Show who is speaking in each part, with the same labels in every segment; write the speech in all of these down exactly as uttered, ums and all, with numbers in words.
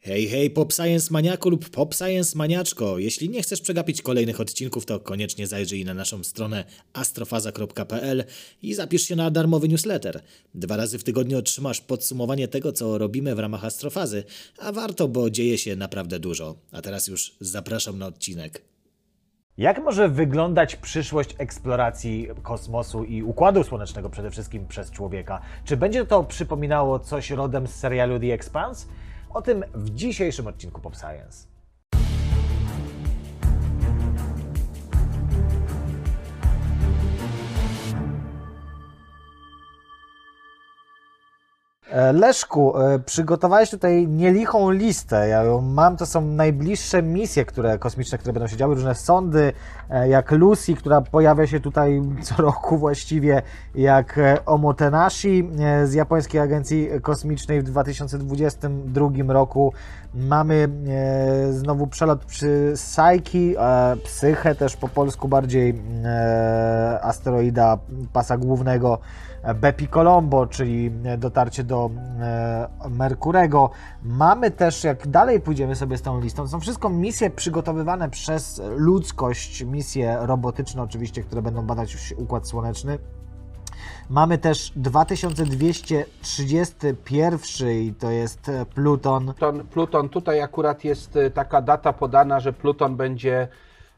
Speaker 1: Hej, hej, Pop Science Maniaku lub Pop Science Maniaczko. Jeśli nie chcesz przegapić kolejnych odcinków, to koniecznie zajrzyj na naszą stronę astrofaza kropka p l i zapisz się na darmowy newsletter. Dwa razy w tygodniu otrzymasz podsumowanie tego, co robimy w ramach Astrofazy, a warto, bo dzieje się naprawdę dużo. A teraz już zapraszam na odcinek.
Speaker 2: Jak może wyglądać przyszłość eksploracji kosmosu i Układu Słonecznego przede wszystkim przez człowieka? Czy będzie to przypominało coś rodem z serialu The Expanse? O tym w dzisiejszym odcinku Pop Science. Leszku, przygotowałeś tutaj nielichą listę. Ja ją mam, to są najbliższe misje które, kosmiczne, które będą się działy, różne sondy, jak Lucy, która pojawia się tutaj co roku właściwie, jak Omotenashi z japońskiej agencji kosmicznej w dwa tysiące dwudziestym drugim roku. Mamy znowu przelot przy Psyche, Psyche też po polsku bardziej, asteroida pasa głównego, Bepi Colombo, czyli dotarcie do e, Merkurego. Mamy też, jak dalej pójdziemy sobie z tą listą, to są wszystko misje przygotowywane przez ludzkość, misje robotyczne oczywiście, które będą badać Układ Słoneczny. Mamy też dwa tysiące dwieście trzydziesty pierwszy i to jest Pluton.
Speaker 3: Pluton. Pluton, tutaj akurat jest taka data podana, że Pluton będzie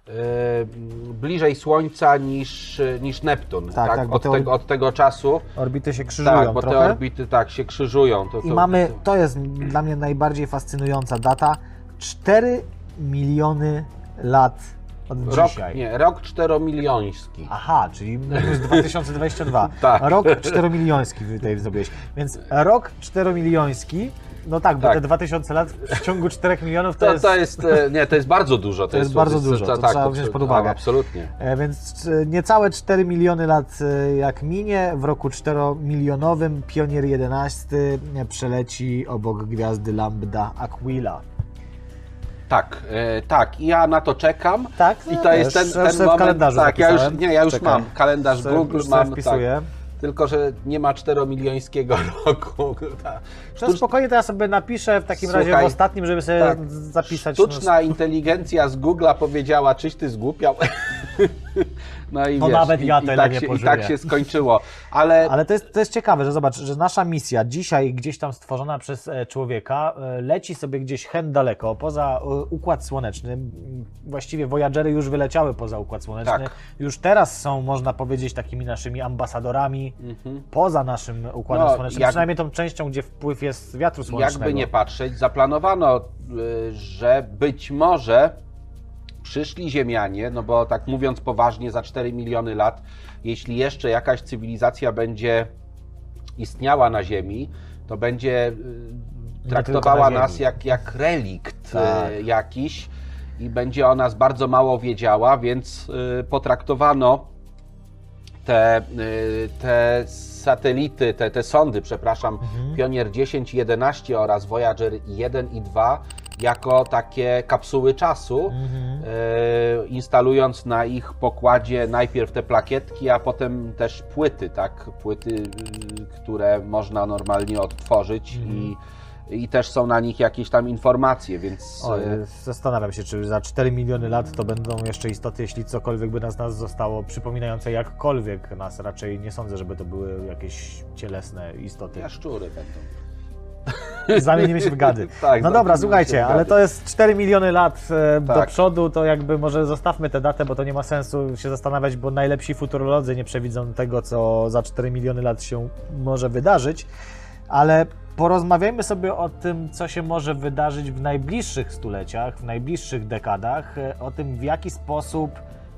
Speaker 3: bliżej Słońca niż, niż Neptun, tak, tak? Tak, od, te, tego, od tego czasu.
Speaker 2: Orbity się krzyżują
Speaker 3: tak, bo
Speaker 2: trochę.
Speaker 3: te orbity tak się krzyżują. To,
Speaker 2: I
Speaker 3: to,
Speaker 2: mamy,
Speaker 3: to...
Speaker 2: to jest dla mnie najbardziej fascynująca data, cztery miliony lat od
Speaker 3: rok,
Speaker 2: dzisiaj.
Speaker 3: Nie, rok czteromilioński.
Speaker 2: Aha, czyli dwa tysiące dwudziesty drugi.
Speaker 3: tak.
Speaker 2: Rok czteromilioński tutaj zrobiłeś. Więc rok czteromilioński. No tak, bo
Speaker 3: tak.
Speaker 2: te dwa tysiące lat w ciągu czterech milionów to,
Speaker 3: to
Speaker 2: jest...
Speaker 3: To jest, nie, to jest bardzo dużo. To,
Speaker 2: to jest, jest bardzo dużo, to, to tak, trzeba wziąć pod uwagę.
Speaker 3: Tak, absolutnie.
Speaker 2: Więc niecałe cztery miliony lat jak minie, w roku czteromilionowym Pionier jedenasty przeleci obok gwiazdy Lambda Aquila.
Speaker 3: Tak, e, tak. I ja na to czekam.
Speaker 2: Tak?
Speaker 3: I to jest ten, ten moment.
Speaker 2: Kalendarzu
Speaker 3: tak, ja już, nie, ja już
Speaker 2: Czekaj.
Speaker 3: mam kalendarz
Speaker 2: Sobie,
Speaker 3: Google,
Speaker 2: już
Speaker 3: mam.
Speaker 2: wpisuję.
Speaker 3: Tak. Tylko że nie ma czteromiliońskiego roku.
Speaker 2: To spokojnie, to ja sobie napiszę w takim Słuchaj, razie w ostatnim, żeby sobie tak, zapisać.
Speaker 3: Sztuczna no... inteligencja z Google'a powiedziała, czyś ty zgłupiał. No i
Speaker 2: to
Speaker 3: wiesz,
Speaker 2: nawet ja
Speaker 3: i,
Speaker 2: tyle
Speaker 3: i, tak
Speaker 2: nie
Speaker 3: się,
Speaker 2: pożyję.
Speaker 3: I tak się skończyło. Ale,
Speaker 2: Ale to, jest, to jest ciekawe, że zobacz, że nasza misja dzisiaj gdzieś tam stworzona przez człowieka leci sobie gdzieś hen daleko, poza Układ Słoneczny. Właściwie Voyagery już wyleciały poza Układ Słoneczny.
Speaker 3: Tak.
Speaker 2: Już teraz są, można powiedzieć, takimi naszymi ambasadorami mhm. poza naszym Układem
Speaker 3: no,
Speaker 2: Słonecznym.
Speaker 3: jak,
Speaker 2: przynajmniej tą częścią, gdzie wpływ jest wiatru słonecznego.
Speaker 3: Jakby nie patrzeć, zaplanowano, że być może przyszli Ziemianie, no bo tak mówiąc poważnie, za cztery miliony lat, jeśli jeszcze jakaś cywilizacja będzie istniała na Ziemi, to będzie nie traktowała nas jak, jak relikt tak. jakiś i będzie o nas bardzo mało wiedziała, więc potraktowano te, te satelity, te, te sondy, przepraszam, mhm. Pionier dziesięć i jedenaście oraz Voyager jeden i dwa jako takie kapsuły czasu, mhm. e, instalując na ich pokładzie najpierw te plakietki, a potem też płyty, tak? Płyty, które można normalnie odtworzyć mhm. i, i też są na nich jakieś tam informacje, więc...
Speaker 2: O, zastanawiam się, czy za cztery miliony lat to będą jeszcze istoty, jeśli cokolwiek by nas, nas zostało, przypominające jakkolwiek nas. Raczej nie sądzę, żeby to były jakieś cielesne istoty.
Speaker 3: Jaszczury będą.
Speaker 2: Zamienimy się w gady.
Speaker 3: tak,
Speaker 2: no dobra, słuchajcie, ale to jest cztery miliony lat e,
Speaker 3: tak.
Speaker 2: do przodu, to jakby może zostawmy tę datę, bo to nie ma sensu się zastanawiać, bo najlepsi futurolodzy nie przewidzą tego, co za cztery miliony lat się może wydarzyć, ale porozmawiajmy sobie o tym, co się może wydarzyć w najbliższych stuleciach, w najbliższych dekadach, o tym, w jaki sposób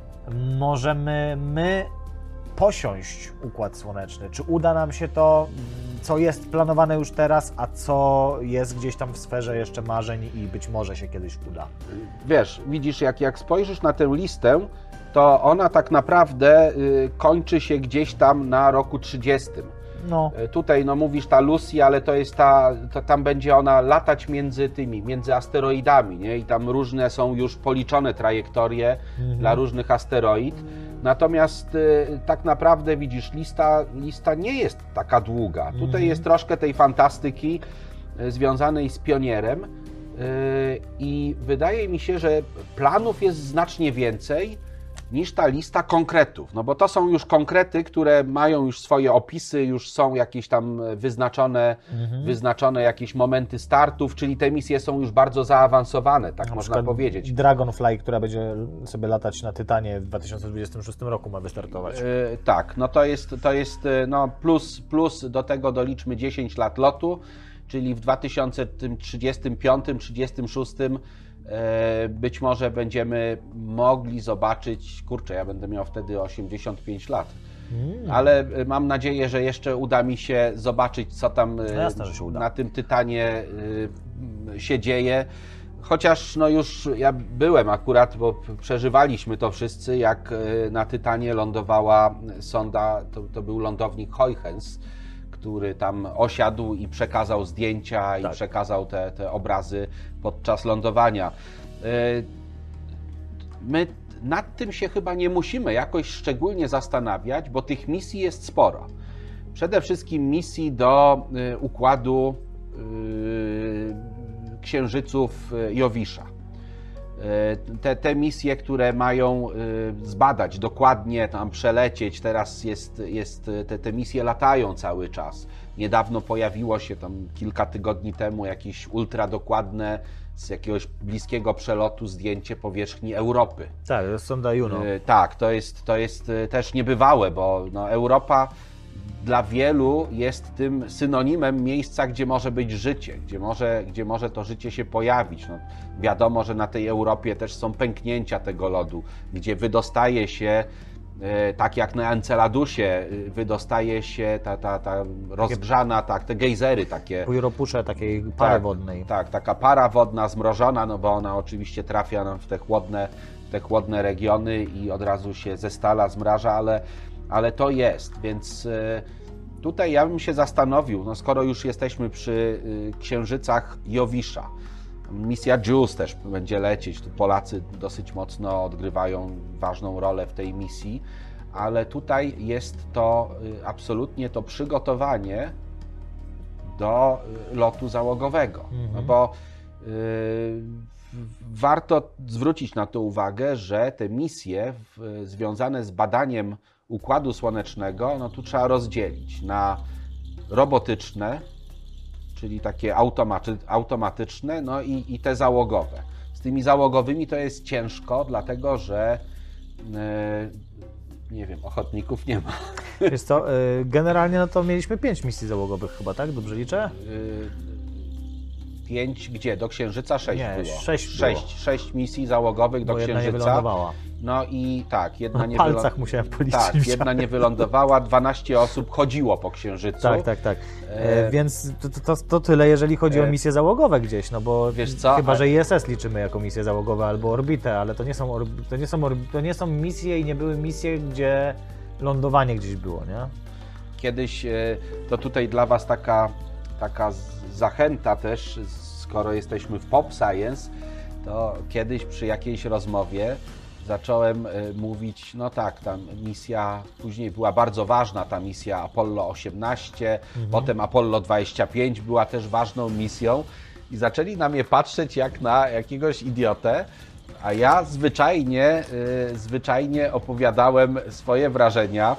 Speaker 2: możemy my posiąść Układ Słoneczny. Czy uda nam się to, co jest planowane już teraz, a co jest gdzieś tam w sferze jeszcze marzeń i być może się kiedyś uda?
Speaker 3: Wiesz, widzisz, jak, jak spojrzysz na tę listę, to ona tak naprawdę y, kończy się gdzieś tam na roku trzydziestym.
Speaker 2: No.
Speaker 3: Tutaj no mówisz ta Lucy, ale to jest ta, to tam będzie ona latać między tymi, między asteroidami, nie? I tam różne są już policzone trajektorie mhm. dla różnych asteroid. Natomiast y, tak naprawdę widzisz, lista, lista nie jest taka długa. Mhm. Tutaj jest troszkę tej fantastyki y, związanej z Pionierem. I wydaje mi się, że planów jest znacznie więcej niż ta lista konkretów, no bo to są już konkrety, które mają już swoje opisy, już są jakieś tam wyznaczone, mhm. wyznaczone jakieś momenty startów, czyli te misje są już bardzo zaawansowane, tak
Speaker 2: na
Speaker 3: można powiedzieć.
Speaker 2: Dragonfly, która będzie sobie latać na Tytanie w dwa tysiące dwudziestym szóstym roku, ma wystartować.
Speaker 3: Yy, tak, no to jest, to jest no plus, plus do tego doliczmy dziesięć lat lotu, czyli w dwa tysiące trzydziestym piątym trzydziestym szóstym być może będziemy mogli zobaczyć, kurczę, ja będę miał wtedy osiemdziesiąt pięć lat, mm. ale mam nadzieję, że jeszcze uda mi się zobaczyć, co tam no jasne, że się uda. Na tym Tytanie się dzieje. Chociaż no już ja byłem akurat, bo przeżywaliśmy to wszyscy, jak na Tytanie lądowała sonda, to, to był lądownik Huygens, który tam osiadł i przekazał zdjęcia tak. i przekazał te, te obrazy podczas lądowania. My nad tym się chyba nie musimy jakoś szczególnie zastanawiać, bo tych misji jest sporo. Przede wszystkim misji do układu księżyców Jowisza. Te, te misje, które mają zbadać dokładnie, tam przelecieć, teraz jest, jest, te, te misje latają cały czas. Niedawno pojawiło się tam kilka tygodni temu jakieś ultradokładne z jakiegoś bliskiego przelotu zdjęcie powierzchni Europy.
Speaker 2: Tak, to jest sonda Juno.
Speaker 3: Tak, to jest, to jest też niebywałe, bo no, Europa dla wielu jest tym synonimem miejsca, gdzie może być życie, gdzie może, gdzie może to życie się pojawić. No, wiadomo, że na tej Europie też są pęknięcia tego lodu, gdzie wydostaje się, e, tak jak na Enceladusie, wydostaje się ta, ta, ta rozgrzana, tak, te gejzery takie.
Speaker 2: Półropusze takiej pary
Speaker 3: tak,
Speaker 2: wodnej.
Speaker 3: Tak, taka para wodna zmrożona, no bo ona oczywiście trafia nam w te chłodne, w te chłodne regiony i od razu się zestala, zmraża, ale ale to jest, więc tutaj ja bym się zastanowił, no skoro już jesteśmy przy księżycach Jowisza, misja JUICE też będzie lecieć, tu Polacy dosyć mocno odgrywają ważną rolę w tej misji, ale tutaj jest to absolutnie to przygotowanie do lotu załogowego, mhm. no bo y, warto zwrócić na to uwagę, że te misje w, związane z badaniem Układu Słonecznego, no tu trzeba rozdzielić na robotyczne, czyli takie automaty, automatyczne, no i, i te załogowe. Z tymi załogowymi to jest ciężko, dlatego że yy, nie wiem, ochotników nie ma.
Speaker 2: Wiesz co, yy, generalnie no to mieliśmy pięć misji załogowych chyba, tak? Dobrze liczę?
Speaker 3: Yy, pięć gdzie? Do Księżyca sześć
Speaker 2: nie,
Speaker 3: było.
Speaker 2: Sześć,
Speaker 3: sześć,
Speaker 2: było.
Speaker 3: sześć misji załogowych do
Speaker 2: Bo
Speaker 3: Księżyca.
Speaker 2: Jedna nie wylądowała.
Speaker 3: No i tak, jedna
Speaker 2: Na
Speaker 3: nie
Speaker 2: palcach
Speaker 3: wylądowała.
Speaker 2: musiałem policzyć.
Speaker 3: Tak, jedna nie wylądowała, dwanaście osób chodziło po Księżycu.
Speaker 2: Tak, tak, tak. E... Więc to, to, to tyle, jeżeli chodzi e... o misje załogowe gdzieś, no bo
Speaker 3: wiesz co?
Speaker 2: chyba, że I S S liczymy jako misje załogowe albo orbitę, ale to nie są, to nie są, to nie są misje i nie były misje, gdzie lądowanie gdzieś było, nie?
Speaker 3: Kiedyś, to tutaj dla Was taka, taka zachęta też, skoro jesteśmy w Pop Science, to kiedyś przy jakiejś rozmowie zacząłem mówić, no tak, ta misja, później była bardzo ważna ta misja Apollo osiemnaście, mhm. potem Apollo dwadzieścia pięć była też ważną misją i zaczęli na mnie patrzeć jak na jakiegoś idiotę, a ja zwyczajnie, zwyczajnie opowiadałem swoje wrażenia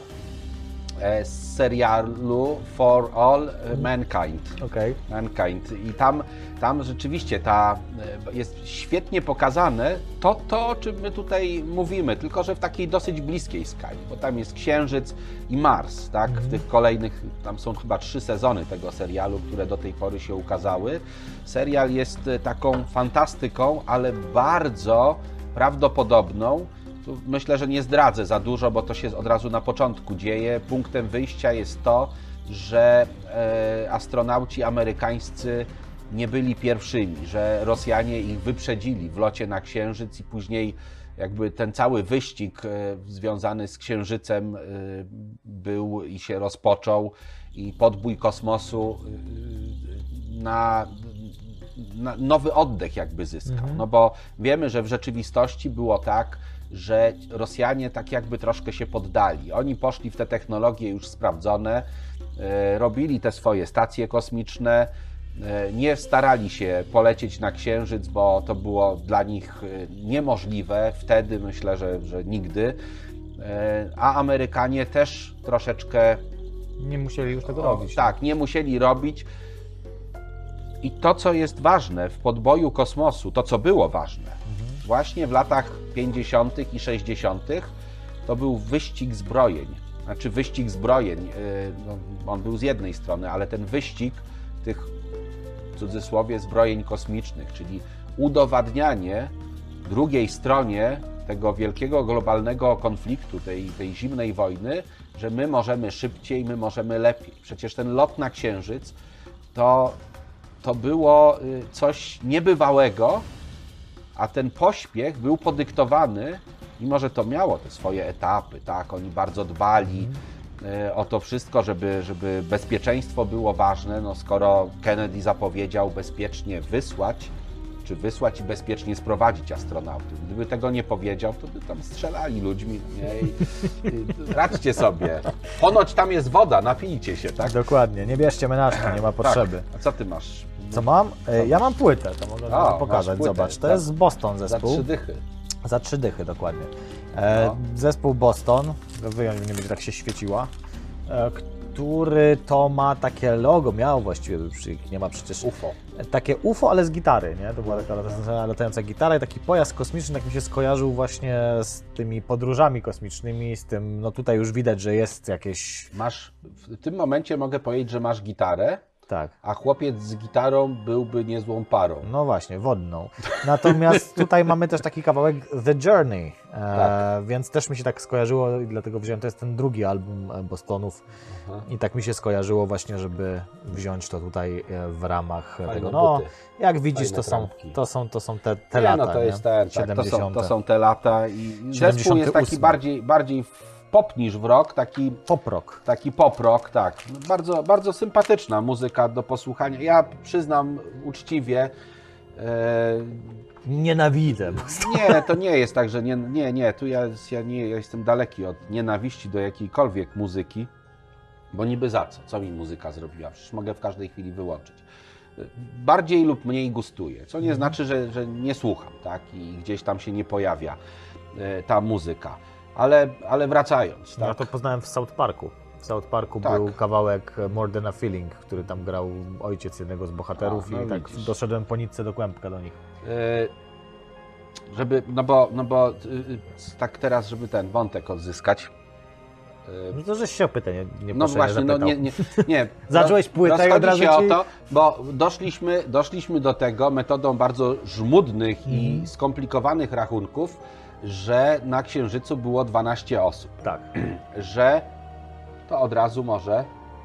Speaker 3: z serialu For All Mankind.
Speaker 2: Okay.
Speaker 3: Mankind. I tam, tam rzeczywiście ta, jest świetnie pokazane to, to, o czym my tutaj mówimy, tylko że w takiej dosyć bliskiej skali, bo tam jest Księżyc i Mars, tak? Mm-hmm. W tych kolejnych, tam są chyba trzy sezony tego serialu, które do tej pory się ukazały. Serial jest taką fantastyką, ale bardzo prawdopodobną. Tu myślę, że nie zdradzę za dużo, bo to się od razu na początku dzieje. Punktem wyjścia jest to, że e, astronauci amerykańscy nie byli pierwszymi, że Rosjanie ich wyprzedzili w locie na Księżyc i później jakby ten cały wyścig e, związany z Księżycem e, był i się rozpoczął i podbój kosmosu e, na na nowy oddech jakby zyskał. Mhm. No bo wiemy, że w rzeczywistości było tak, że Rosjanie tak jakby troszkę się poddali. Oni poszli w te technologie już sprawdzone, e, robili te swoje stacje kosmiczne, nie starali się polecieć na Księżyc, bo to było dla nich niemożliwe. Wtedy myślę, że, że nigdy. A Amerykanie też troszeczkę...
Speaker 2: Nie musieli już tego o, robić.
Speaker 3: Tak, nie musieli robić. I to, co jest ważne w podboju kosmosu, to, co było ważne, mhm. właśnie w latach pięćdziesiątych i sześćdziesiątych, to był wyścig zbrojeń. Znaczy wyścig zbrojeń, no, on był z jednej strony, ale ten wyścig tych, w cudzysłowie, zbrojeń kosmicznych, czyli udowadnianie drugiej stronie tego wielkiego globalnego konfliktu, tej, tej zimnej wojny, że my możemy szybciej, my możemy lepiej. Przecież ten lot na Księżyc to, to było coś niebywałego, a ten pośpiech był podyktowany, mimo że to miało te swoje etapy, tak, oni bardzo dbali mm. o to wszystko, żeby, żeby bezpieczeństwo było ważne, no skoro Kennedy zapowiedział bezpiecznie wysłać, czy wysłać i bezpiecznie sprowadzić astronautów. Gdyby tego nie powiedział, to by tam strzelali ludźmi, nie? I, i, radźcie sobie. Ponoć tam jest woda, napijcie się, tak?
Speaker 2: Dokładnie, nie bierzcie menażki, nie ma potrzeby.
Speaker 3: Tak. A co ty masz?
Speaker 2: Co mam? Ja mam płytę, to mogę o, pokazać, zobacz. To za, jest Boston zespół.
Speaker 3: Za trzy dychy.
Speaker 2: Za trzy dychy, dokładnie. E, no. Zespół Boston, wyjąć, nie będzie tak się świeciła, e, który to ma takie logo, miał właściwie, nie ma przecież...
Speaker 3: U F O.
Speaker 2: Takie U F O, ale z gitary, nie? To była taka latająca gitara i taki pojazd kosmiczny, tak mi się skojarzył właśnie z tymi podróżami kosmicznymi, z tym, no tutaj już widać, że jest jakieś...
Speaker 3: Masz, w tym momencie mogę powiedzieć, że masz gitarę,
Speaker 2: tak.
Speaker 3: A chłopiec z gitarą byłby niezłą parą.
Speaker 2: No właśnie, wodną. Natomiast tutaj mamy też taki kawałek The Journey, e, tak. więc też mi się tak skojarzyło i dlatego wziąłem, to jest ten drugi album Bostonów. Aha. I tak mi się skojarzyło właśnie, żeby wziąć to tutaj w ramach Fajne tego. No, buty. Jak widzisz, to są, to są, to są te, te
Speaker 3: nie,
Speaker 2: lata.
Speaker 3: No to jest ten, tak, to, są, to są te lata i zespół jest taki bardziej, bardziej pop niż w rock, taki
Speaker 2: pop-rock.
Speaker 3: Taki pop-rock, tak. Bardzo, bardzo sympatyczna muzyka do posłuchania. Ja przyznam uczciwie... E...
Speaker 2: Nienawidzę.
Speaker 3: Nie, to nie jest tak, że nie, nie, nie. Tu ja, ja, nie, ja jestem daleki od nienawiści do jakiejkolwiek muzyki, bo niby za co? Co mi muzyka zrobiła? Przecież mogę w każdej chwili wyłączyć. Bardziej lub mniej gustuje, co nie mhm. znaczy, że, że nie słucham, tak? I gdzieś tam się nie pojawia e, ta muzyka. Ale, ale wracając. Tak?
Speaker 2: Ja to poznałem w South Parku. W South Parku tak. był kawałek More Than a Feeling, który tam grał ojciec jednego z bohaterów a, no i tak widzisz. doszedłem po nitce do kłębka do nich.
Speaker 3: Yy, żeby, no bo, no bo yy, tak teraz, żeby ten wątek odzyskać.
Speaker 2: Yy, no to żeś się o pytanie nie
Speaker 3: No właśnie, no nie, nie, nie.
Speaker 2: Zacząłeś płytę i od razu
Speaker 3: się
Speaker 2: ci...
Speaker 3: o to, bo doszliśmy, doszliśmy do tego metodą bardzo żmudnych mm. i skomplikowanych rachunków, że na Księżycu było dwanaście osób.
Speaker 2: Tak.
Speaker 3: Że to od razu może,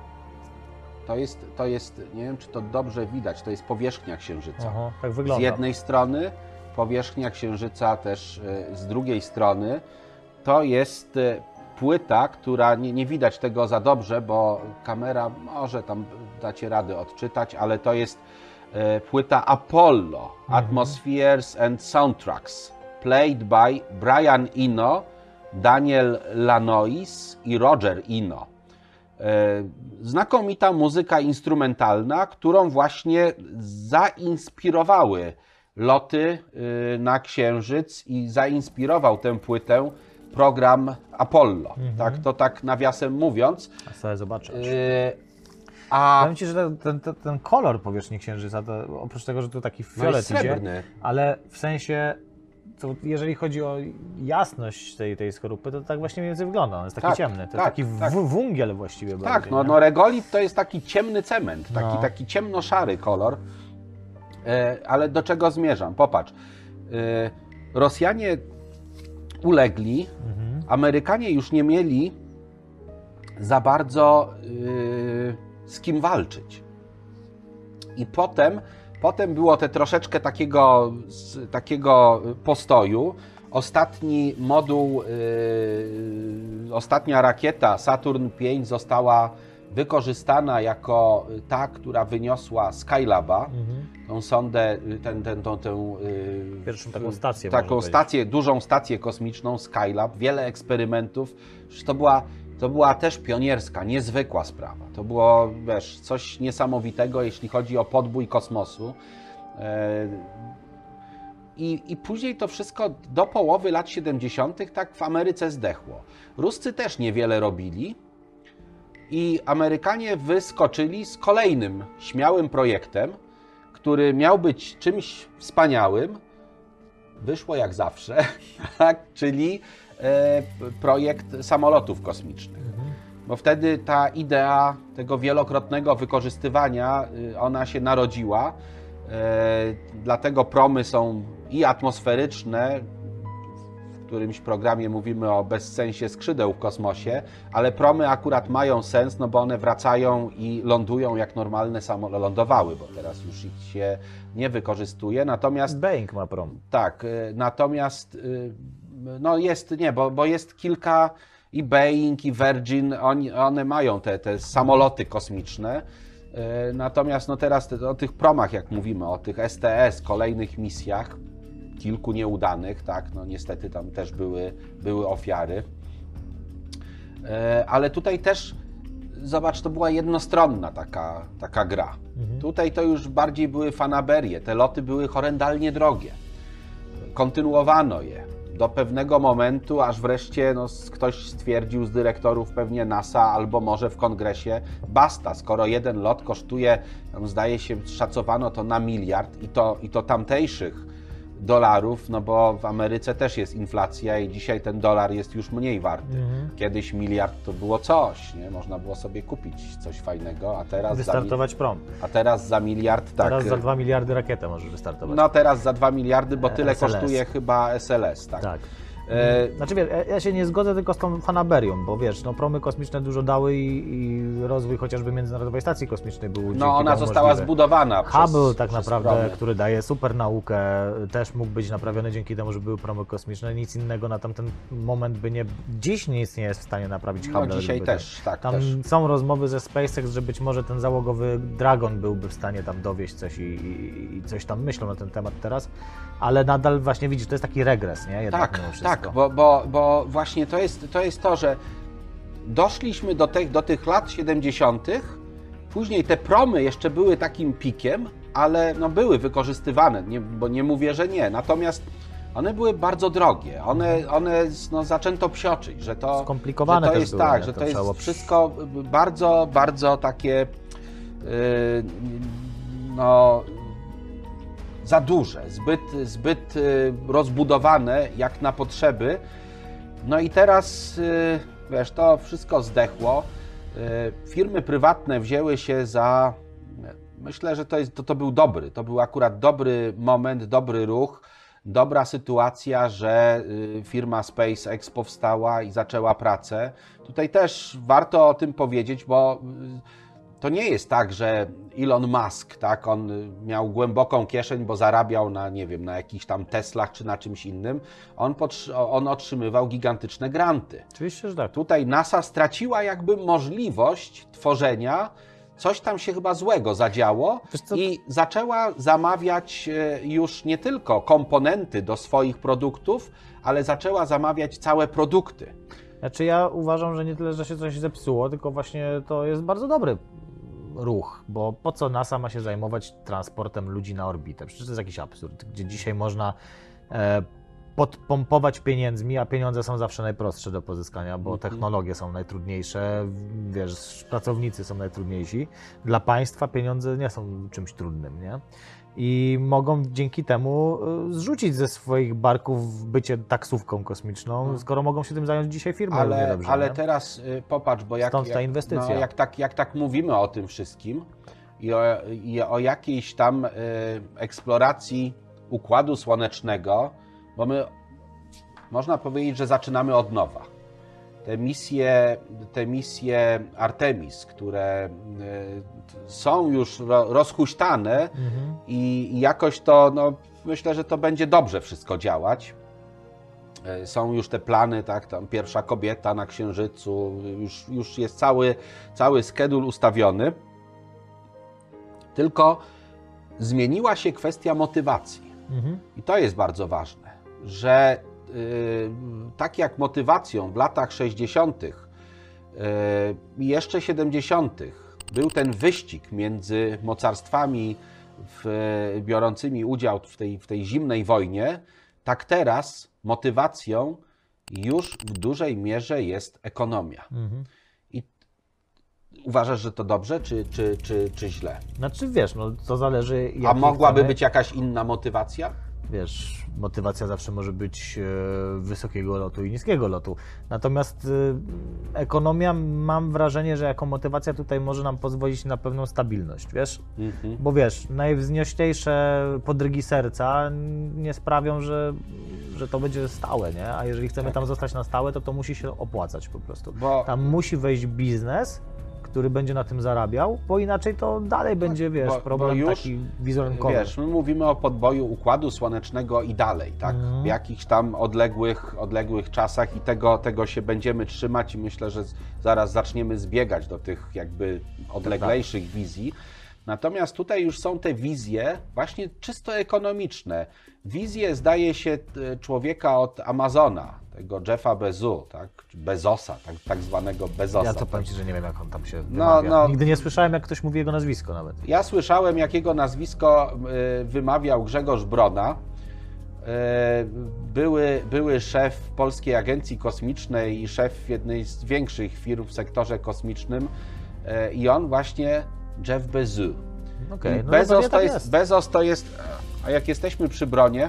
Speaker 3: to jest, to jest, nie wiem czy to dobrze widać, to jest powierzchnia Księżyca.
Speaker 2: Aha, tak wygląda.
Speaker 3: Z jednej strony, powierzchnia Księżyca też z drugiej strony. To jest płyta, która, nie, nie widać tego za dobrze, bo kamera może tam dacie radę odczytać, ale to jest płyta Apollo, mhm. Atmospheres and Soundtracks. Played by Brian Eno, Daniel Lanois i Roger Eno. Znakomita muzyka instrumentalna, którą właśnie zainspirowały loty na Księżyc i zainspirował tę płytę program Apollo. Mhm. Tak, to tak nawiasem mówiąc.
Speaker 2: A sobie zobaczyć.
Speaker 3: Y A...
Speaker 2: Powiem Ci, że ten, ten, ten kolor powierzchni Księżyca, to oprócz tego, że tu taki fiolet no idzie, ale w sensie... To jeżeli chodzi o jasność tej, tej skorupy, to tak właśnie mniej więcej wygląda. On jest taki tak, ciemny. To tak, jest taki tak. w, wungiel właściwie.
Speaker 3: Tak,
Speaker 2: bardziej,
Speaker 3: no, no regolit to jest taki ciemny cement, taki, no. taki ciemno-szary kolor. E, ale do czego zmierzam? Popatrz. E, Rosjanie ulegli, mhm. Amerykanie już nie mieli za bardzo e, z kim walczyć. I potem Potem było te troszeczkę takiego, takiego postoju. Ostatni moduł, yy, ostatnia rakieta Saturn pięć została wykorzystana jako ta, która wyniosła Skylaba, mhm. tą sondę, ten, ten, tą, tę
Speaker 2: yy, pierwszą taką stację,
Speaker 3: taką stację, dużą stację kosmiczną Skylab, wiele eksperymentów. To była to była też pionierska, niezwykła sprawa. To było, wiesz, coś niesamowitego, jeśli chodzi o podbój kosmosu. I, I później to wszystko do połowy lat siedemdziesiątych tak w Ameryce zdechło. Ruscy też niewiele robili i Amerykanie wyskoczyli z kolejnym śmiałym projektem, który miał być czymś wspaniałym. Wyszło jak zawsze, tak? Czyli e, projekt samolotów kosmicznych. Bo wtedy ta idea tego wielokrotnego wykorzystywania, ona się narodziła. E, dlatego promy są i atmosferyczne, w którymś programie mówimy o bezsensie skrzydeł w kosmosie, ale promy akurat mają sens, no bo one wracają i lądują jak normalne samoloty lądowały, bo teraz już ich się nie wykorzystuje. Natomiast
Speaker 2: Boeing ma prom.
Speaker 3: Tak, natomiast no jest, nie, bo, bo jest kilka i Boeing i Virgin, oni, one mają te, te samoloty kosmiczne. Natomiast no teraz te, o tych promach, jak mówimy, o tych S T S, kolejnych misjach, kilku nieudanych, tak, no niestety tam też były, były ofiary. Ale tutaj też, zobacz, to była jednostronna taka, taka gra. Mhm. Tutaj to już bardziej były fanaberie, te loty były horrendalnie drogie. Kontynuowano je do pewnego momentu, aż wreszcie no, ktoś stwierdził z dyrektorów pewnie NASA albo może w kongresie, basta, skoro jeden lot kosztuje, no, zdaje się, szacowano to na miliard i to, i to tamtejszych dolarów, no bo w Ameryce też jest inflacja i dzisiaj ten dolar jest już mniej warty. Mhm. Kiedyś miliard to było coś, nie? Można było sobie kupić coś fajnego, a teraz...
Speaker 2: Wystartować
Speaker 3: za,
Speaker 2: prom.
Speaker 3: A teraz za miliard, tak.
Speaker 2: Teraz za dwa miliardy rakietę możesz wystartować.
Speaker 3: No teraz za dwa miliardy, bo tyle
Speaker 2: S L S.
Speaker 3: kosztuje chyba S L S, tak.
Speaker 2: Tak. E... Znaczy wiesz, ja się nie zgodzę tylko z tą fanaberią, bo wiesz, no promy kosmiczne dużo dały i, i rozwój chociażby Międzynarodowej Stacji Kosmicznej był dzięki
Speaker 3: No ona
Speaker 2: temu
Speaker 3: została
Speaker 2: możliwy.
Speaker 3: zbudowana
Speaker 2: Hubble
Speaker 3: przez,
Speaker 2: tak
Speaker 3: przez
Speaker 2: naprawdę,
Speaker 3: promy.
Speaker 2: który daje super naukę, też mógł być naprawiony dzięki temu, że były promy kosmiczne. Nic innego na tamten moment by nie... Dziś nic nie jest w stanie naprawić Hubble.
Speaker 3: No dzisiaj też, tak.
Speaker 2: Tam
Speaker 3: też.
Speaker 2: są rozmowy ze SpaceX, że być może ten załogowy Dragon byłby w stanie tam dowieść coś i, i, i coś tam myślą na ten temat teraz, ale nadal właśnie widzisz, to jest taki regres, nie? Jednak
Speaker 3: tak,
Speaker 2: mimo wszystko.
Speaker 3: tak, bo, bo, bo właśnie to jest, to jest to, że doszliśmy do tych, do tych lat siedemdziesiątych, później te promy jeszcze były takim pikiem, ale no były wykorzystywane, nie, bo nie mówię, że nie, natomiast one były bardzo drogie, one, one no, zaczęto psioczyć, że to,
Speaker 2: Skomplikowane
Speaker 3: że to
Speaker 2: też
Speaker 3: jest
Speaker 2: były,
Speaker 3: tak,
Speaker 2: nie?
Speaker 3: że
Speaker 2: To
Speaker 3: to jest
Speaker 2: trzeba-
Speaker 3: wszystko bardzo, bardzo takie yy, no za duże, zbyt, zbyt y, rozbudowane jak na potrzeby. No i teraz, y, wiesz, to wszystko zdechło. Y, firmy prywatne wzięły się za... Myślę, że to, jest, to, to był dobry, to był akurat dobry moment, dobry ruch, dobra sytuacja, że y, firma SpaceX powstała i zaczęła pracę. Tutaj też warto o tym powiedzieć, bo y, to nie jest tak, że Elon Musk, tak, on miał głęboką kieszeń, bo zarabiał na, nie wiem, na jakichś tam Teslach czy na czymś innym. On, on otrzymywał gigantyczne granty.
Speaker 2: Oczywiście, że tak.
Speaker 3: Tutaj NASA straciła jakby możliwość tworzenia, coś tam się chyba złego zadziało i zaczęła zamawiać już nie tylko komponenty do swoich produktów, ale zaczęła zamawiać całe produkty.
Speaker 2: Znaczy ja uważam, że nie tyle, że się coś zepsuło, tylko właśnie to jest bardzo dobry ruch, bo po co NASA ma się zajmować transportem ludzi na orbitę? Przecież to jest jakiś absurd, gdzie dzisiaj można e, podpompować pieniędzmi, a pieniądze są zawsze najprostsze do pozyskania, bo
Speaker 3: Mhm.
Speaker 2: technologie są najtrudniejsze, wiesz, pracownicy są najtrudniejsi. Dla państwa pieniądze nie są czymś trudnym, nie? I mogą dzięki temu y, zrzucić ze swoich barków bycie taksówką kosmiczną,
Speaker 3: Hmm.
Speaker 2: skoro mogą się tym zająć dzisiaj firmy równie
Speaker 3: Ale,
Speaker 2: dobrze.
Speaker 3: ale
Speaker 2: nie?
Speaker 3: teraz y, popatrz, bo jak,
Speaker 2: Stąd ta
Speaker 3: jak,
Speaker 2: inwestycja.
Speaker 3: no, jak, tak, jak tak mówimy o tym wszystkim i o, i o jakiejś tam y, eksploracji Układu Słonecznego, bo my można powiedzieć, że zaczynamy od nowa. Te misje, te misje Artemis, które y, są już ro, rozhuśtane
Speaker 2: Mhm.
Speaker 3: i, i jakoś to, no, myślę, że to będzie dobrze wszystko działać. Y, Są już te plany, tak, tam pierwsza kobieta na Księżycu, już, już jest cały, cały schedule ustawiony. Tylko zmieniła się kwestia motywacji.
Speaker 2: Mhm.
Speaker 3: I to jest bardzo ważne, że yy, tak jak motywacją w latach sześćdziesiątych I jeszcze siedemdziesiątych był ten wyścig między mocarstwami w, biorącymi udział w tej, w tej zimnej wojnie. Tak teraz motywacją już w dużej mierze jest ekonomia. Mhm. I uważasz, że to dobrze, czy, czy, czy, czy źle?
Speaker 2: Znaczy wiesz, no to zależy...
Speaker 3: A mogłaby chcemy... być jakaś inna motywacja?
Speaker 2: Wiesz, motywacja zawsze może być e, wysokiego lotu i niskiego lotu. Natomiast e, ekonomia, mam wrażenie, że jako motywacja tutaj może nam pozwolić na pewną stabilność, wiesz? Mhm. Bo wiesz, najwznioślejsze podrygi serca nie sprawią, że, że to będzie stałe, nie? A jeżeli chcemy tak. tam zostać na stałe, to to musi się opłacać po prostu. Bo... Tam musi wejść biznes, który będzie na tym zarabiał, bo inaczej to dalej będzie, wiesz, bo, problem bo już, taki wizerunkowy.
Speaker 3: Wiesz, my mówimy o podboju Układu Słonecznego i dalej, tak? Mm. W jakichś tam odległych, odległych czasach i tego, tego się będziemy trzymać i myślę, że zaraz zaczniemy zbiegać do tych jakby odleglejszych tak. wizji. Natomiast tutaj już są te wizje właśnie czysto ekonomiczne. Wizje, zdaje się, człowieka od Amazona, tego Jeffa Bezu, tak? Bezosa, tak, tak zwanego Bezosa.
Speaker 2: Ja to powiem Ci, że nie wiem, jak on tam się wymawia. No, no, Nigdy nie słyszałem, jak ktoś mówi jego nazwisko nawet.
Speaker 3: Ja słyszałem, jak jego nazwisko wymawiał Grzegorz Brona, były, były szef Polskiej Agencji Kosmicznej i szef jednej z większych firm w sektorze kosmicznym i on właśnie Jeff Bezos. Okay, no Bezos, to jest, jest. Bezos to jest, a jak jesteśmy przy Bronie,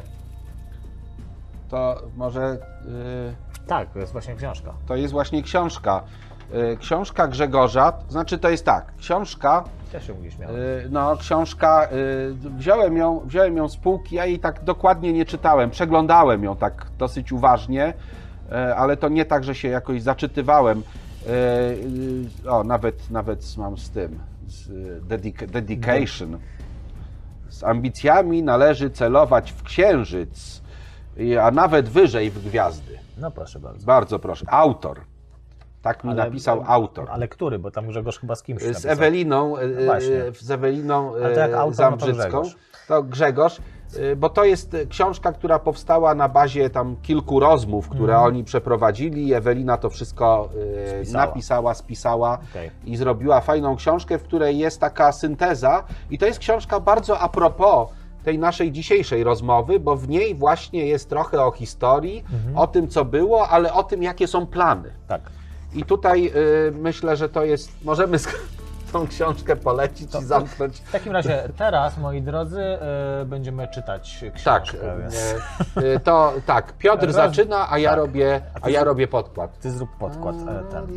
Speaker 3: to może...
Speaker 2: Yy, tak, to jest właśnie książka.
Speaker 3: To jest właśnie książka. Yy, książka Grzegorza, to znaczy to jest tak, książka...
Speaker 2: Też się mówisz,
Speaker 3: yy, No, książka, yy, wziąłem ją, wziąłem ją z półki, ja jej tak dokładnie nie czytałem, przeglądałem ją tak dosyć uważnie, yy, ale to nie tak, że się jakoś zaczytywałem. Yy, yy, o, nawet, nawet mam z tym, z dedica- dedication. Z ambicjami należy celować w księżyc, a nawet wyżej w gwiazdy.
Speaker 2: No proszę bardzo.
Speaker 3: Bardzo proszę. Autor. Tak mi ale, napisał autor.
Speaker 2: Ale który? Bo tam Grzegorz chyba z kimś
Speaker 3: Z napisał. Eweliną, no z Eweliną ale to jak autor, Zambrzycką. No to Grzegorz. To Grzegorz. Bo to jest książka, która powstała na bazie tam kilku rozmów, które mm. oni przeprowadzili. Ewelina to wszystko spisała. napisała, spisała okay. i zrobiła fajną książkę, w której jest taka synteza. I to jest książka bardzo a propos tej naszej dzisiejszej rozmowy, bo w niej właśnie jest trochę o historii, mm-hmm. o tym, co było, ale o tym, jakie są plany.
Speaker 2: Tak.
Speaker 3: I tutaj y, myślę, że to jest... Możemy sk- tą książkę polecić to, i zamknąć.
Speaker 2: W takim razie teraz, moi drodzy, y, będziemy czytać książkę.
Speaker 3: Tak, więc... y, to tak, Piotr Roz... zaczyna, a ja, tak. robię, a ja robię podkład.
Speaker 2: Ty zrób podkład ten.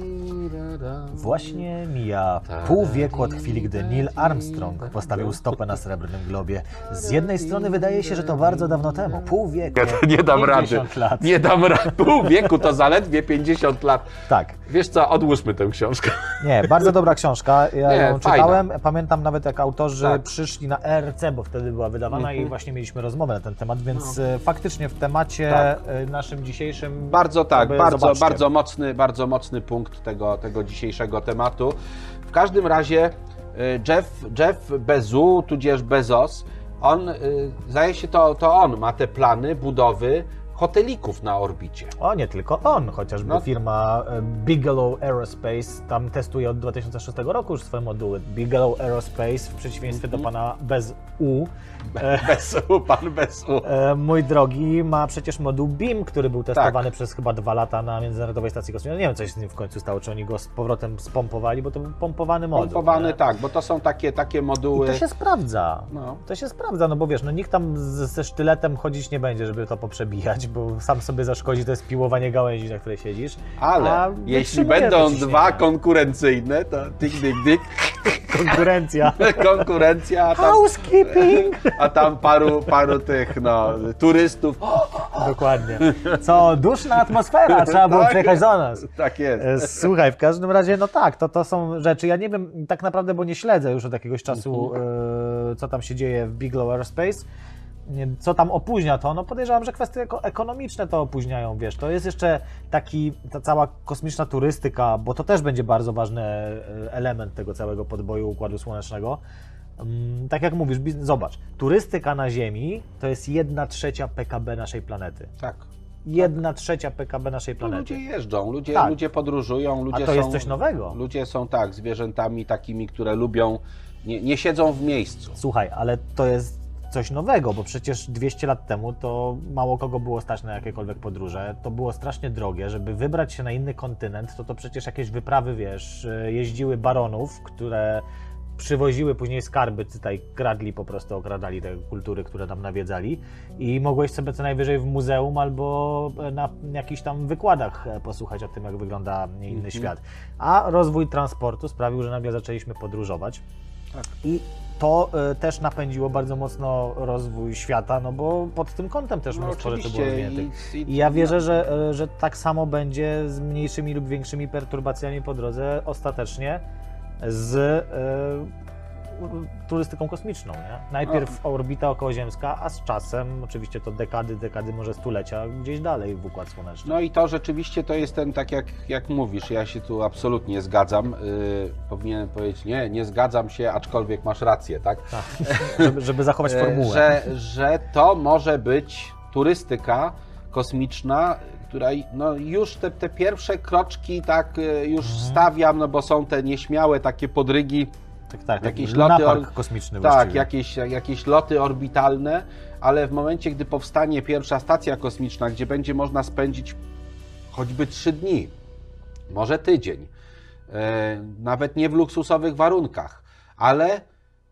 Speaker 2: Właśnie mija pół wieku od chwili, gdy Neil Armstrong postawił stopę na srebrnym globie. Z jednej strony wydaje się, że to bardzo dawno temu, pół wieku,
Speaker 3: nie, nie dam rady. Lat. Nie dam rady. Pół wieku to zaledwie pięćdziesiąt lat.
Speaker 2: Tak.
Speaker 3: Wiesz co, odłóżmy tę książkę.
Speaker 2: Nie, bardzo dobra książka. Ja nie, ją czytałem. Fajna. Pamiętam nawet, jak autorzy tak. przyszli na E R C, bo wtedy była wydawana mm-hmm. i właśnie mieliśmy rozmowę na ten temat, więc no. faktycznie w temacie tak. naszym dzisiejszym...
Speaker 3: Bardzo tak, bardzo, bardzo, mocny, bardzo mocny punkt tego, tego dzisiejszego tematu. W każdym razie Jeff, Jeff Bezos, tudzież Bezos, on, zdaje się, to, to on ma te plany budowy hotelików na orbicie.
Speaker 2: O, nie tylko on, chociażby no. firma Bigelow Aerospace tam testuje od dwa tysiące szóstego roku już swoje moduły. Bigelow Aerospace w przeciwieństwie mm-hmm. do pana bez U.
Speaker 3: Bez U, pan bez U.
Speaker 2: E, mój drogi, ma przecież moduł Beam, który był testowany tak. przez chyba dwa lata na Międzynarodowej Stacji Kosmicznej. Nie wiem, co się z nim w końcu stało, czy oni go z powrotem spompowali, bo to był pompowany moduł.
Speaker 3: Pompowany,
Speaker 2: nie?
Speaker 3: tak, bo to są takie, takie moduły...
Speaker 2: I to się sprawdza. No. To się sprawdza, no bo wiesz, no nikt tam z, ze sztyletem chodzić nie będzie, żeby to poprzebijać, bo sam sobie zaszkodzi, to jest piłowanie gałęzi, na której siedzisz.
Speaker 3: Ale jeśli będą dwa konkurencyjne, to dyk, dyk, dyk.
Speaker 2: Konkurencja.
Speaker 3: Konkurencja. A tam,
Speaker 2: housekeeping.
Speaker 3: A tam paru, paru tych no, turystów.
Speaker 2: Dokładnie. Co, duszna atmosfera, trzeba było tak, przyjechać do nas.
Speaker 3: Tak jest.
Speaker 2: Słuchaj, w każdym razie, no tak, to, to są rzeczy, ja nie wiem tak naprawdę, bo nie śledzę już od jakiegoś czasu, y, co tam się dzieje w Bigelow Aerospace. Co tam opóźnia to? No podejrzewam, że kwestie ekonomiczne to opóźniają, wiesz, to jest jeszcze taki, ta cała kosmiczna turystyka, bo to też będzie bardzo ważny element tego całego podboju Układu Słonecznego. Tak jak mówisz, zobacz, turystyka na Ziemi to jest jedna trzecia P K B naszej planety.
Speaker 3: Tak.
Speaker 2: jedna trzecia P K B naszej
Speaker 3: No,
Speaker 2: planety.
Speaker 3: ludzie jeżdżą, ludzie,
Speaker 2: Tak.
Speaker 3: ludzie podróżują, ludzie
Speaker 2: A to
Speaker 3: są,
Speaker 2: jest coś nowego.
Speaker 3: Ludzie są tak, zwierzętami takimi, które lubią, nie, nie siedzą w miejscu.
Speaker 2: Słuchaj, ale to jest coś nowego, bo przecież dwieście lat temu to mało kogo było stać na jakiekolwiek podróże. To było strasznie drogie, żeby wybrać się na inny kontynent, to to przecież jakieś wyprawy, wiesz, jeździły baronów, które przywoziły później skarby, tutaj kradli po prostu, okradali te kultury, które tam nawiedzali i mogłeś sobie co najwyżej w muzeum albo na jakichś tam wykładach posłuchać o tym, jak wygląda inny
Speaker 3: Mhm.
Speaker 2: świat. A rozwój transportu sprawił, że nagle zaczęliśmy podróżować.
Speaker 3: Tak.
Speaker 2: I to y, też napędziło bardzo mocno rozwój świata, no bo pod tym kątem też
Speaker 3: No
Speaker 2: mnóstwo rzeczy było
Speaker 3: oczywiście
Speaker 2: rozwiniętych.
Speaker 3: i, i,
Speaker 2: I ja wierzę, że, y, że tak samo będzie z mniejszymi lub większymi perturbacjami po drodze ostatecznie z y, turystyką kosmiczną, nie? Najpierw orbita okołoziemska, a z czasem, oczywiście to dekady, dekady, może stulecia, gdzieś dalej w Układ Słoneczny.
Speaker 3: No i to rzeczywiście to jest ten, tak jak, jak mówisz, ja się tu absolutnie zgadzam. Yy, powinienem powiedzieć, nie, nie zgadzam się, aczkolwiek masz rację, tak?
Speaker 2: Tak, żeby, żeby zachować
Speaker 3: Yy,
Speaker 2: formułę.
Speaker 3: Że, że to może być turystyka kosmiczna, która no już te, te pierwsze kroczki tak yy, już
Speaker 2: Mhm.
Speaker 3: stawiam, no bo są te nieśmiałe takie podrygi,
Speaker 2: Tak, tak,
Speaker 3: jakieś
Speaker 2: Luna
Speaker 3: loty
Speaker 2: Park
Speaker 3: or-
Speaker 2: kosmiczny
Speaker 3: tak,
Speaker 2: właściwie.
Speaker 3: jakieś, jakieś loty orbitalne, ale w momencie, gdy powstanie pierwsza stacja kosmiczna, gdzie będzie można spędzić choćby trzy dni, może tydzień, e, nawet nie w luksusowych warunkach, ale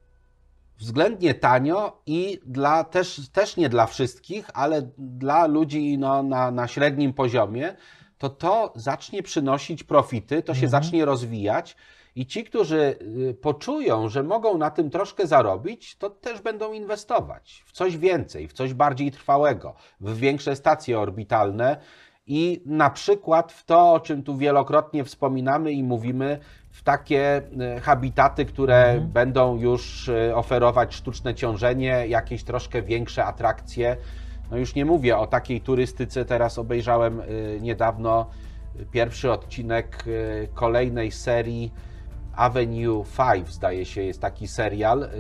Speaker 3: względnie tanio i dla, też, też nie dla wszystkich, ale dla ludzi no, na, na średnim poziomie, to to zacznie przynosić profity, to się
Speaker 2: Mhm.
Speaker 3: zacznie rozwijać. I ci, którzy y, poczują, że mogą na tym troszkę zarobić, to też będą inwestować w coś więcej, w coś bardziej trwałego, w większe stacje orbitalne i na przykład w to, o czym tu wielokrotnie wspominamy i mówimy, w takie y, habitaty, które
Speaker 2: Mhm.
Speaker 3: będą już y, oferować sztuczne ciążenie, jakieś troszkę większe atrakcje. No już nie mówię o takiej turystyce, teraz obejrzałem y, niedawno pierwszy odcinek y, kolejnej serii Avenue pięć, zdaje się, jest taki serial. yy,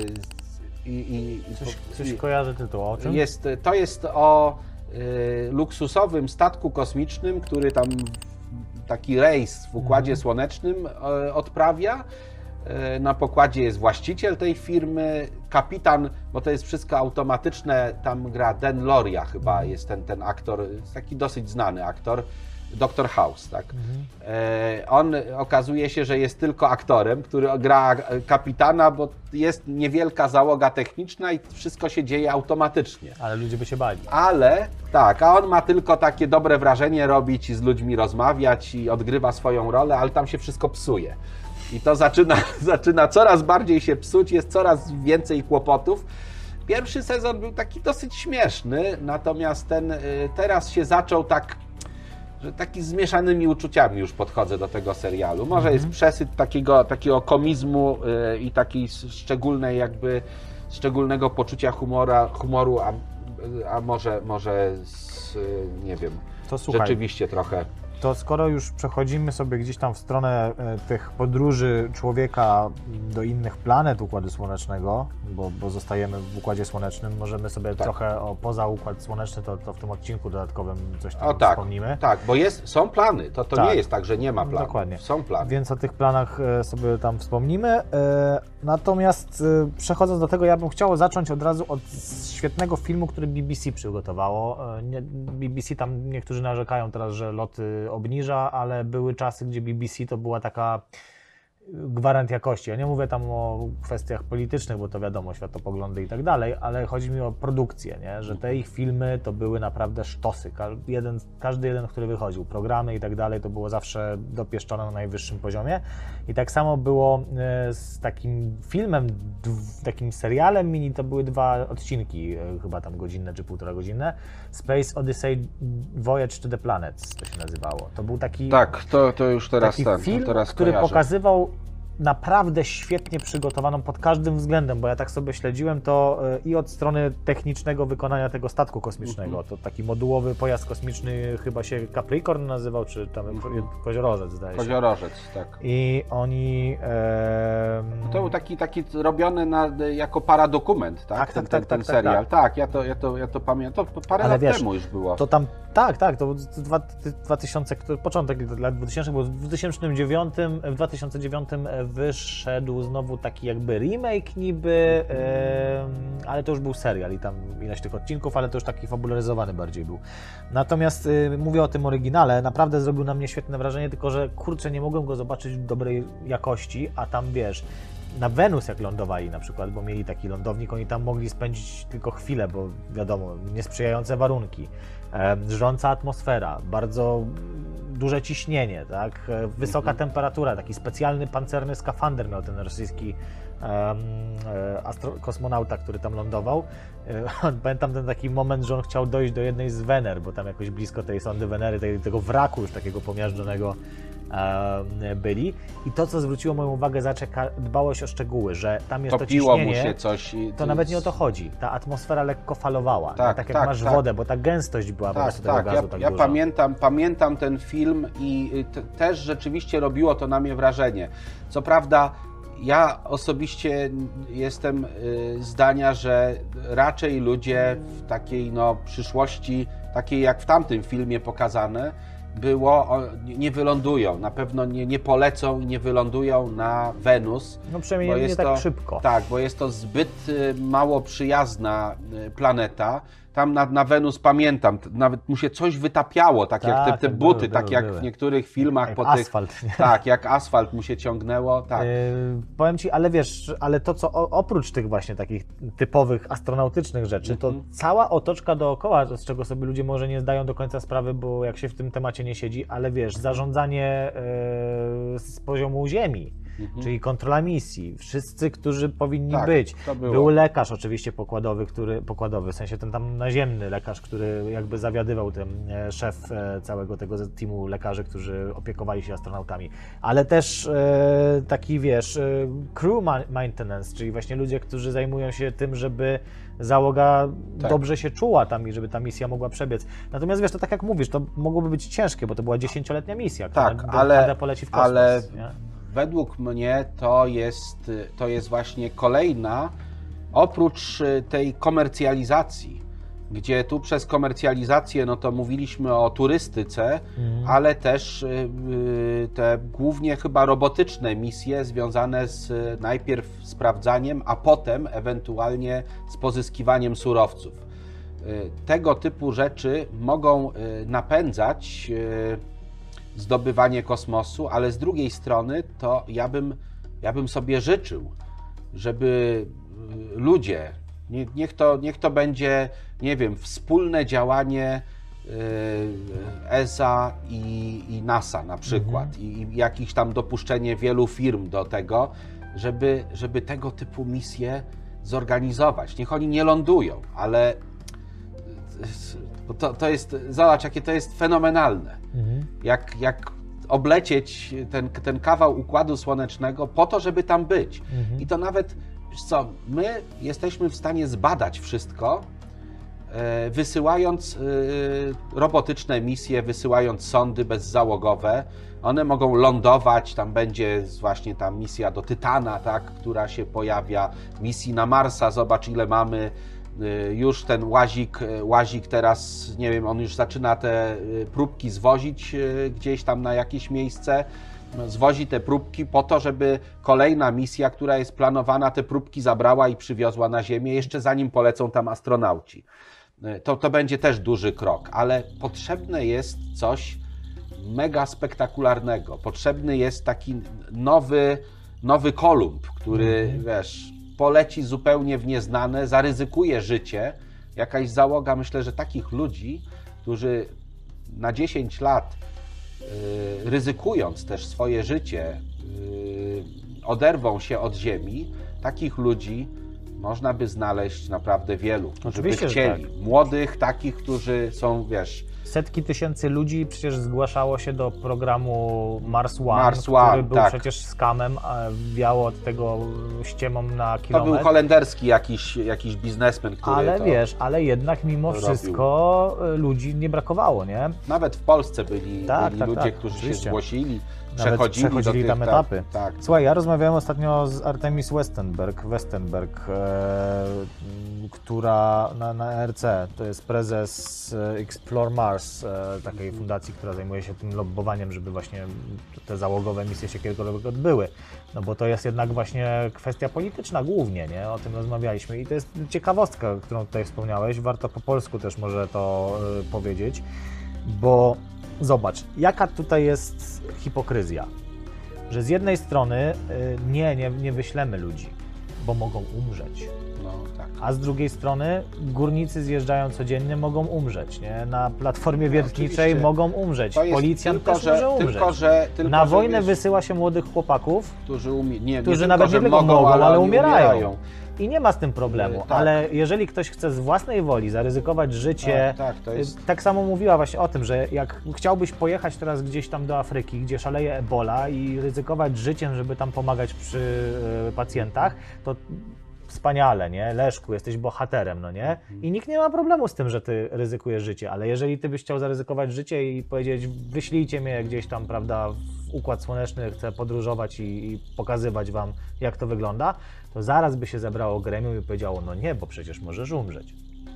Speaker 3: I, i,
Speaker 2: Coś,
Speaker 3: i-
Speaker 2: coś kojarzy tytuł, o czym?
Speaker 3: jest, to jest o y, luksusowym statku kosmicznym, który tam taki rejs w Układzie
Speaker 2: Mhm.
Speaker 3: Słonecznym y, odprawia. Y, na pokładzie jest właściciel tej firmy, kapitan, bo to jest wszystko automatyczne, tam gra Dan Loria chyba, jest ten, ten aktor, jest taki dosyć znany aktor, doktor House, tak.
Speaker 2: Mhm.
Speaker 3: E, On okazuje się, że jest tylko aktorem, który gra kapitana, bo jest niewielka załoga techniczna i wszystko się dzieje automatycznie.
Speaker 2: Ale ludzie by się bali.
Speaker 3: Ale tak, a on ma tylko takie dobre wrażenie robić i z ludźmi rozmawiać i odgrywa swoją rolę, ale tam się wszystko psuje. I to zaczyna, zaczyna coraz bardziej się psuć, jest coraz więcej kłopotów. Pierwszy sezon był taki dosyć śmieszny, natomiast ten y, teraz się zaczął tak, że taki z zmieszanymi uczuciami już podchodzę do tego serialu. Może
Speaker 2: Mhm.
Speaker 3: jest przesyt takiego, takiego komizmu y, i takiej s- szczególnej jakby, szczególnego poczucia humora, humoru, a, a może, może z, y, nie wiem,
Speaker 2: To słuchaj,
Speaker 3: rzeczywiście trochę.
Speaker 2: to skoro już przechodzimy sobie gdzieś tam w stronę e, tych podróży człowieka do innych planet Układu Słonecznego, bo, bo zostajemy w Układzie Słonecznym, możemy sobie
Speaker 3: Tak.
Speaker 2: trochę o, poza Układ Słoneczny, to, to w tym odcinku dodatkowym coś tam
Speaker 3: O tak,
Speaker 2: wspomnimy.
Speaker 3: tak, bo jest, są plany, to, to
Speaker 2: Tak.
Speaker 3: nie jest tak, że nie ma planów,
Speaker 2: Dokładnie.
Speaker 3: są plany.
Speaker 2: Więc o tych planach e, sobie tam wspomnimy. E, Natomiast e, przechodząc do tego, ja bym chciał zacząć od razu od świetnego filmu, który B B C przygotowało. E, nie- B B C tam niektórzy narzekają teraz, że loty obniża, ale były czasy, gdzie B B C to była taka gwarant jakości. Ja nie mówię tam o kwestiach politycznych, bo to wiadomo, światopoglądy i tak dalej, ale chodzi mi o produkcję, nie? Że te ich filmy to były naprawdę sztosy. Ka- jeden, każdy jeden, który wychodził, programy i tak dalej, to było zawsze dopieszczone na najwyższym poziomie. I tak samo było e, z takim filmem, dw- takim serialem mini, to były dwa odcinki, e, chyba tam godzinne czy półtora godzinne. Space Odyssey Voyage to the Planets to się nazywało. To był taki
Speaker 3: Tak, to, to już teraz
Speaker 2: taki
Speaker 3: ten,
Speaker 2: film,
Speaker 3: to teraz
Speaker 2: który
Speaker 3: kojarzę.
Speaker 2: pokazywał naprawdę świetnie przygotowaną pod każdym względem, bo ja tak sobie śledziłem to i od strony technicznego wykonania tego statku kosmicznego, to taki modułowy pojazd kosmiczny chyba się Capricorn nazywał, czy tam Koziorożec zdaje się.
Speaker 3: Koziorożec, tak.
Speaker 2: I oni... E...
Speaker 3: To był taki, taki robiony na, jako paradokument, tak?
Speaker 2: Tak,
Speaker 3: ten,
Speaker 2: tak,
Speaker 3: ten,
Speaker 2: tak,
Speaker 3: ten
Speaker 2: tak,
Speaker 3: serial.
Speaker 2: tak.
Speaker 3: Tak, ja to, ja to, ja to pamiętam. To parę
Speaker 2: Ale
Speaker 3: lat
Speaker 2: wiesz,
Speaker 3: temu już było.
Speaker 2: To tam, tak, tak, to dwa, dwa tysiące, początek lat dwutysięcznych, bo w dwa tysiące dziewiątym, w dwa tysiące dziewiątym wyszedł znowu taki jakby remake niby, yy, ale to już był serial i tam ileś tych odcinków, ale to już taki fabularyzowany bardziej był. Natomiast yy, mówię o tym oryginale, naprawdę zrobił na mnie świetne wrażenie, tylko że kurczę, nie mogłem go zobaczyć w dobrej jakości, a tam wiesz, na Wenus jak lądowali na przykład, bo mieli taki lądownik, oni tam mogli spędzić tylko chwilę, bo wiadomo, niesprzyjające warunki, e, żrąca atmosfera, bardzo duże ciśnienie, tak, e, wysoka
Speaker 3: Mhm.
Speaker 2: temperatura, taki specjalny pancerny skafander miał ten rosyjski e, e, astro, kosmonauta, który tam lądował. E, pamiętam ten taki moment, że on chciał dojść do jednej z Wener, bo tam jakoś blisko tej sondy Wenery, tej, tego wraku już takiego pomiażdżonego byli. I to, co zwróciło moją uwagę, zaczeka dbałość o szczegóły, że tam jest
Speaker 3: Topiło
Speaker 2: to ciśnienie,
Speaker 3: mu się coś. I,
Speaker 2: to nawet nie o to chodzi. Ta atmosfera lekko falowała,
Speaker 3: Tak,
Speaker 2: tak jak
Speaker 3: tak,
Speaker 2: masz
Speaker 3: tak.
Speaker 2: wodę, bo ta gęstość była po
Speaker 3: Tak,
Speaker 2: prostu tego
Speaker 3: tak.
Speaker 2: gazu
Speaker 3: Ja,
Speaker 2: tak
Speaker 3: ja
Speaker 2: duża.
Speaker 3: pamiętam, pamiętam ten film i te, też rzeczywiście robiło to na mnie wrażenie. Co prawda, ja osobiście jestem y, zdania, że raczej ludzie w takiej no, przyszłości, takiej jak w tamtym filmie pokazane, było, o, nie- nie wylądują, na pewno nie, nie polecą i nie wylądują na Wenus.
Speaker 2: No
Speaker 3: bo
Speaker 2: przynajmniej nie
Speaker 3: jest
Speaker 2: tak
Speaker 3: to,
Speaker 2: szybko.
Speaker 3: Tak, bo jest to zbyt y, mało przyjazna y, planeta. Tam na, na Wenus pamiętam, t- nawet mu się coś wytapiało, tak, jak te,
Speaker 2: Tak,
Speaker 3: te
Speaker 2: tak,
Speaker 3: buty,
Speaker 2: były,
Speaker 3: tak
Speaker 2: były,
Speaker 3: jak
Speaker 2: były.
Speaker 3: w niektórych filmach
Speaker 2: Jak
Speaker 3: po
Speaker 2: asfalt,
Speaker 3: tych.
Speaker 2: nie?
Speaker 3: Tak, jak asfalt mu się ciągnęło. Tak.
Speaker 2: Yy, powiem Ci, ale wiesz, ale to co o, oprócz tych właśnie takich typowych astronautycznych rzeczy, to
Speaker 3: Mhm.
Speaker 2: cała otoczka dookoła, z czego sobie ludzie może nie zdają do końca sprawy, bo jak się w tym temacie nie siedzi, ale wiesz, zarządzanie yy, z poziomu Ziemi,
Speaker 3: Mhm.
Speaker 2: czyli kontrola misji, wszyscy, którzy powinni
Speaker 3: Tak,
Speaker 2: być.
Speaker 3: to było.
Speaker 2: Był lekarz oczywiście pokładowy, który, pokładowy, w sensie ten tam naziemny lekarz, który jakby zawiadywał tym, e, szef e, całego tego teamu lekarzy, którzy opiekowali się astronautami, ale też e, taki, wiesz, e, crew ma- maintenance, czyli właśnie ludzie, którzy zajmują się tym, żeby załoga
Speaker 3: Tak.
Speaker 2: dobrze się czuła tam i żeby ta misja mogła przebiec. Natomiast wiesz, to tak jak mówisz, to mogłoby być ciężkie, bo to była dziesięcioletnia misja, która
Speaker 3: Tak,
Speaker 2: do
Speaker 3: ale-
Speaker 2: K D poleci w kosmos.
Speaker 3: ale
Speaker 2: nie?
Speaker 3: Według mnie to jest, to jest właśnie kolejna, oprócz y, tej komercjalizacji, gdzie tu przez komercjalizację, no to mówiliśmy o turystyce,
Speaker 2: Mhm.
Speaker 3: ale też y, y, te głównie chyba robotyczne misje związane z y, najpierw sprawdzaniem, a potem ewentualnie z pozyskiwaniem surowców. Y, Tego typu rzeczy mogą y, napędzać y, zdobywanie kosmosu, ale z drugiej strony to ja bym, ja bym sobie życzył, żeby y, ludzie, nie, niech, to, niech to będzie, nie wiem, wspólne działanie y, E S A i, i NASA na przykład i, i jakieś tam dopuszczenie wielu firm do tego, żeby, żeby tego typu misje zorganizować. Niech oni nie lądują, ale to, to jest, zobacz, jakie to jest fenomenalne.
Speaker 2: Mhm.
Speaker 3: Jak, jak oblecieć ten, ten kawał Układu Słonecznego po to, żeby tam być.
Speaker 2: Mhm.
Speaker 3: I to nawet, wiesz co, my jesteśmy w stanie zbadać wszystko, e, wysyłając e, robotyczne misje, wysyłając sondy bezzałogowe. One mogą lądować, tam będzie właśnie ta misja do Tytana, tak, która się pojawia, misji na Marsa, zobacz ile mamy. Już ten łazik, łazik teraz, nie wiem, on już zaczyna te próbki zwozić gdzieś tam na jakieś miejsce. Zwozi te próbki po to, żeby kolejna misja, która jest planowana, te próbki zabrała i przywiozła na Ziemię, jeszcze zanim polecą tam astronauci. To, to będzie też duży krok, ale potrzebne jest coś mega spektakularnego. Potrzebny jest taki nowy, nowy Kolumb, który,
Speaker 2: Mhm.
Speaker 3: wiesz, poleci zupełnie w nieznane, zaryzykuje życie. Jakaś załoga, myślę, że takich ludzi, którzy na dziesięć lat y, ryzykując też swoje życie, y, oderwą się od Ziemi, takich ludzi można by znaleźć naprawdę wielu, którzy by
Speaker 2: Oczywiście, że
Speaker 3: chcieli.
Speaker 2: tak.
Speaker 3: Młodych, takich, którzy są, wiesz,
Speaker 2: Setki tysięcy ludzi przecież zgłaszało się do programu Mars One,
Speaker 3: Mars
Speaker 2: który
Speaker 3: One,
Speaker 2: był
Speaker 3: tak.
Speaker 2: przecież skamem, a wiało od tego ściemą na kilometr.
Speaker 3: To był holenderski jakiś, jakiś biznesmen, który
Speaker 2: Ale
Speaker 3: to
Speaker 2: wiesz, ale jednak mimo
Speaker 3: robił.
Speaker 2: wszystko ludzi nie brakowało, nie?
Speaker 3: Nawet w Polsce byli,
Speaker 2: Tak,
Speaker 3: byli
Speaker 2: tak,
Speaker 3: ludzie,
Speaker 2: tak,
Speaker 3: którzy
Speaker 2: oczywiście.
Speaker 3: się zgłosili,
Speaker 2: Nawet
Speaker 3: przechodzili,
Speaker 2: przechodzili
Speaker 3: do
Speaker 2: tam
Speaker 3: tych,
Speaker 2: etapy.
Speaker 3: Tak, tak.
Speaker 2: Słuchaj, ja rozmawiałem ostatnio z Artemis Westenberg, Westenberg e, która na, na E R C, to jest prezes Explore Mars, e, takiej fundacji, która zajmuje się tym lobbowaniem, żeby właśnie te załogowe misje się kiedykolwiek odbyły. No bo to jest jednak właśnie kwestia polityczna głównie, nie? O tym rozmawialiśmy i to jest ciekawostka, którą tutaj wspomniałeś, warto po polsku też może to e, powiedzieć, bo zobacz, jaka tutaj jest hipokryzja, że z jednej strony y, nie, nie, nie wyślemy ludzi, bo mogą umrzeć,
Speaker 3: No, tak.
Speaker 2: a z drugiej strony górnicy zjeżdżają codziennie, mogą umrzeć, nie? Na platformie wiertniczej
Speaker 3: oczywiście.
Speaker 2: mogą umrzeć,
Speaker 3: To jest
Speaker 2: policjant
Speaker 3: tylko,
Speaker 2: też
Speaker 3: że,
Speaker 2: może umrzeć.
Speaker 3: Tylko, że, tylko,
Speaker 2: Na
Speaker 3: że,
Speaker 2: wojnę
Speaker 3: wiesz,
Speaker 2: wysyła się młodych chłopaków,
Speaker 3: którzy, umie... nie,
Speaker 2: którzy
Speaker 3: nie
Speaker 2: nawet
Speaker 3: tylko,
Speaker 2: nie
Speaker 3: że
Speaker 2: tylko mogą, ale,
Speaker 3: oni
Speaker 2: umierają. I nie ma z tym problemu,
Speaker 3: Yy, tak.
Speaker 2: ale jeżeli ktoś chce z własnej woli zaryzykować życie,
Speaker 3: Tak, tak, to jest...
Speaker 2: tak samo mówiła właśnie o tym, że jak chciałbyś pojechać teraz gdzieś tam do Afryki, gdzie szaleje Ebola i ryzykować życiem, żeby tam pomagać przy y, pacjentach, to wspaniale, nie? Leszku, jesteś bohaterem, no nie? I nikt nie ma problemu z tym, że ty ryzykujesz życie, ale jeżeli ty byś chciał zaryzykować życie i powiedzieć, wyślijcie mnie gdzieś tam, prawda, w Układ Słoneczny, chcę podróżować i, i pokazywać wam, jak to wygląda, to zaraz by się zebrało gremium i powiedziało, no nie, bo przecież możesz umrzeć.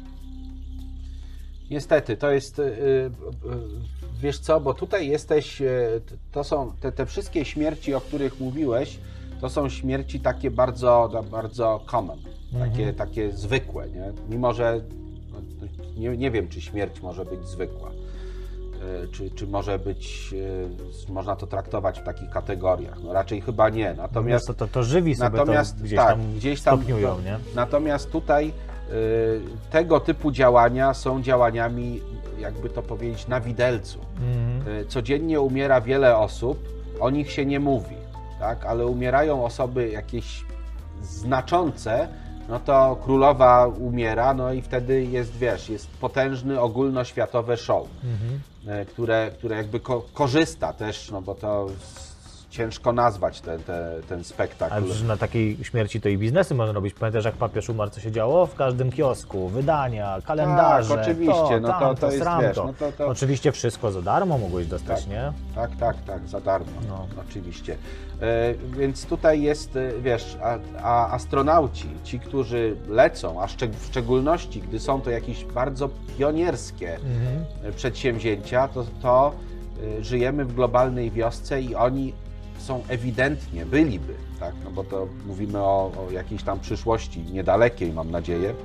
Speaker 3: Niestety, to jest, yy, yy, wiesz co, bo tutaj jesteś, yy, to są te, te wszystkie śmierci, o których mówiłeś, to są śmierci takie bardzo, bardzo common,
Speaker 2: Mhm.
Speaker 3: takie, takie zwykłe, nie? Mimo że no, nie, nie wiem, czy śmierć może być zwykła, yy, czy, czy może być, yy, można to traktować w takich kategoriach, no raczej chyba nie, natomiast...
Speaker 2: to, to, to żywi sobie
Speaker 3: natomiast,
Speaker 2: to gdzieś,
Speaker 3: tak,
Speaker 2: tam
Speaker 3: gdzieś tam
Speaker 2: stopniują, nie?
Speaker 3: Natomiast tutaj y, tego typu działania są działaniami, jakby to powiedzieć, na widelcu.
Speaker 2: Mhm.
Speaker 3: Y, codziennie umiera wiele osób, o nich się nie mówi, tak? Ale umierają osoby jakieś znaczące, no to królowa umiera, no i wtedy jest, wiesz, jest potężny, ogólnoświatowe show,
Speaker 2: Mhm.
Speaker 3: y, które, które jakby ko- korzysta też, no bo to s- ciężko nazwać ten, ten, ten spektakl.
Speaker 2: Ale przecież na takiej śmierci to i biznesy można robić. Pamiętasz, jak papież umarł, co się działo? W każdym kiosku, wydania, kalendarze,
Speaker 3: Tak, oczywiście,
Speaker 2: to,
Speaker 3: no to-
Speaker 2: tamto,
Speaker 3: to jest,
Speaker 2: sramto.
Speaker 3: wiesz, no to- to-
Speaker 2: Oczywiście wszystko za darmo mogłeś dostać,
Speaker 3: Tak.
Speaker 2: nie?
Speaker 3: Tak, tak, tak, za darmo,
Speaker 2: No.
Speaker 3: oczywiście. E, więc tutaj jest, e, wiesz, a, a astronauci, ci, którzy lecą, a szczeg- w szczególności, gdy są to jakieś bardzo pionierskie
Speaker 2: Mhm.
Speaker 3: e, przedsięwzięcia, to, to e, żyjemy w globalnej wiosce i oni są ewidentnie, byliby, tak, no bo to mówimy o, o jakiejś tam przyszłości niedalekiej, mam nadzieję,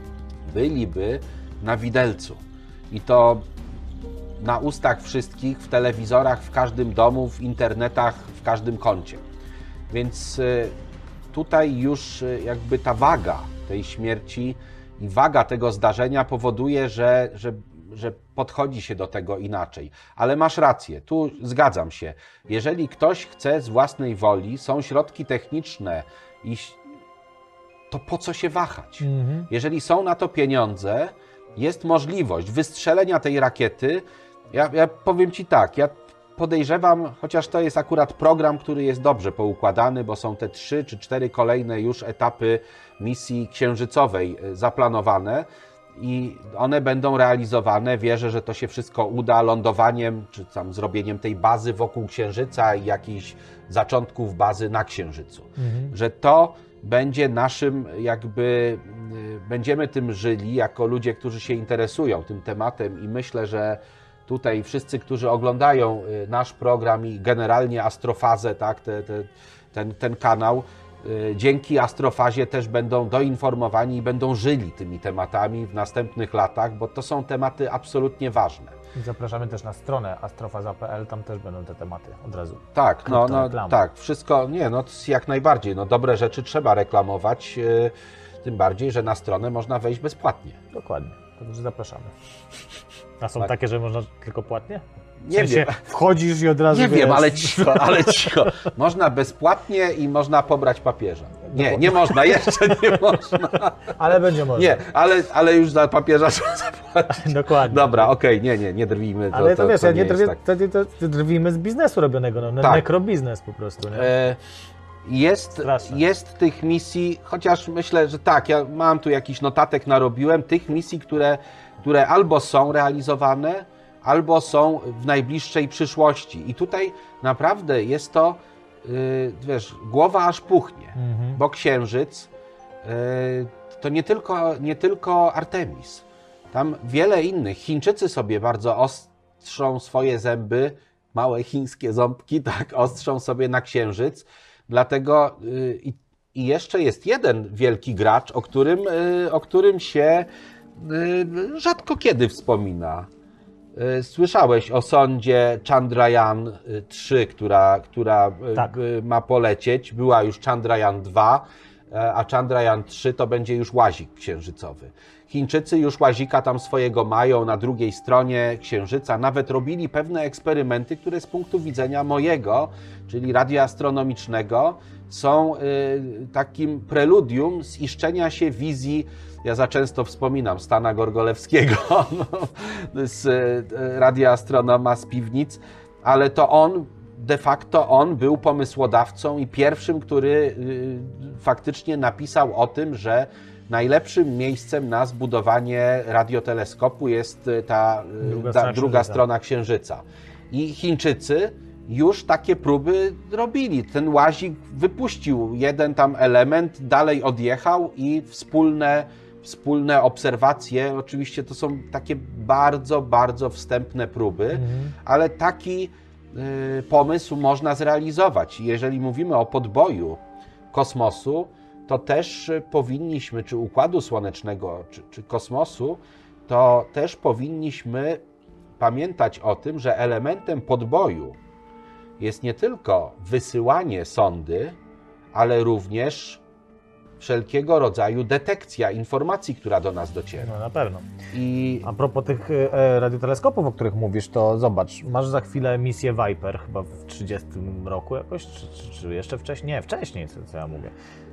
Speaker 3: byliby na widelcu. I to na ustach wszystkich, w telewizorach, w każdym domu, w internetach, w każdym kącie. Więc y, tutaj już y, jakby ta waga tej śmierci i waga tego zdarzenia powoduje, że, że, że podchodzi się do tego inaczej. Ale masz rację, tu zgadzam się. Jeżeli ktoś chce z własnej woli, są środki techniczne i to po co się wahać?
Speaker 2: Mhm.
Speaker 3: Jeżeli są na to pieniądze, jest możliwość wystrzelenia tej rakiety. Ja, ja powiem Ci tak, ja podejrzewam, chociaż to jest akurat program, który jest dobrze poukładany, bo są te trzy czy cztery kolejne już etapy misji księżycowej zaplanowane i one będą realizowane. Wierzę, że to się wszystko uda lądowaniem, czy tam zrobieniem tej bazy wokół Księżyca i jakichś zaczątków bazy na Księżycu.
Speaker 2: Mhm.
Speaker 3: Że to będzie naszym, jakby, będziemy tym żyli jako ludzie, którzy się interesują tym tematem i myślę, że tutaj wszyscy, którzy oglądają nasz program i generalnie Astrofazę, tak, te, te, ten, ten kanał, dzięki Astrofazie też będą doinformowani i będą żyli tymi tematami w następnych latach, bo to są tematy absolutnie ważne.
Speaker 2: Zapraszamy też na stronę astrofaza kropka p l, tam też będą te tematy od razu.
Speaker 3: Tak, no, no
Speaker 2: Kryptoreklama.
Speaker 3: tak, wszystko, nie, no jak najbardziej, no dobre rzeczy trzeba reklamować, yy, tym bardziej, że na stronę można wejść bezpłatnie.
Speaker 2: Dokładnie, także zapraszamy. A są
Speaker 3: Tak.
Speaker 2: takie, że można tylko płatnie? W
Speaker 3: Nie
Speaker 2: sensie
Speaker 3: wiem.
Speaker 2: wchodzisz i od razu
Speaker 3: Nie
Speaker 2: wiesz,
Speaker 3: wiem, ale cicho, ale cicho. Można bezpłatnie i można pobrać papieża. Nie, nie można, jeszcze nie można.
Speaker 2: Ale będzie można.
Speaker 3: Nie, ale, ale już za papieża trzeba zapłacić.
Speaker 2: Dokładnie.
Speaker 3: Dobra, okej, okay, nie, nie, nie drwimy. To,
Speaker 2: Ale to,
Speaker 3: to
Speaker 2: wiesz,
Speaker 3: to
Speaker 2: ja
Speaker 3: nie
Speaker 2: nie drwię,
Speaker 3: tak.
Speaker 2: to, to, to drwimy z biznesu robionego, no,
Speaker 3: Tak.
Speaker 2: nekrobiznes po prostu. Nie?
Speaker 3: E, Jest,
Speaker 2: Straszne.
Speaker 3: jest tych misji, chociaż myślę, że tak, ja mam tu jakiś notatek narobiłem, tych misji, które, które albo są realizowane, albo są w najbliższej przyszłości. I tutaj naprawdę jest to, yy, wiesz, głowa aż puchnie,
Speaker 2: Mhm.
Speaker 3: bo Księżyc yy, to nie tylko, nie tylko Artemis. Tam wiele innych. Chińczycy sobie bardzo ostrzą swoje zęby, małe chińskie ząbki, tak, ostrzą sobie na Księżyc. Dlatego yy, i, i jeszcze jest jeden wielki gracz, o którym, yy, o którym się yy, rzadko kiedy wspomina. Yy, słyszałeś o sondzie Chandrayaan trzy, która, która
Speaker 2: Tak.
Speaker 3: yy, ma polecieć. Była już Chandrayaan dwa, yy, a Chandrayaan trzy to będzie już łazik księżycowy. Chińczycy już łazika tam swojego mają na drugiej stronie Księżyca. Nawet robili pewne eksperymenty, które z punktu widzenia mojego, czyli radioastronomicznego, są y, takim preludium ziszczenia się wizji. Ja za często wspominam Stana Gorgolewskiego, no, z y, radioastronoma z piwnic, ale to on, de facto on był pomysłodawcą i pierwszym, który y, faktycznie napisał o tym, że najlepszym miejscem na zbudowanie radioteleskopu jest ta
Speaker 2: Druga
Speaker 3: da,
Speaker 2: strona
Speaker 3: druga
Speaker 2: Księżyca.
Speaker 3: strona Księżyca. I Chińczycy już takie próby robili. Ten łazik wypuścił jeden tam element, dalej odjechał i wspólne, wspólne obserwacje. Oczywiście to są takie bardzo, bardzo wstępne próby,
Speaker 2: Mhm.
Speaker 3: ale taki y, pomysł można zrealizować. Jeżeli mówimy o podboju kosmosu, to też powinniśmy, czy Układu Słonecznego, czy, czy kosmosu, to też powinniśmy pamiętać o tym, że elementem podboju jest nie tylko wysyłanie sondy, ale również wszelkiego rodzaju detekcja informacji, która do nas dociera.
Speaker 2: No na pewno.
Speaker 3: I
Speaker 2: A propos tych e, radioteleskopów, o których mówisz, to zobacz, masz za chwilę misję Viper, chyba w trzydziestym roku jakoś, czy, czy, czy jeszcze wcześniej? Nie, wcześniej, co, co ja mówię.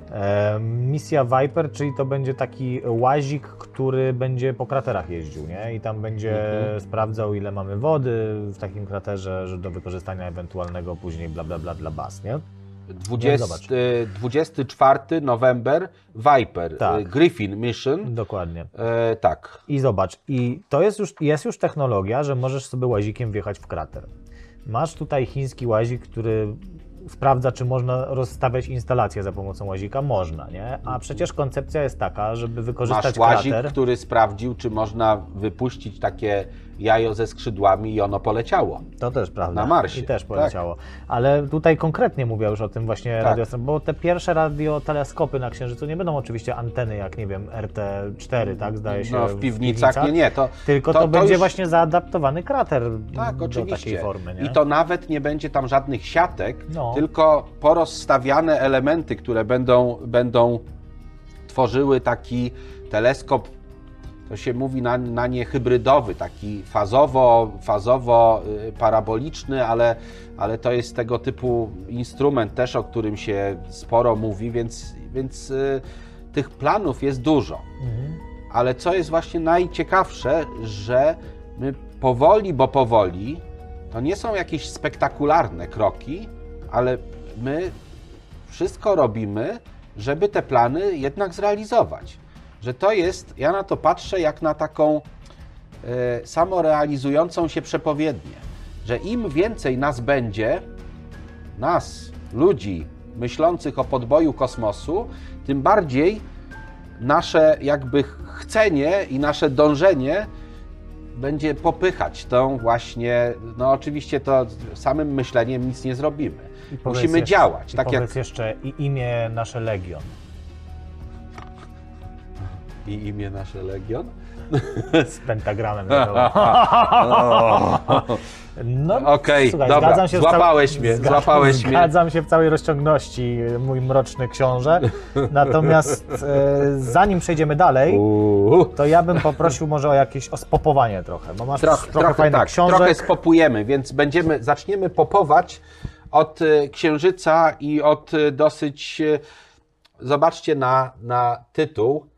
Speaker 2: E, misja Viper, czyli to będzie taki łazik, który będzie po kraterach jeździł, nie? I tam będzie
Speaker 3: Mhm.
Speaker 2: sprawdzał, ile mamy wody w takim kraterze, że do wykorzystania ewentualnego później bla bla bla dla baz, nie?
Speaker 3: dwudziesty, dwudziestego czwartego November Viper,
Speaker 2: Tak.
Speaker 3: y, Griffin Mission,
Speaker 2: Dokładnie.
Speaker 3: e, tak.
Speaker 2: I zobacz, i to jest już, jest już technologia, że możesz sobie łazikiem wjechać w krater. Masz tutaj chiński łazik, który sprawdza, czy można rozstawiać instalację za pomocą łazika. Można, nie? A przecież koncepcja jest taka, żeby wykorzystać
Speaker 3: Masz łazik,
Speaker 2: krater.
Speaker 3: który sprawdził, czy można wypuścić takie jajo ze skrzydłami i ono poleciało.
Speaker 2: To też prawda.
Speaker 3: Na Marsie,
Speaker 2: I też poleciało. Ale tutaj konkretnie mówię już o tym właśnie
Speaker 3: Tak.
Speaker 2: radioastronomii, bo te pierwsze radioteleskopy na Księżycu nie będą oczywiście anteny jak, nie wiem, R T cztery, tak? Zdaje się.
Speaker 3: No w piwnicach, nie, nie. To,
Speaker 2: Tylko
Speaker 3: to,
Speaker 2: to, będzie
Speaker 3: już-
Speaker 2: właśnie zaadaptowany krater
Speaker 3: Tak,
Speaker 2: do
Speaker 3: oczywiście.
Speaker 2: takiej formy, nie?
Speaker 3: I to nawet nie będzie tam żadnych siatek,
Speaker 2: No.
Speaker 3: tylko porozstawiane elementy, które będą, będą tworzyły taki teleskop, to się mówi na, na nie hybrydowy, taki fazowo, fazowo y, paraboliczny, ale, ale to jest tego typu instrument też, o którym się sporo mówi, więc, więc y, tych planów jest dużo.
Speaker 2: Mhm.
Speaker 3: Ale co jest właśnie najciekawsze, że my powoli, bo powoli, to nie są jakieś spektakularne kroki, ale my wszystko robimy, żeby te plany jednak zrealizować. Że to jest, ja na to patrzę jak na taką e, samorealizującą się przepowiednię, że im więcej nas będzie, nas, ludzi myślących o podboju kosmosu, tym bardziej nasze jakby chcenie i nasze dążenie będzie popychać tą właśnie, no oczywiście to samym myśleniem nic nie zrobimy.
Speaker 2: I powiedz
Speaker 3: Musimy
Speaker 2: jeszcze,
Speaker 3: działać.
Speaker 2: I
Speaker 3: Tak jak
Speaker 2: powiedz jeszcze i imię nasze Legion.
Speaker 3: i imię nasze Legion.
Speaker 2: Z pentagramem. No,
Speaker 3: Okej,
Speaker 2: słuchaj,
Speaker 3: dobra,
Speaker 2: zgadzam się w
Speaker 3: złapałeś
Speaker 2: cał-
Speaker 3: mnie,
Speaker 2: zga-
Speaker 3: złapałeś mnie.
Speaker 2: Zgadzam się w całej rozciągności, mój mroczny książę. Natomiast e, zanim przejdziemy dalej,
Speaker 3: Uuu.
Speaker 2: to ja bym poprosił może o jakieś o spopowanie trochę, bo masz
Speaker 3: Troch,
Speaker 2: trochę,
Speaker 3: trochę,
Speaker 2: fajnych
Speaker 3: tak,
Speaker 2: książek.
Speaker 3: trochę spopujemy, więc będziemy, zaczniemy popować od y, Księżyca i od y, dosyć, y, zobaczcie na, na tytuł,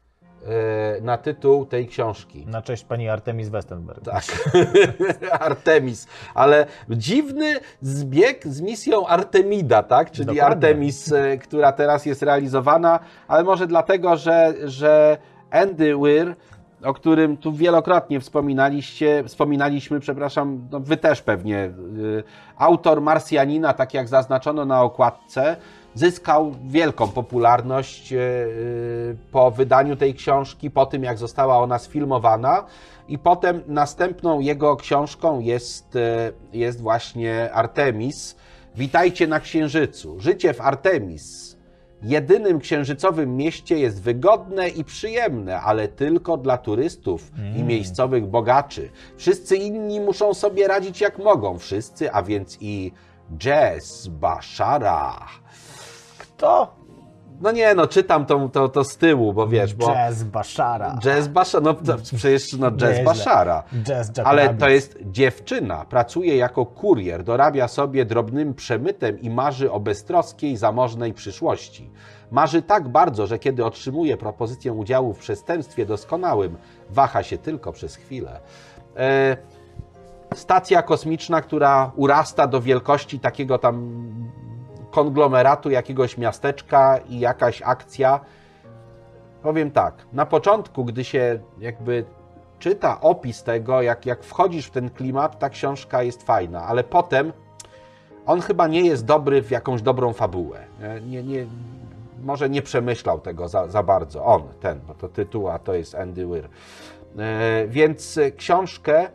Speaker 3: na tytuł tej książki.
Speaker 2: Na cześć pani Artemis Westenberg.
Speaker 3: Tak, Artemis, ale dziwny zbieg z misją Artemida, tak? Czyli
Speaker 2: Dokładnie.
Speaker 3: Artemis, która teraz jest realizowana, ale może dlatego, że, że Andy Weir, o którym tu wielokrotnie wspominaliście, wspominaliśmy, przepraszam, no wy też pewnie, y, autor Marsjanina, tak jak zaznaczono na okładce, zyskał wielką popularność y, y, po wydaniu tej książki, po tym jak została ona sfilmowana i potem następną jego książką jest, y, jest właśnie Artemis. Witajcie na Księżycu. Życie w Artemis, jedynym księżycowym mieście, jest wygodne i przyjemne, ale tylko dla turystów mm. i miejscowych bogaczy. Wszyscy inni muszą sobie radzić jak mogą. Wszyscy, a więc i Jazz Bashara.
Speaker 2: Kto?
Speaker 3: No nie, no czytam to, to, to z tyłu, bo wiesz, bo...
Speaker 2: Jazz Bashara.
Speaker 3: Jazz Bashara, no to przecież no Jazz Bashara.
Speaker 2: Jazz
Speaker 3: Ale to jest dziewczyna, pracuje jako kurier, dorabia sobie drobnym przemytem i marzy o beztroskiej, zamożnej przyszłości. Marzy tak bardzo, że kiedy otrzymuje propozycję udziału w przestępstwie doskonałym, waha się tylko przez chwilę. E, stacja kosmiczna, która urasta do wielkości takiego tam konglomeratu jakiegoś miasteczka i jakaś akcja. Powiem tak, na początku, gdy się jakby czyta opis tego, jak, jak wchodzisz w ten klimat, ta książka jest fajna, ale potem on chyba nie jest dobry w jakąś dobrą fabułę. Nie, nie, może nie przemyślał tego za, za bardzo. On, ten, bo to tytuł, a to jest Andy Weir. E, więc książkę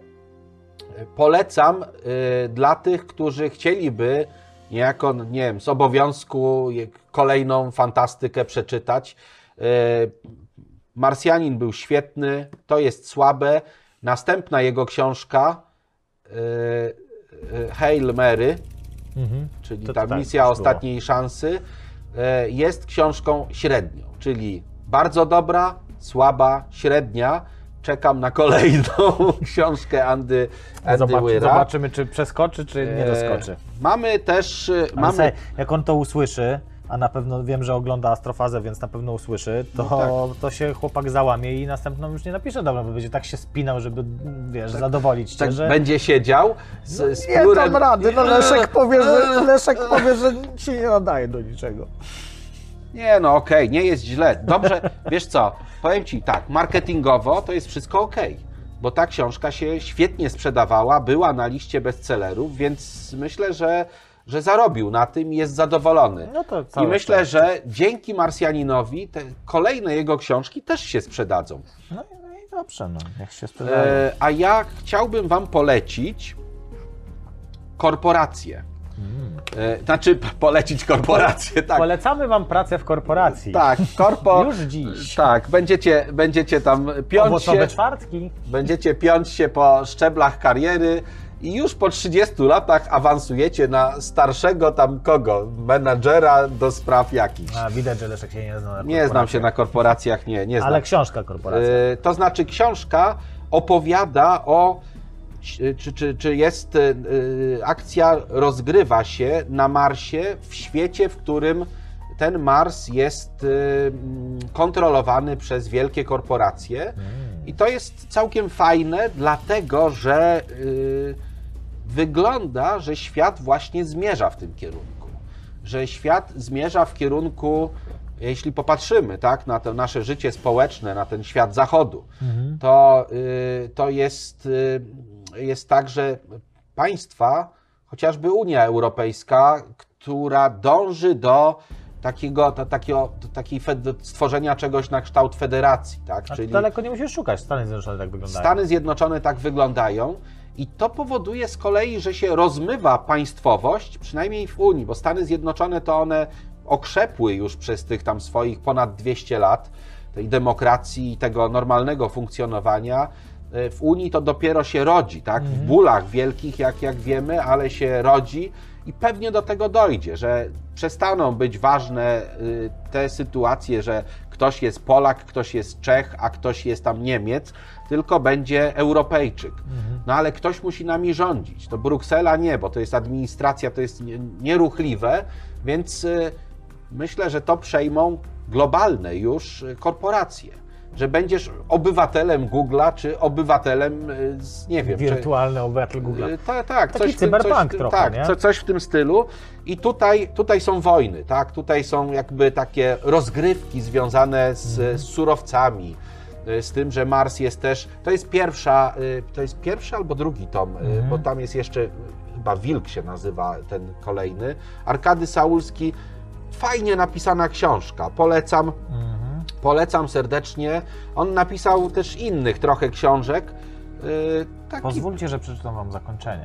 Speaker 3: polecam e, dla tych, którzy chcieliby niejako, nie wiem, z obowiązku kolejną fantastykę przeczytać. Marsjanin był świetny, to jest słabe. Następna jego książka Hail Mary, mhm. czyli
Speaker 2: to
Speaker 3: ta
Speaker 2: tak,
Speaker 3: misja ostatniej było. szansy, jest książką średnią, czyli bardzo dobra, słaba, średnia. Czekam na kolejną książkę Andy, Andy
Speaker 2: Zobacz,
Speaker 3: Weira.
Speaker 2: Zobaczymy, czy przeskoczy, czy nie doskoczy.
Speaker 3: Mamy też...
Speaker 2: Ale
Speaker 3: mamy...
Speaker 2: Sobie, jak on to usłyszy, a na pewno wiem, że ogląda Astrofazę, więc na pewno usłyszy, to, no tak. to się chłopak załamie i następną już nie napisze dobrze, bo będzie tak się spinał, żeby, wiesz, tak, zadowolić cię,
Speaker 3: tak
Speaker 2: że...
Speaker 3: będzie siedział z, z
Speaker 2: nie
Speaker 3: piórem...
Speaker 2: dam rady, no Leszek powie, że, Leszek powie, że się nie nadaje do niczego.
Speaker 3: Nie, no okej, okay, nie jest źle. Dobrze, wiesz co, powiem Ci tak, marketingowo to jest wszystko okej, okay, bo ta książka się świetnie sprzedawała, była na liście bestsellerów, więc myślę, że, że zarobił na tym i jest zadowolony. No to I myślę, tak. że dzięki Marsjaninowi te kolejne jego książki też się sprzedadzą.
Speaker 2: No, no i dobrze, no, niech się sprzedają.
Speaker 3: E, a ja chciałbym Wam polecić Korporacje. Hmm. Znaczy polecić korporację, tak.
Speaker 2: Polecamy Wam pracę w korporacji.
Speaker 3: Tak, korpo...
Speaker 2: Już dziś.
Speaker 3: Tak, będziecie, będziecie tam piąć
Speaker 2: Owocowe
Speaker 3: się...
Speaker 2: czwartki.
Speaker 3: Będziecie piąć się po szczeblach kariery i już po trzydziestu latach awansujecie na starszego tam kogo? Menadżera do spraw jakichś.
Speaker 2: A, widać, że Leszek się nie zna na korporacjach.
Speaker 3: Nie znam się na korporacjach, nie, nie znam.
Speaker 2: Ale książka korporacja.
Speaker 3: Yy, to znaczy książka opowiada o... Czy, czy, czy jest y, akcja rozgrywa się na Marsie w świecie, w którym ten Mars jest y, kontrolowany przez wielkie korporacje. Mm. I to jest całkiem fajne, dlatego że y, wygląda, że świat właśnie zmierza w tym kierunku. Że świat zmierza w kierunku, jeśli popatrzymy tak, na to nasze życie społeczne, na ten świat zachodu, mm. to, y, to jest... Y, jest tak, że państwa, chociażby Unia Europejska, która dąży do takiego, do takiego, do takiej fed- stworzenia czegoś na kształt federacji. Tak?
Speaker 2: A
Speaker 3: Czyli
Speaker 2: daleko nie musisz szukać, Stany Zjednoczone tak wyglądają.
Speaker 3: Stany Zjednoczone tak wyglądają i to powoduje z kolei, że się rozmywa państwowość, przynajmniej w Unii, bo Stany Zjednoczone to one okrzepły już przez tych tam swoich ponad dwieście lat tej demokracji i tego normalnego funkcjonowania. W Unii to dopiero się rodzi, tak? W bólach wielkich, jak, jak wiemy, ale się rodzi i pewnie do tego dojdzie, że przestaną być ważne te sytuacje, że ktoś jest Polak, ktoś jest Czech, a ktoś jest tam Niemiec, tylko będzie Europejczyk. No ale ktoś musi nami rządzić. To Bruksela nie, bo to jest administracja, to jest nieruchliwe, więc myślę, że to przejmą globalne już korporacje. że będziesz obywatelem Google'a, czy obywatelem, z, nie wiem...
Speaker 2: Wirtualny
Speaker 3: czy,
Speaker 2: obywatel Google'a.
Speaker 3: Tak, tak.
Speaker 2: Taki cyberpunk trochę,
Speaker 3: tak,
Speaker 2: nie?
Speaker 3: Co, coś w tym stylu. I tutaj, tutaj są wojny, tak? Tutaj są jakby takie rozgrywki związane z,
Speaker 2: mhm.
Speaker 3: z surowcami, z tym, że Mars jest też... To jest pierwsza, to jest pierwszy albo drugi tom, mhm. bo tam jest jeszcze, chyba Wilk się nazywa ten kolejny. Arkady Saulski, fajnie napisana książka, polecam. Mhm. Polecam serdecznie. On napisał też innych trochę książek. Yy, taki...
Speaker 2: Pozwólcie, że przeczytam wam zakończenie.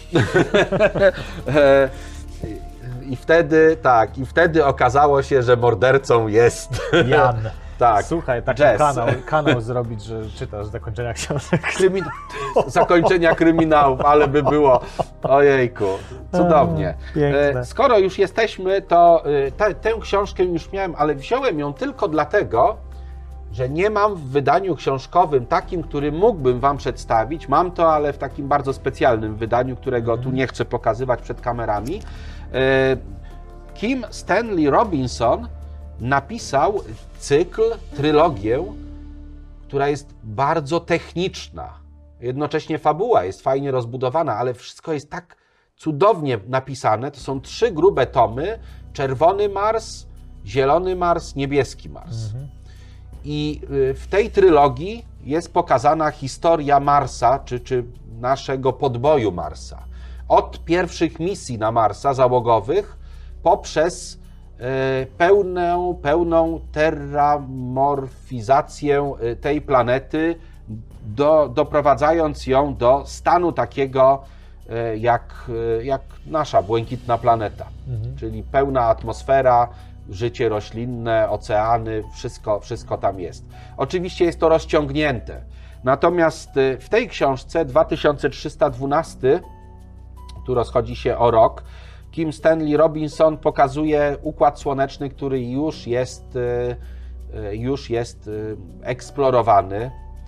Speaker 3: I wtedy, tak, i wtedy okazało się, że mordercą jest
Speaker 2: Jan.
Speaker 3: Tak.
Speaker 2: Słuchaj, taki kanał, kanał zrobić, że czytasz zakończenia książek.
Speaker 3: Krymin... Zakończenia kryminałów, ale by było. Ojejku, cudownie.
Speaker 2: Piękne.
Speaker 3: Skoro już jesteśmy, to te, tę książkę już miałem, ale wziąłem ją tylko dlatego, że nie mam w wydaniu książkowym takim, który mógłbym wam przedstawić. Mam to, ale w takim bardzo specjalnym wydaniu, którego tu nie chcę pokazywać przed kamerami. Kim Stanley Robinson napisał cykl, trylogię, która jest bardzo techniczna. Jednocześnie fabuła jest fajnie rozbudowana, ale wszystko jest tak cudownie napisane. To są trzy grube tomy. Czerwony Mars, zielony Mars, niebieski Mars. Mhm. I w tej trylogii jest pokazana historia Marsa, czy, czy naszego podboju Marsa. Od pierwszych misji na Marsa załogowych poprzez pełną, pełną terramorfizację tej planety, do, doprowadzając ją do stanu takiego jak, jak nasza błękitna planeta. Mhm. Czyli pełna atmosfera, życie roślinne, oceany, wszystko, wszystko tam jest. Oczywiście jest to rozciągnięte. Natomiast w tej książce dwa tysiące trzysta dwanaście, tu rozchodzi się o rok, Kim Stanley Robinson pokazuje Układ Słoneczny, który już jest, już jest eksplorowany.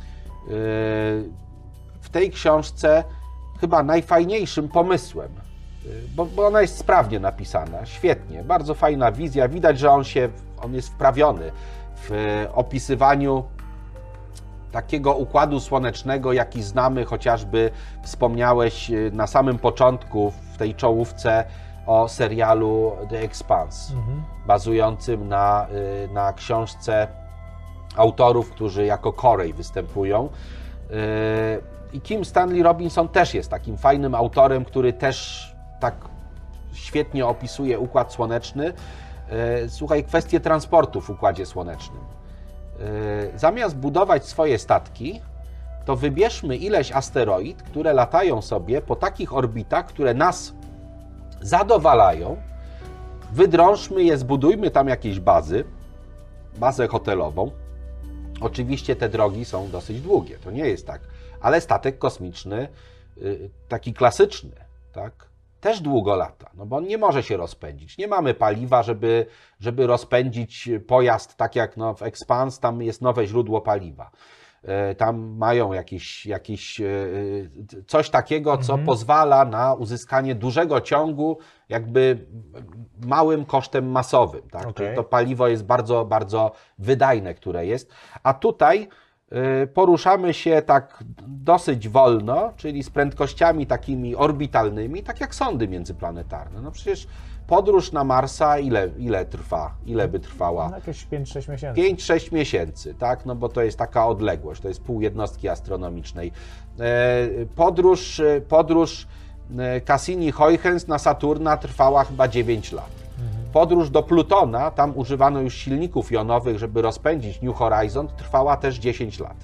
Speaker 3: W tej książce chyba najfajniejszym pomysłem, bo, bo ona jest sprawnie napisana, świetnie, bardzo fajna wizja, widać, że on się, on jest wprawiony w opisywaniu takiego układu słonecznego, jaki znamy, chociażby wspomniałeś na samym początku w tej czołówce o serialu The Expanse, mhm. bazującym na, na książce autorów, którzy jako Corey występują. I Kim Stanley Robinson też jest takim fajnym autorem, który też tak świetnie opisuje Układ Słoneczny. Słuchaj, kwestie transportu w Układzie Słonecznym. Zamiast budować swoje statki, to wybierzmy ileś asteroid, które latają sobie po takich orbitach, które nas zadowalają, wydrążmy je, zbudujmy tam jakieś bazy, bazę hotelową. Oczywiście te drogi są dosyć długie, to nie jest tak, ale statek kosmiczny, taki klasyczny, tak, też długo lata, no bo on nie może się rozpędzić. Nie mamy paliwa, żeby, żeby rozpędzić pojazd tak jak no, w Expanse, tam jest nowe źródło paliwa. Tam mają jakieś, jakieś coś takiego, co mhm. pozwala na uzyskanie dużego ciągu jakby małym kosztem masowym. Tak?
Speaker 2: Okay.
Speaker 3: To paliwo jest bardzo, bardzo wydajne, które jest. A tutaj poruszamy się tak dosyć wolno, czyli z prędkościami takimi orbitalnymi, tak jak sondy międzyplanetarne. No przecież podróż na Marsa ile, ile trwa? Ile by trwała?
Speaker 2: No jakieś pięć sześć miesięcy.
Speaker 3: pięć sześć miesięcy, tak? No bo to jest taka odległość, to jest pół jednostki astronomicznej. Podróż, podróż Cassini-Huygens na Saturna trwała chyba dziewięć lat. Mhm. Podróż do Plutona, tam używano już silników jonowych, żeby rozpędzić New Horizon, trwała też dziesięć lat.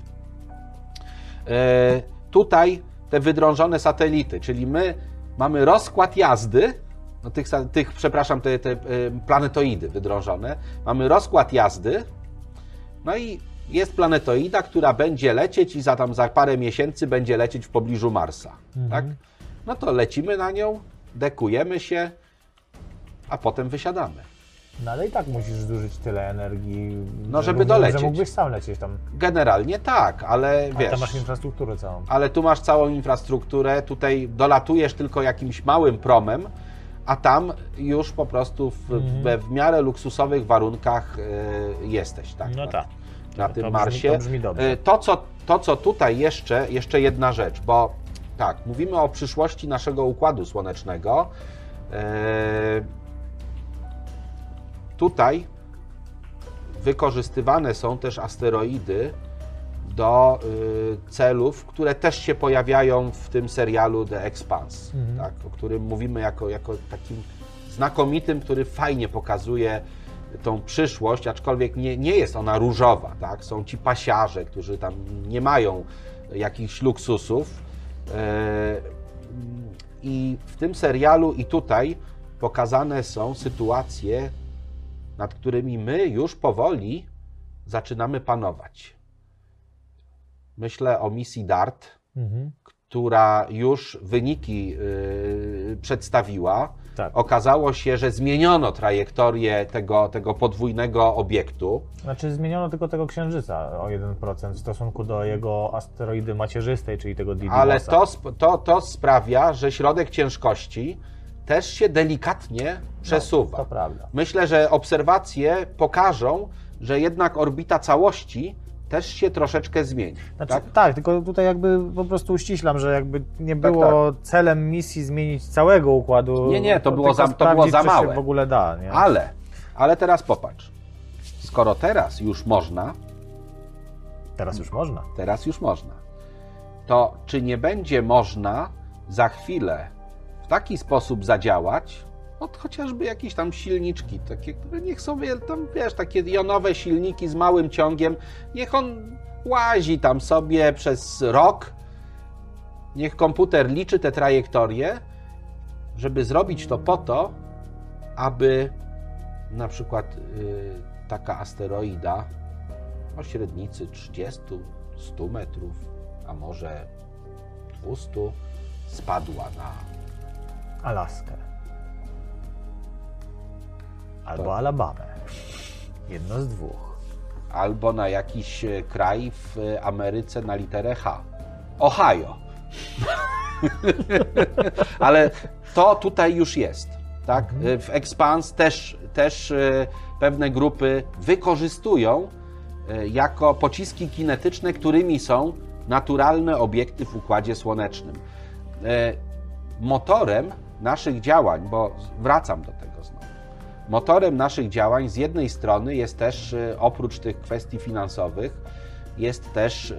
Speaker 3: Tutaj te wydrążone satelity, czyli my mamy rozkład jazdy, no tych, tych, przepraszam, te, te planetoidy wydrążone. Mamy rozkład jazdy, no i jest planetoida, która będzie lecieć i za tam za parę miesięcy będzie lecieć w pobliżu Marsa, mhm. tak? No to lecimy na nią, dekujemy się, a potem wysiadamy.
Speaker 2: No ale i tak musisz zużyć tyle energii,
Speaker 3: no, żeby dolecieć.
Speaker 2: Że mógłbyś sam lecieć tam.
Speaker 3: Generalnie tak, ale wiesz...
Speaker 2: Ale tam masz infrastrukturę całą.
Speaker 3: Ale tu masz całą infrastrukturę, tutaj dolatujesz tylko jakimś małym promem, a tam już po prostu w, mhm. w, w miarę luksusowych warunkach y, jesteś. Tak,
Speaker 2: no tak.
Speaker 3: na
Speaker 2: to
Speaker 3: tym
Speaker 2: brzmi,
Speaker 3: Marsie.
Speaker 2: To brzmi dobrze.
Speaker 3: To, co, to, co tutaj jeszcze, jeszcze jedna rzecz, bo tak, mówimy o przyszłości naszego Układu Słonecznego. Tutaj wykorzystywane są też asteroidy do y, celów, które też się pojawiają w tym serialu The Expanse, mhm. tak, o którym mówimy jako, jako takim znakomitym, który fajnie pokazuje tą przyszłość, aczkolwiek nie, nie jest ona różowa. Tak? Są ci pasiarze, którzy tam nie mają jakichś luksusów. Yy, I w tym serialu i tutaj pokazane są sytuacje, nad którymi my już powoli zaczynamy panować. Myślę o misji DART, mhm. która już wyniki yy, przedstawiła. Tak. Okazało się, że zmieniono trajektorię tego, tego podwójnego obiektu.
Speaker 2: Znaczy zmieniono tylko tego Księżyca o jeden procent w stosunku do jego asteroidy macierzystej, czyli tego Didymosa.
Speaker 3: Ale to, to, to sprawia, że środek ciężkości też się delikatnie przesuwa.
Speaker 2: No, to prawda.
Speaker 3: Myślę, że obserwacje pokażą, że jednak orbita całości też się troszeczkę zmieni.
Speaker 2: Znaczy,
Speaker 3: tak?
Speaker 2: tak, tylko tutaj jakby po prostu uściślam, że jakby nie było tak, tak. celem misji zmienić całego układu.
Speaker 3: Nie, nie, to było za, to było za małe.
Speaker 2: Się w ogóle da, nie?
Speaker 3: Ale, ale teraz popatrz. Skoro teraz już można...
Speaker 2: Teraz już można.
Speaker 3: Teraz już można. To czy nie będzie można za chwilę w taki sposób zadziałać, od chociażby jakieś tam silniczki, takie, które niech sobie tam, wiesz, takie jonowe silniki z małym ciągiem, niech on łazi tam sobie przez rok, niech komputer liczy te trajektorie, żeby zrobić to po to, aby na przykład yy, taka asteroida o średnicy trzydzieści do stu metrów, a może dwieście, spadła na
Speaker 2: Alaskę. Albo to. Alabamę. Jedno z dwóch.
Speaker 3: Albo na jakiś kraj w Ameryce na literę H. Ohio. Ale to tutaj już jest. Tak? Mhm. W Expanse też, też pewne grupy wykorzystują jako pociski kinetyczne, którymi są naturalne obiekty w Układzie Słonecznym. Motorem naszych działań, bo wracam do tego znowu, motorem naszych działań z jednej strony jest też, oprócz tych kwestii finansowych, jest też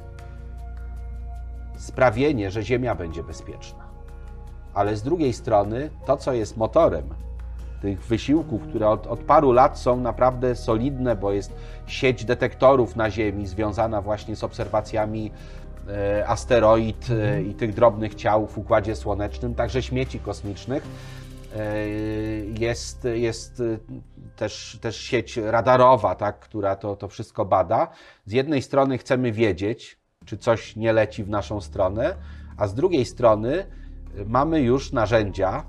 Speaker 3: sprawienie, że Ziemia będzie bezpieczna. Ale z drugiej strony to, co jest motorem tych wysiłków, które od, od paru lat są naprawdę solidne, bo jest sieć detektorów na Ziemi związana właśnie z obserwacjami e, asteroid e, i tych drobnych ciał w Układzie Słonecznym, także śmieci kosmicznych. E, jest jest też, też sieć radarowa, tak, która to, to wszystko bada. Z jednej strony chcemy wiedzieć, czy coś nie leci w naszą stronę, a z drugiej strony mamy już narzędzia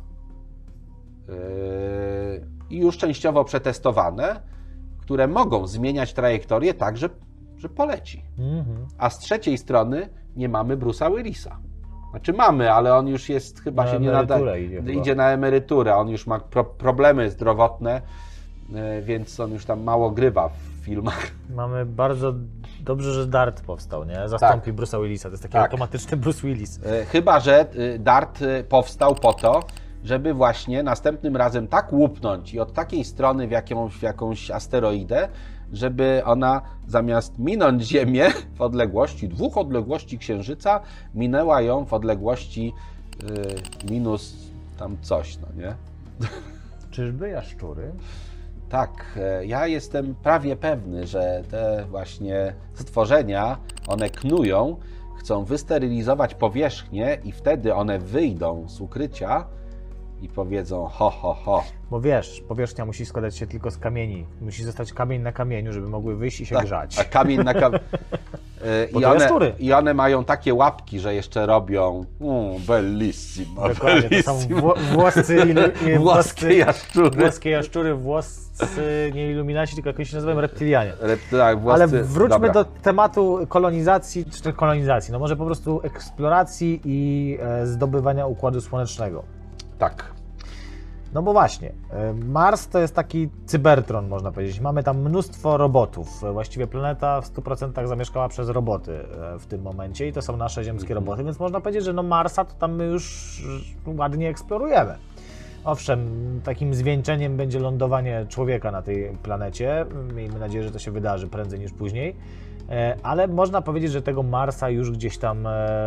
Speaker 3: i już częściowo przetestowane, które mogą zmieniać trajektorię tak, że, że poleci. Mm-hmm. A z trzeciej strony nie mamy Bruce'a Willisa. Znaczy mamy, ale on już jest, chyba
Speaker 2: na
Speaker 3: się nie nadaje.
Speaker 2: Idzie,
Speaker 3: idzie na emeryturę. On już ma pro, problemy zdrowotne, więc on już tam mało grywa w filmach.
Speaker 2: Mamy bardzo dobrze, że DART powstał, nie? Zastąpi tak. Bruce'a Willisa. To jest taki tak. automatyczny Bruce Willis.
Speaker 3: Chyba że DART powstał po to, żeby właśnie następnym razem tak łupnąć i od takiej strony w jakąś, w jakąś asteroidę, żeby ona zamiast minąć Ziemię w odległości, dwóch odległości Księżyca, minęła ją w odległości yy, minus tam coś, no nie?
Speaker 2: Czyżby jaszczury?
Speaker 3: Tak, ja jestem prawie pewny, że te właśnie stworzenia, one knują, chcą wysterylizować powierzchnię i wtedy one wyjdą z ukrycia i powiedzą ho, ho, ho.
Speaker 2: Bo wiesz, powierzchnia musi składać się tylko z kamieni. Musi zostać kamień na kamieniu, żeby mogły wyjść i się
Speaker 3: tak,
Speaker 2: grzać.
Speaker 3: A kamień na kamieniu. I, one, I one mają takie łapki, że jeszcze robią mm, bellissimo,
Speaker 2: dokładnie,
Speaker 3: bellissimo.
Speaker 2: To są wło, włoscy, ilu, nie,
Speaker 3: włoskie jaszczury.
Speaker 2: Włoskie jaszczury, włoscy, nie iluminaci, tylko jakoś się nazywają reptylianie.
Speaker 3: Rep, tak, włoscy,
Speaker 2: Ale wróćmy
Speaker 3: dobra. do
Speaker 2: tematu kolonizacji, czy kolonizacji, no może po prostu eksploracji i e, zdobywania Układu Słonecznego.
Speaker 3: Tak.
Speaker 2: No bo właśnie, Mars to jest taki cybertron, można powiedzieć. Mamy tam mnóstwo robotów. Właściwie planeta w stu procentach zamieszkała przez roboty w tym momencie i to są nasze ziemskie roboty, więc można powiedzieć, że no Marsa to tam my już ładnie eksplorujemy. Owszem, takim zwieńczeniem będzie lądowanie człowieka na tej planecie. Miejmy nadzieję, że to się wydarzy prędzej niż później. Ale można powiedzieć, że tego Marsa już gdzieś tam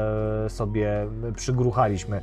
Speaker 2: sobie przygruchaliśmy.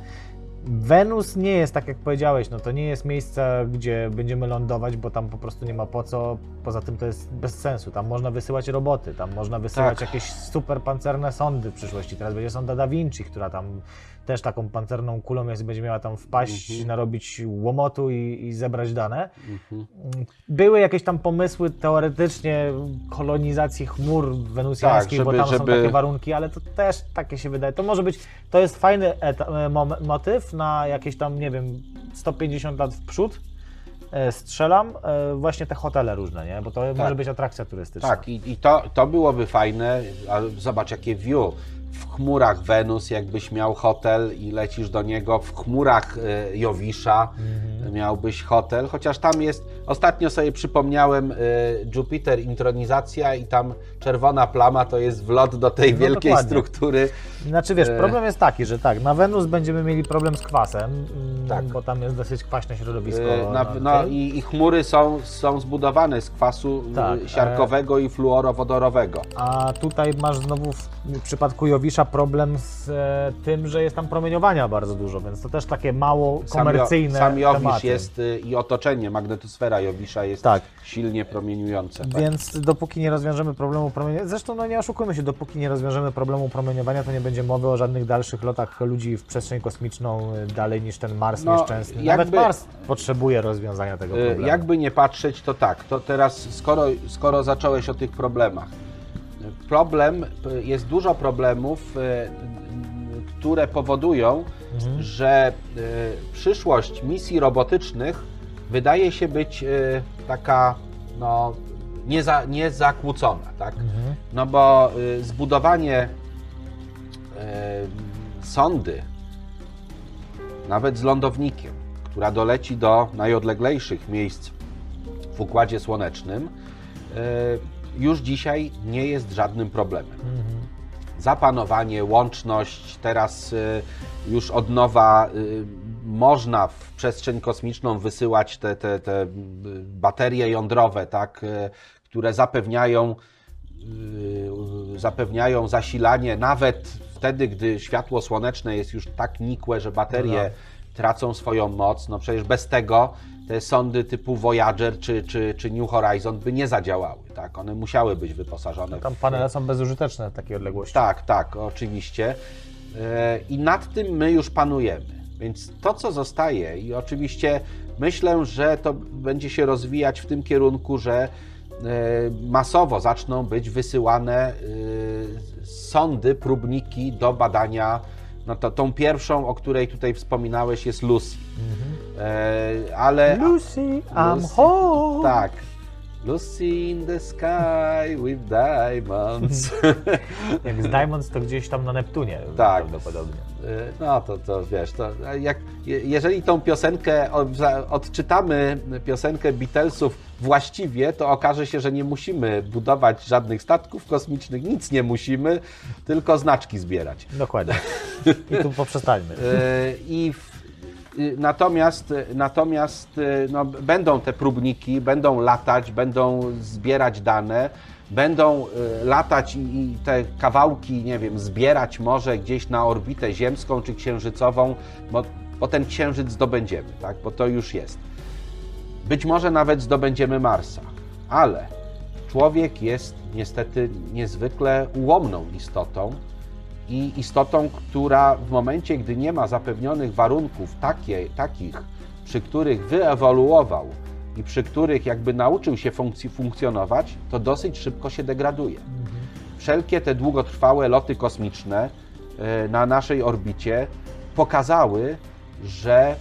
Speaker 2: Wenus nie jest, tak jak powiedziałeś, no to nie jest miejsce, gdzie będziemy lądować, bo tam po prostu nie ma po co, poza tym to jest bez sensu, tam można wysyłać roboty, tam można wysyłać
Speaker 3: Tak.
Speaker 2: jakieś super pancerne sondy w przyszłości, teraz będzie sonda Da Vinci, która tam też taką pancerną kulą jest, będzie miała tam wpaść,
Speaker 3: Mhm.
Speaker 2: narobić łomotu i, i zebrać dane.
Speaker 3: Mhm.
Speaker 2: Były jakieś tam pomysły teoretycznie kolonizacji chmur wenusjańskich,
Speaker 3: Tak,
Speaker 2: bo
Speaker 3: żeby-
Speaker 2: tam są
Speaker 3: żeby-
Speaker 2: takie warunki, ale to też takie się wydaje. To może być, to jest fajny eta- mom- motyw na jakieś tam, nie wiem, sto pięćdziesiąt lat w przód. e, Strzelam e, właśnie te hotele różne, nie? Bo to może być atrakcja turystyczna.
Speaker 3: Tak, i, i to, to byłoby fajne, ale zobacz jakie view. W chmurach Wenus, jakbyś miał hotel i lecisz do niego, w chmurach y, Jowisza
Speaker 2: Mhm.
Speaker 3: miałbyś hotel, chociaż tam jest, ostatnio sobie przypomniałem y, Jupiter, intronizacja i tam czerwona plama to jest wlot do tej
Speaker 2: No,
Speaker 3: wielkiej
Speaker 2: dokładnie.
Speaker 3: struktury.
Speaker 2: Znaczy wiesz,
Speaker 3: E.
Speaker 2: problem jest taki, że tak, na Wenus będziemy mieli problem z kwasem, mm,
Speaker 3: Tak.
Speaker 2: bo tam jest dosyć kwaśne środowisko.
Speaker 3: Y, na,
Speaker 2: na
Speaker 3: no
Speaker 2: tym.
Speaker 3: i, i chmury są, są zbudowane z kwasu y,
Speaker 2: Tak,
Speaker 3: siarkowego i fluorowodorowego.
Speaker 2: A tutaj masz znowu w przypadku Jowisza problem z e, tym, że jest tam promieniowania bardzo dużo, więc to też takie mało komercyjne
Speaker 3: Sam, Jo- sam Jowisz
Speaker 2: tematy.
Speaker 3: jest y, i otoczenie, magnetosfera Jowisza jest
Speaker 2: Tak.
Speaker 3: silnie promieniujące. Tak?
Speaker 2: Więc dopóki nie rozwiążemy problemu promieniowania, zresztą no nie oszukujmy się, dopóki nie rozwiążemy problemu promieniowania, to nie będzie mowy o żadnych dalszych lotach ludzi w przestrzeń kosmiczną y, dalej niż ten Mars
Speaker 3: No,
Speaker 2: nieszczęsny.
Speaker 3: jakby-
Speaker 2: Nawet Mars potrzebuje rozwiązania tego
Speaker 3: Y,
Speaker 2: problemu.
Speaker 3: Jakby nie patrzeć, to tak, to teraz skoro, skoro zacząłeś o tych problemach. y, Problem, y, jest dużo problemów, y, y, które powodują,
Speaker 2: Mhm.
Speaker 3: że y, przyszłość misji robotycznych wydaje się być y, taka no, nieza, niezakłócona, tak?
Speaker 2: Mhm.
Speaker 3: No bo y, zbudowanie y, sondy, nawet z lądownikiem, która doleci do najodleglejszych miejsc w Układzie Słonecznym, y, już dzisiaj nie jest żadnym problemem.
Speaker 2: Mhm.
Speaker 3: Zapanowanie, łączność, teraz y, już od nowa y, można w przestrzeń kosmiczną wysyłać te, te, te y, baterie jądrowe, tak, y, które zapewniają, y, zapewniają zasilanie nawet wtedy, gdy światło słoneczne jest już tak nikłe, że baterie
Speaker 2: No.
Speaker 3: tracą swoją moc. No przecież bez tego te sondy typu Voyager czy, czy, czy New Horizon by nie zadziałały. Tak? One musiały być wyposażone
Speaker 2: Tam
Speaker 3: w
Speaker 2: panele są bezużyteczne w takiej odległości.
Speaker 3: tak, tak, oczywiście. E, I nad tym my już panujemy. Więc to, co zostaje, i oczywiście myślę, że to będzie się rozwijać w tym kierunku, że e, masowo zaczną być wysyłane e, sondy, próbniki do badania. No to tą pierwszą, o której tutaj wspominałeś, jest Lucy. E, ale
Speaker 2: Lucy, I'm
Speaker 3: Lucy,
Speaker 2: home!
Speaker 3: tak. Lucy in the sky with diamonds.
Speaker 2: Jak z Diamonds to gdzieś tam na Neptunie
Speaker 3: Tak.
Speaker 2: prawdopodobnie.
Speaker 3: No to, to wiesz, to jak, je- jeżeli tą piosenkę, od- za- odczytamy piosenkę Beatlesów właściwie, to okaże się, że nie musimy budować żadnych statków kosmicznych, nic nie musimy, tylko znaczki zbierać.
Speaker 2: Dokładnie. I tu poprzestańmy.
Speaker 3: E, I w, y, natomiast, natomiast y, no, będą te próbniki, będą latać, będą zbierać dane, będą y, latać i, i te kawałki, nie wiem, zbierać może gdzieś na orbitę ziemską czy księżycową, bo, bo ten księżyc zdobędziemy, tak? Bo to już jest. Być może nawet zdobędziemy Marsa, ale człowiek jest niestety niezwykle ułomną istotą i istotą, która w momencie, gdy nie ma zapewnionych warunków takie, takich, przy których wyewoluował i przy których jakby nauczył się funkc- funkcjonować, to dosyć szybko się degraduje. Wszelkie te długotrwałe loty kosmiczne e, na naszej orbicie pokazały, że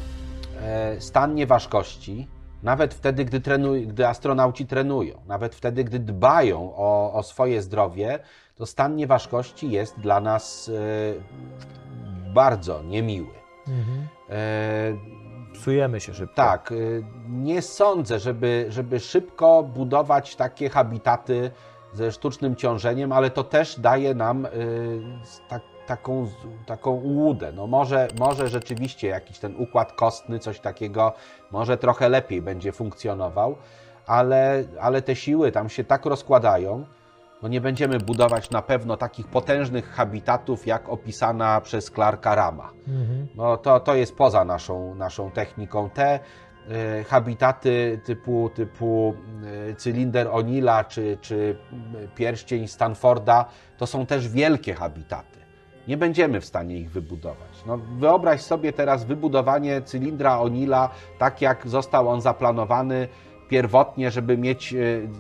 Speaker 3: e, stan nieważkości, nawet wtedy, gdy, trenuj, gdy astronauci trenują, nawet wtedy, gdy dbają o, o swoje zdrowie, to stan nieważkości jest dla nas e, bardzo niemiły.
Speaker 2: Mhm.
Speaker 3: E,
Speaker 2: psujemy się szybko.
Speaker 3: Tak, nie sądzę, żeby, żeby szybko budować takie habitaty ze sztucznym ciążeniem, ale to też daje nam y, tak, taką, taką ułudę. No może, może rzeczywiście jakiś ten układ kostny, coś takiego, może trochę lepiej będzie funkcjonował, ale, ale te siły tam się tak rozkładają, no nie będziemy budować na pewno takich potężnych habitatów, jak opisana przez Clarka Rama. Mhm. No to, to jest poza naszą, naszą techniką. Te y, habitaty typu, typu y, cylinder O'Neilla czy, czy pierścień Stanforda to są też wielkie habitaty. Nie będziemy w stanie ich wybudować. No, wyobraź sobie teraz wybudowanie cylindra O'Neilla tak, jak został on zaplanowany pierwotnie, żeby mieć y,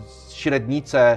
Speaker 3: średnicę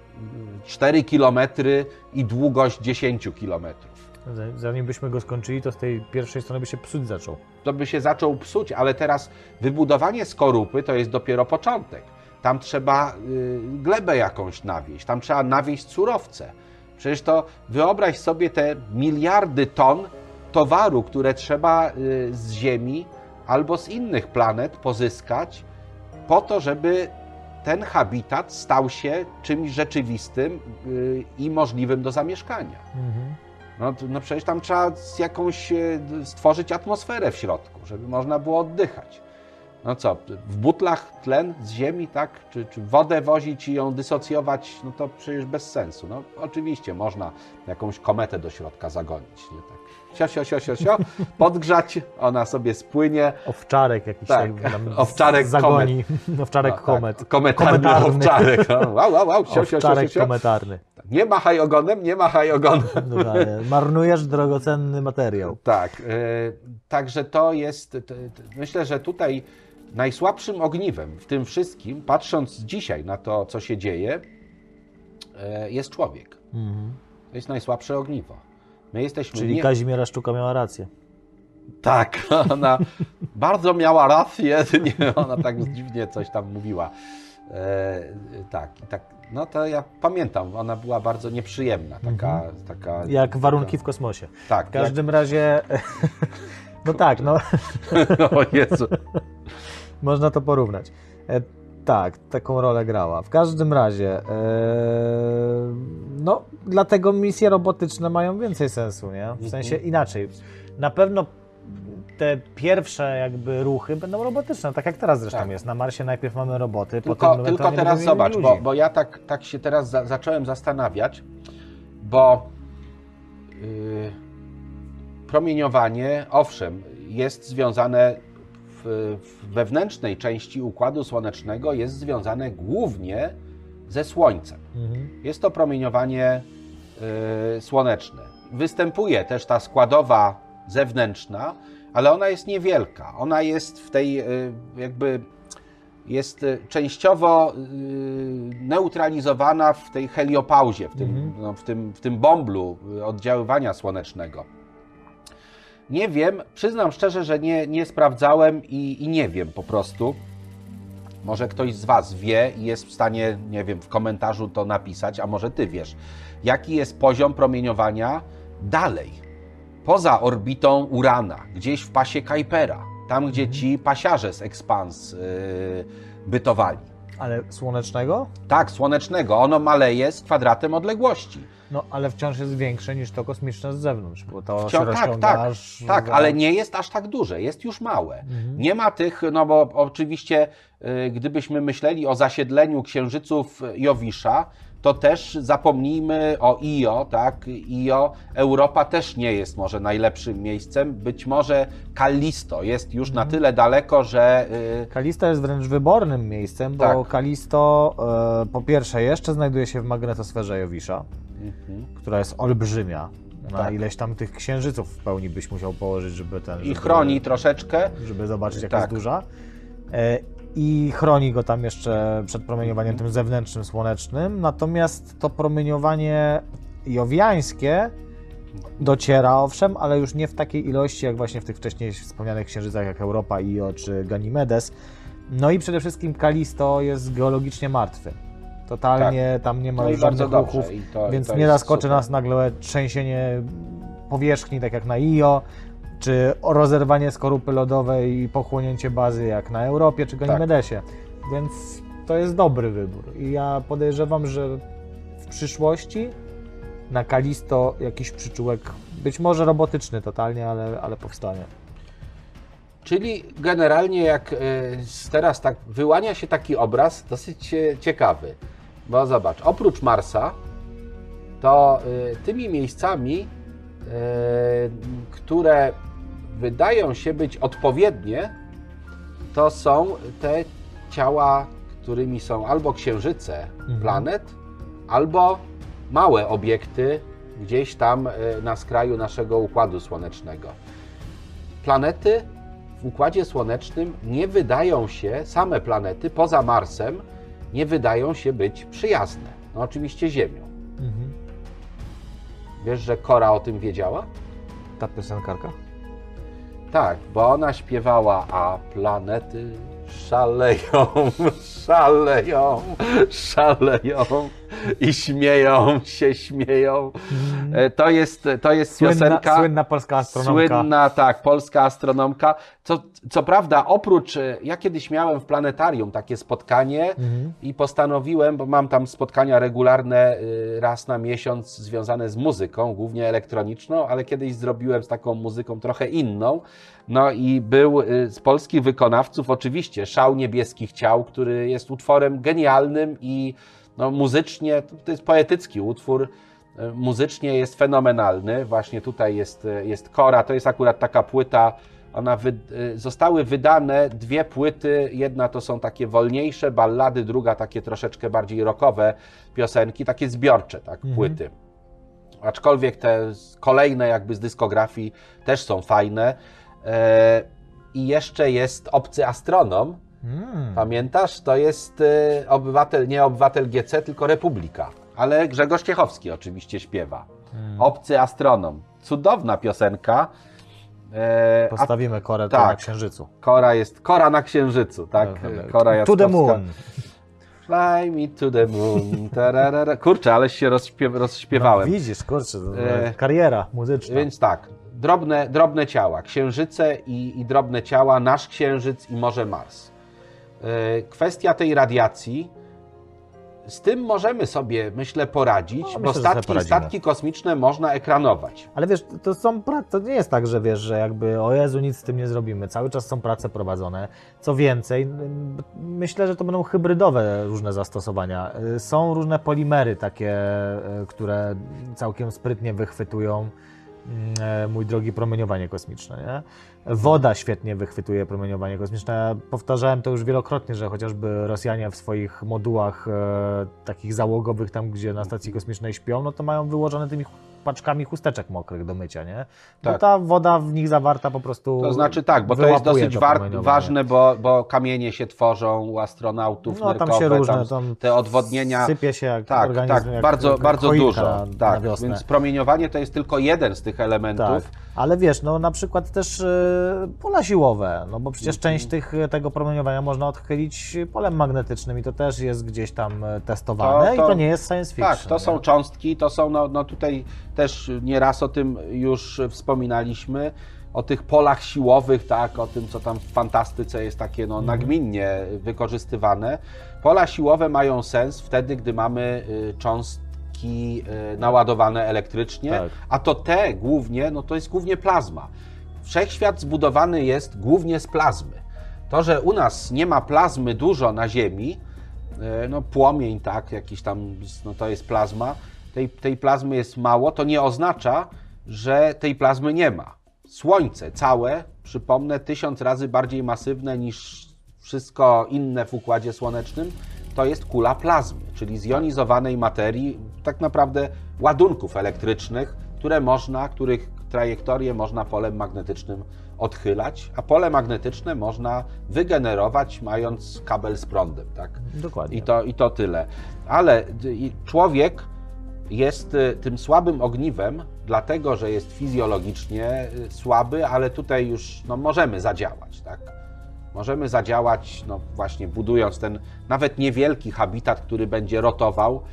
Speaker 3: cztery kilometry i długość dziesięć kilometrów.
Speaker 2: Zanim byśmy go skończyli, to z tej pierwszej strony by się psuć zaczął.
Speaker 3: To by się zaczął psuć, ale teraz wybudowanie skorupy to jest dopiero początek. Tam trzeba y, glebę jakąś nawieźć, tam trzeba nawieźć surowce. Przecież to wyobraź sobie te miliardy ton towaru, które trzeba y, z Ziemi albo z innych planet pozyskać po to, żeby ten habitat stał się czymś rzeczywistym yy, i możliwym do zamieszkania. Mhm. No, no przecież tam trzeba jakąś yy, stworzyć atmosferę w środku, żeby można było oddychać. No co, w butlach tlen z ziemi, tak? Czy, czy wodę wozić i ją dysocjować, no to przecież bez sensu. No oczywiście można jakąś kometę do środka zagonić, nie tak? Sio, sio, sio, sio, sio, podgrzać, ona sobie spłynie.
Speaker 2: Owczarek jakiś
Speaker 3: tak,
Speaker 2: tam
Speaker 3: owczarek
Speaker 2: zagoni. Komet. Owczarek
Speaker 3: no,
Speaker 2: komet.
Speaker 3: Tak, kometarny, kometarny owczarek. No, wow, wow, wow, sio, sio,
Speaker 2: owczarek
Speaker 3: sio, sio.
Speaker 2: kometarny.
Speaker 3: Nie machaj ogonem, nie machaj ogonem.
Speaker 2: Dobra, marnujesz drogocenny materiał.
Speaker 3: Tak, yy, także to jest, to, to, myślę, że tutaj najsłabszym ogniwem w tym wszystkim, patrząc dzisiaj na to, co się dzieje, yy, jest człowiek. Mhm. To jest najsłabsze ogniwo. My jesteśmy
Speaker 2: Czyli nie... Kazimiera Szczuka miała rację.
Speaker 3: Tak, ona bardzo miała rację, nie, ona tak dziwnie coś tam mówiła. E, tak, tak, no to ja pamiętam, ona była bardzo nieprzyjemna, taka... Mhm. taka
Speaker 2: jak warunki taka... w kosmosie.
Speaker 3: Tak.
Speaker 2: W każdym jak... razie, no tak, no.
Speaker 3: O Jezu.
Speaker 2: Można to porównać. E, tak, taką rolę grała. W każdym razie, e, no dlatego misje robotyczne mają więcej sensu, nie? W sensie inaczej. Na pewno te pierwsze jakby ruchy będą robotyczne, tak jak teraz zresztą tak. jest. Na Marsie najpierw mamy roboty,
Speaker 3: tylko,
Speaker 2: potem
Speaker 3: tylko teraz zobacz, bo, bo ja tak, tak się teraz za, zacząłem zastanawiać, bo yy, promieniowanie, owszem, jest związane w, w wewnętrznej części Układu Słonecznego, jest związane głównie ze Słońcem. Mhm. Jest to promieniowanie yy, słoneczne. Występuje też ta składowa zewnętrzna, ale ona jest niewielka. Ona jest w tej jakby jest częściowo neutralizowana w tej heliopauzie, w tym, mhm. no, w tym, w tym bąblu oddziaływania słonecznego. Nie wiem, przyznam szczerze, że nie, nie sprawdzałem i, i nie wiem po prostu. Może ktoś z Was wie i jest w stanie, nie wiem, w komentarzu to napisać, a może Ty wiesz, jaki jest poziom promieniowania dalej, poza orbitą Urana, gdzieś w pasie Kuipera, tam gdzie ci pasiarze z Expanse yy, bytowali.
Speaker 2: Ale słonecznego?
Speaker 3: Tak, słonecznego. Ono maleje z kwadratem odległości.
Speaker 2: No, ale wciąż jest większe niż to kosmiczne z zewnątrz, bo to
Speaker 3: Wciąż,
Speaker 2: się
Speaker 3: tak,
Speaker 2: rozciąga
Speaker 3: tak,
Speaker 2: aż...
Speaker 3: tak, ale nie jest aż tak duże, jest już małe. Mhm. Nie ma tych, no bo oczywiście yy, gdybyśmy myśleli o zasiedleniu księżyców Jowisza, to też zapomnijmy o Io, tak? Io, Europa też nie jest może najlepszym miejscem. Być może Kallisto jest już na tyle daleko, że... Yy...
Speaker 2: Kallisto jest wręcz wybornym miejscem, bo tak. Kallisto yy, po pierwsze jeszcze znajduje się w magnetosferze Jowisza, mhm. która jest olbrzymia. Na tak. ileś tam tych księżyców w pełni byś musiał położyć, żeby ten...
Speaker 3: I
Speaker 2: żeby,
Speaker 3: chroni troszeczkę.
Speaker 2: Żeby zobaczyć, jak
Speaker 3: tak.
Speaker 2: jest duża. Yy, I chroni go tam jeszcze przed promieniowaniem mm. tym zewnętrznym, słonecznym. Natomiast to promieniowanie jowiańskie dociera, owszem, ale już nie w takiej ilości, jak właśnie w tych wcześniej wspomnianych księżycach, jak Europa, Io czy Ganymedes. No i przede wszystkim Kallisto jest geologicznie martwy. Totalnie tak. tam nie ma już żadnych ruchów, to, więc to nie zaskoczy super. nas nagle trzęsienie powierzchni, tak jak na Io. czy rozerwanie skorupy lodowej i pochłonięcie bazy jak na Europie czy Ganimedesie. Tak. Więc to jest dobry wybór. I ja podejrzewam, że w przyszłości na Kalisto jakiś przyczółek, być może robotyczny totalnie, ale, ale powstanie.
Speaker 3: Czyli generalnie jak teraz tak wyłania się taki obraz dosyć ciekawy, bo zobacz, oprócz Marsa, to tymi miejscami, które wydają się być odpowiednie, to są te ciała, którymi są albo księżyce mhm. planet, albo małe obiekty gdzieś tam na skraju naszego Układu Słonecznego. Planety w Układzie Słonecznym nie wydają się, same planety poza Marsem, nie wydają się być przyjazne. No oczywiście Ziemią. Mhm. Wiesz, że Kora o tym wiedziała?
Speaker 2: Ta piosenkarka?
Speaker 3: Tak, bo ona śpiewała, a planety szaleją, szaleją, szaleją i śmieją się, śmieją. To jest, to jest
Speaker 2: słynna,
Speaker 3: piosenka...
Speaker 2: Słynna polska astronomka.
Speaker 3: Słynna, tak, polska astronomka. Co, co prawda, oprócz, ja kiedyś miałem w planetarium takie spotkanie mhm. i postanowiłem, bo mam tam spotkania regularne raz na miesiąc związane z muzyką, głównie elektroniczną, ale kiedyś zrobiłem z taką muzyką trochę inną. No i był z polskich wykonawców oczywiście Szał Niebieskich Ciał, który jest utworem genialnym i no, muzycznie, to jest poetycki utwór, muzycznie jest fenomenalny. Właśnie tutaj jest, jest Kora, to jest akurat taka płyta, ona wy, zostały wydane dwie płyty, jedna to są takie wolniejsze ballady, druga takie troszeczkę bardziej rockowe piosenki, takie zbiorcze tak, mhm. płyty. Aczkolwiek te kolejne jakby z dyskografii też są fajne. I jeszcze jest Obcy Astronom. Hmm. Pamiętasz? To jest obywatel, nie obywatel G C, tylko Republika. Ale Grzegorz Ciechowski oczywiście śpiewa. Hmm. Obcy Astronom. Cudowna piosenka.
Speaker 2: Postawimy Korę tak, na Księżycu.
Speaker 3: Kora jest Kora na Księżycu, tak? Kora
Speaker 2: Jackowska. To the moon.
Speaker 3: Fly me to the moon. Tararara. Kurczę, ale się rozśpiew rozśpiewałem.
Speaker 2: No, widzisz, kurczę, e... kariera muzyczna.
Speaker 3: Więc tak, drobne, drobne ciała, księżyce i, i drobne ciała, nasz Księżyc i może Mars. E... Kwestia tej radiacji, z tym możemy sobie, myślę, poradzić, no, bo myślę, statki, statki kosmiczne można ekranować.
Speaker 2: Ale wiesz, to są to nie jest tak, że wiesz, że jakby o Jezu, nic z tym nie zrobimy. Cały czas są prace prowadzone. Co więcej, myślę, że to będą hybrydowe różne zastosowania. Są różne polimery takie, które całkiem sprytnie wychwytują, mój drogi, promieniowanie kosmiczne, nie? Woda świetnie wychwytuje promieniowanie kosmiczne. Ja powtarzałem to już wielokrotnie, że chociażby Rosjanie w swoich modułach e, takich załogowych, tam gdzie na stacji kosmicznej śpią, no to mają wyłożone tymi paczkami chusteczek mokrych do mycia, nie? Bo tak. Ta woda w nich zawarta po prostu
Speaker 3: To znaczy tak, bo to jest dosyć to ważne, bo, bo kamienie się tworzą u astronautów,
Speaker 2: no, tam się różne, tam,
Speaker 3: tam te odwodnienia.
Speaker 2: Sypie się jak
Speaker 3: tak,
Speaker 2: organizm,
Speaker 3: tak,
Speaker 2: jak
Speaker 3: bardzo, bardzo dużo.
Speaker 2: Na,
Speaker 3: tak,
Speaker 2: na
Speaker 3: więc promieniowanie to jest tylko jeden z tych elementów.
Speaker 2: Tak. Ale wiesz, no na przykład też y, pola siłowe, no bo przecież część tych, tego promieniowania można odchylić polem magnetycznym i to też jest gdzieś tam testowane to, to, i to nie jest science fiction.
Speaker 3: Tak, to
Speaker 2: nie?
Speaker 3: są cząstki, to są, no, no tutaj też nieraz o tym już wspominaliśmy, o tych polach siłowych, tak, o tym, co tam w fantastyce jest takie no, nagminnie wykorzystywane. Pola siłowe mają sens wtedy, gdy mamy y, cząstki naładowane elektrycznie, tak. A to te głównie, no to jest głównie plazma. Wszechświat zbudowany jest głównie z plazmy. To, że u nas nie ma plazmy dużo na Ziemi, no płomień, tak, jakiś tam, no to jest plazma, tej, tej plazmy jest mało, to nie oznacza, że tej plazmy nie ma. Słońce całe, przypomnę, tysiąc razy bardziej masywne niż wszystko inne w Układzie Słonecznym, to jest kula plazmy, czyli zjonizowanej materii, tak naprawdę ładunków elektrycznych, które można, których trajektorię można polem magnetycznym odchylać, a pole magnetyczne można wygenerować, mając kabel z prądem, tak?
Speaker 2: Dokładnie.
Speaker 3: I to, i to tyle. Ale człowiek jest tym słabym ogniwem, dlatego że jest fizjologicznie słaby, ale tutaj już no, możemy zadziałać, tak? Możemy zadziałać, no właśnie budując ten nawet niewielki habitat, który będzie rotował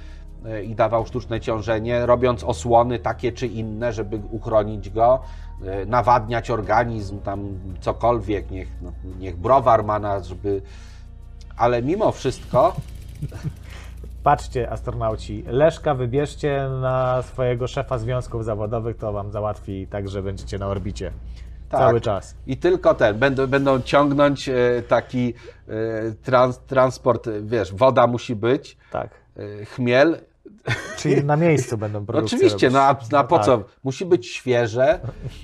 Speaker 3: i dawał sztuczne ciążenie, robiąc osłony takie czy inne, żeby uchronić go, nawadniać organizm, tam cokolwiek, niech, no, niech browar ma nas, żeby... Ale mimo wszystko...
Speaker 2: Patrzcie, astronauci, Leszka wybierzcie na swojego szefa związków zawodowych, to wam załatwi tak, że będziecie na orbicie
Speaker 3: Tak.
Speaker 2: cały czas.
Speaker 3: I tylko ten, będą, będą ciągnąć e, taki e, trans, transport, wiesz, woda musi być,
Speaker 2: Tak.
Speaker 3: e, chmiel.
Speaker 2: Czyli na miejscu będą produkcje
Speaker 3: Oczywiście, no a,
Speaker 2: robić.
Speaker 3: no a po
Speaker 2: tak.
Speaker 3: co? Musi być świeże.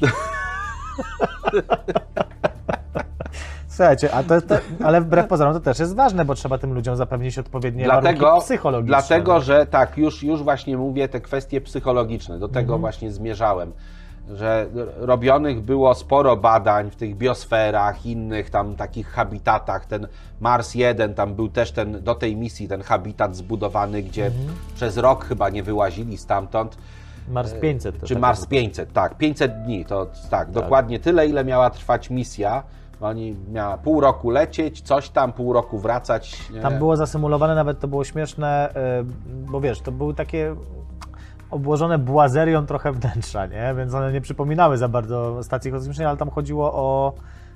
Speaker 2: Słuchajcie, a to, to, ale wbrew pozorom to też jest ważne, bo trzeba tym ludziom zapewnić odpowiednie
Speaker 3: Dlatego,
Speaker 2: warunki psychologiczne.
Speaker 3: dlatego
Speaker 2: no.
Speaker 3: że tak, już, już właśnie mówię te kwestie psychologiczne, do tego
Speaker 2: Mhm.
Speaker 3: właśnie zmierzałem, że robionych było sporo badań w tych biosferach, innych tam takich habitatach, ten Mars jeden, tam był też ten, do tej misji ten habitat zbudowany, gdzie
Speaker 2: Mhm.
Speaker 3: przez rok chyba nie wyłazili stamtąd.
Speaker 2: Mars pięćset. To
Speaker 3: Czy
Speaker 2: tak
Speaker 3: Mars
Speaker 2: jest.
Speaker 3: pięćset, tak, pięćset dni, to tak, dokładnie tyle, ile miała trwać misja. Oni miała pół roku lecieć, coś tam, pół roku wracać. Nie?
Speaker 2: Tam było zasymulowane, nawet to było śmieszne, y, bo wiesz, to były takie obłożone błazerią trochę wnętrza, nie? Więc one nie przypominały za bardzo stacji kosmicznej, ale tam chodziło o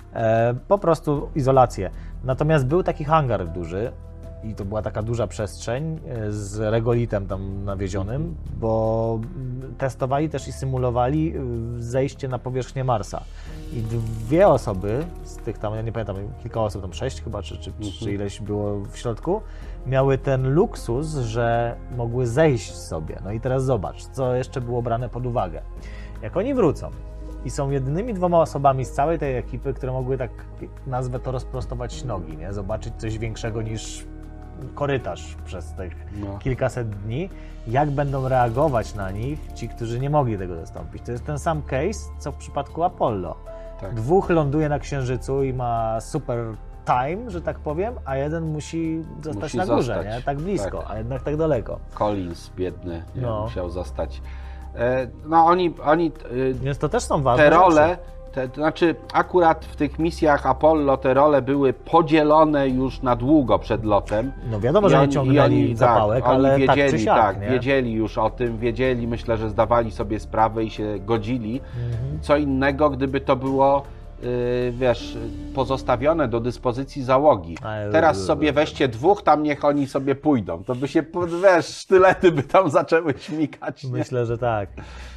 Speaker 2: e, po prostu izolację. Natomiast był taki hangar duży i to była taka duża przestrzeń e, z regolitem tam nawiezionym, bo mm, testowali też i symulowali y, zejście na powierzchnię Marsa. I dwie osoby z tych tam, ja nie pamiętam, kilka osób, tam sześć chyba, czy, czy, czy ileś było w środku, miały ten luksus, że mogły zejść sobie. No i teraz zobacz, co jeszcze było brane pod uwagę. Jak oni wrócą i są jedynymi dwoma osobami z całej tej ekipy, które mogły tak, nazwę to, rozprostować nogi, nie? Zobaczyć coś większego niż korytarz przez tych
Speaker 3: No.
Speaker 2: kilkaset dni, jak będą reagować na nich ci, którzy nie mogli tego dostąpić. To jest ten sam case, co w przypadku Apollo.
Speaker 3: Tak.
Speaker 2: Dwóch ląduje na Księżycu i ma super time, że tak powiem, a jeden musi zostać
Speaker 3: Musi
Speaker 2: na górze,
Speaker 3: zostać.
Speaker 2: nie? Tak blisko,
Speaker 3: Tak.
Speaker 2: a jednak tak daleko.
Speaker 3: Collins, biedny, nie,
Speaker 2: No.
Speaker 3: musiał zostać. E, No oni, oni e,
Speaker 2: Więc to też są ważne
Speaker 3: te
Speaker 2: rzeczy.
Speaker 3: role, te, to znaczy akurat w tych misjach Apollo te role były podzielone już na długo przed lotem.
Speaker 2: No wiadomo,
Speaker 3: I
Speaker 2: że nie
Speaker 3: oni- i
Speaker 2: ciągnęli
Speaker 3: oni-
Speaker 2: zapałek,
Speaker 3: tak, oni
Speaker 2: ale
Speaker 3: wiedzieli,
Speaker 2: tak czy siak,
Speaker 3: tak,
Speaker 2: nie?
Speaker 3: wiedzieli już o tym, wiedzieli, myślę, że zdawali sobie sprawę i się godzili.
Speaker 2: Mhm.
Speaker 3: Co innego, gdyby to było, yy, wiesz, pozostawione do dyspozycji załogi.
Speaker 2: Ale-
Speaker 3: Teraz sobie weźcie dwóch, tam niech oni sobie pójdą. To by się, wiesz, sztylety by tam zaczęły śmigać. Nie?
Speaker 2: Myślę, że tak.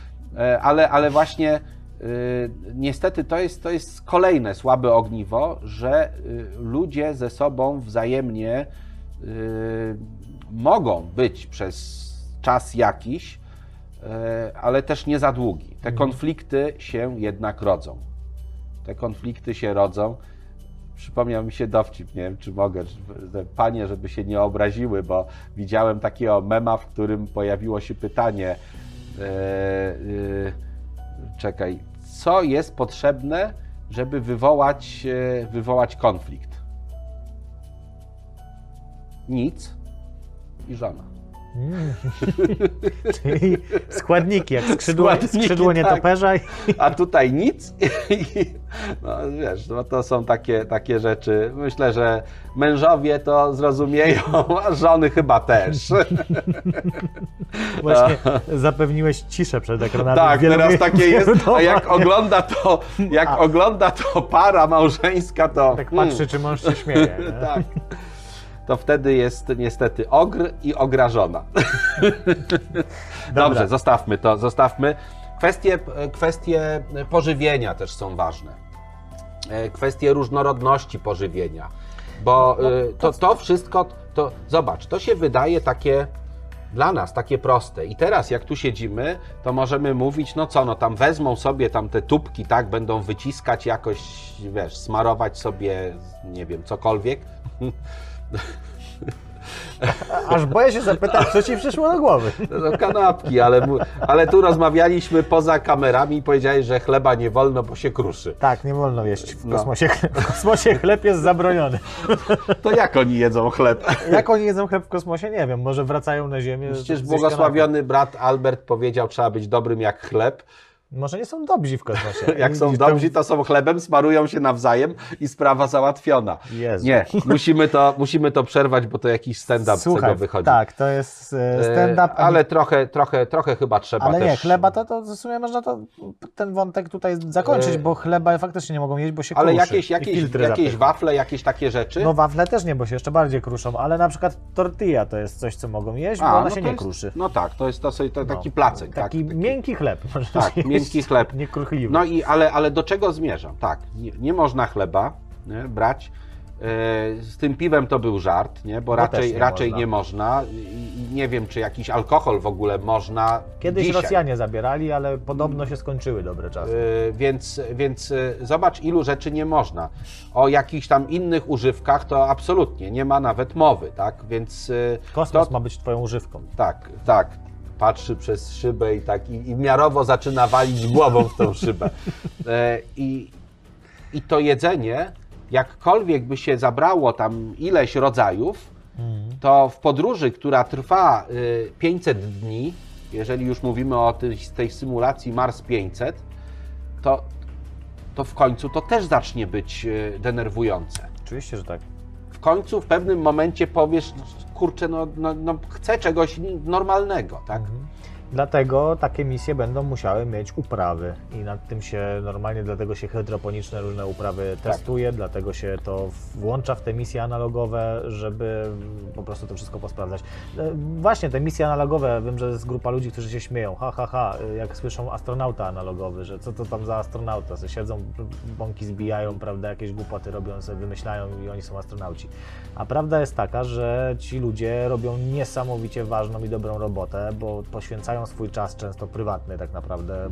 Speaker 3: E, Ale, ale właśnie y, niestety to jest, to jest kolejne słabe ogniwo, że y, ludzie ze sobą wzajemnie y, mogą być przez czas jakiś, y, ale też nie za długi. Te konflikty się jednak rodzą. Te konflikty się rodzą. Przypomniał mi się dowcip, nie wiem czy mogę, że panie, żeby się nie obraziły, bo widziałem takiego mema, w którym pojawiło się pytanie, e, e, czekaj, co jest potrzebne, żeby wywołać, e, wywołać konflikt? Nic i żona.
Speaker 2: Mm. Czyli składniki, jak skrzydło,
Speaker 3: Składniki,
Speaker 2: skrzydło nietoperza i
Speaker 3: A tutaj nic. I, no wiesz, no to są takie, takie rzeczy. Myślę, że mężowie to zrozumieją, a żony chyba też.
Speaker 2: właśnie zapewniłeś ciszę przed ekranem.
Speaker 3: Tak,
Speaker 2: Wielu
Speaker 3: teraz
Speaker 2: wie-
Speaker 3: takie jest. A jak
Speaker 2: wielu-
Speaker 3: ogląda to, jak
Speaker 2: A.
Speaker 3: ogląda to para małżeńska, to.
Speaker 2: Tak patrzy, czy mąż się śmieje. nie?
Speaker 3: tak. To wtedy jest niestety ogr i ograżona. Dobrze, zostawmy to, zostawmy. Kwestie, kwestie pożywienia też są ważne. Kwestie różnorodności pożywienia. Bo y, to, to wszystko, to zobacz, to się wydaje takie dla nas takie proste. I teraz jak tu siedzimy, to możemy mówić, no co, no tam wezmą sobie tam te tubki, tak, będą wyciskać jakoś, wiesz, smarować sobie, nie wiem, cokolwiek.
Speaker 2: Aż boję się zapytać, co ci przyszło do głowy.
Speaker 3: No, kanapki, ale, mu- ale tu rozmawialiśmy poza kamerami i powiedziałeś, że chleba nie wolno, bo się kruszy.
Speaker 2: Tak, nie wolno jeść w
Speaker 3: No.
Speaker 2: kosmosie. W kosmosie chleb jest zabroniony.
Speaker 3: To jak oni jedzą chleb?
Speaker 2: Jak oni jedzą chleb w kosmosie? Nie wiem, może wracają na Ziemię.
Speaker 3: Przecież
Speaker 2: zjeść
Speaker 3: błogosławiony brat Albert powiedział, trzeba być dobrym jak chleb.
Speaker 2: Może nie są dobrzy w kosmosie.
Speaker 3: Jak są dobrzy, to są chlebem, smarują się nawzajem i sprawa załatwiona.
Speaker 2: Jezu.
Speaker 3: Nie, musimy to, musimy to przerwać, bo to jakiś stand-up z tego wychodzi.
Speaker 2: Tak, to jest stand-up.
Speaker 3: E, ale trochę, trochę, trochę chyba trzeba
Speaker 2: ale
Speaker 3: też...
Speaker 2: nie, chleba to, to w sumie można to, ten wątek tutaj zakończyć, e... bo chleba faktycznie nie mogą jeść, bo się
Speaker 3: ale
Speaker 2: kruszy.
Speaker 3: jakieś, jakieś, jakieś wafle, jakieś takie rzeczy?
Speaker 2: No wafle też nie, bo się jeszcze bardziej kruszą, ale na przykład tortilla to jest coś, co mogą jeść,
Speaker 3: A,
Speaker 2: bo ona
Speaker 3: no
Speaker 2: się nie
Speaker 3: jest,
Speaker 2: kruszy.
Speaker 3: No tak, to jest to, to taki
Speaker 2: no,
Speaker 3: placek.
Speaker 2: Taki,
Speaker 3: tak,
Speaker 2: miękki chleb.
Speaker 3: Tak, miękki chleb.
Speaker 2: Niekruchliwy.
Speaker 3: No i ale, ale do czego zmierzam? Tak, nie, nie można chleba nie, brać. E, z tym piwem to był żart, nie? Bo
Speaker 2: no
Speaker 3: raczej,
Speaker 2: nie,
Speaker 3: raczej
Speaker 2: można.
Speaker 3: nie można. I, I nie wiem, czy jakiś alkohol w ogóle można.
Speaker 2: Kiedyś
Speaker 3: dzisiaj.
Speaker 2: Rosjanie zabierali, ale podobno się skończyły dobre czasy.
Speaker 3: E, więc, więc zobacz, ilu rzeczy nie można. O jakichś tam innych używkach to absolutnie nie ma nawet mowy, tak? Więc
Speaker 2: kosmos
Speaker 3: to,
Speaker 2: ma być twoją używką.
Speaker 3: Tak, tak. Patrzy przez szybę i tak i, i miarowo zaczyna walić głową w tą szybę. E, i, I to jedzenie, jakkolwiek by się zabrało tam ileś rodzajów, mm. to w podróży, która trwa y, pięćset dni, jeżeli już mówimy o tej, tej symulacji Mars pięćset, to, to w końcu to też zacznie być y, denerwujące.
Speaker 2: Oczywiście, że tak.
Speaker 3: W końcu w pewnym momencie powiesz, kurczę, no, no, no chcę czegoś normalnego, tak?
Speaker 2: Mhm. Dlatego takie misje będą musiały mieć uprawy i nad tym się normalnie, dlatego się hydroponiczne różne uprawy
Speaker 3: tak.
Speaker 2: testuje, dlatego się to włącza w te misje analogowe, żeby po prostu to wszystko posprawdzać. Właśnie te misje analogowe, wiem, że jest grupa ludzi, którzy się śmieją, ha, ha, ha, jak słyszą astronauta analogowy, że co to tam za astronauta, że siedzą, bąki zbijają, prawda, jakieś głupoty robią, sobie wymyślają i oni są astronauci. A prawda jest taka, że ci ludzie robią niesamowicie ważną i dobrą robotę, bo poświęcają swój czas, często prywatny tak naprawdę,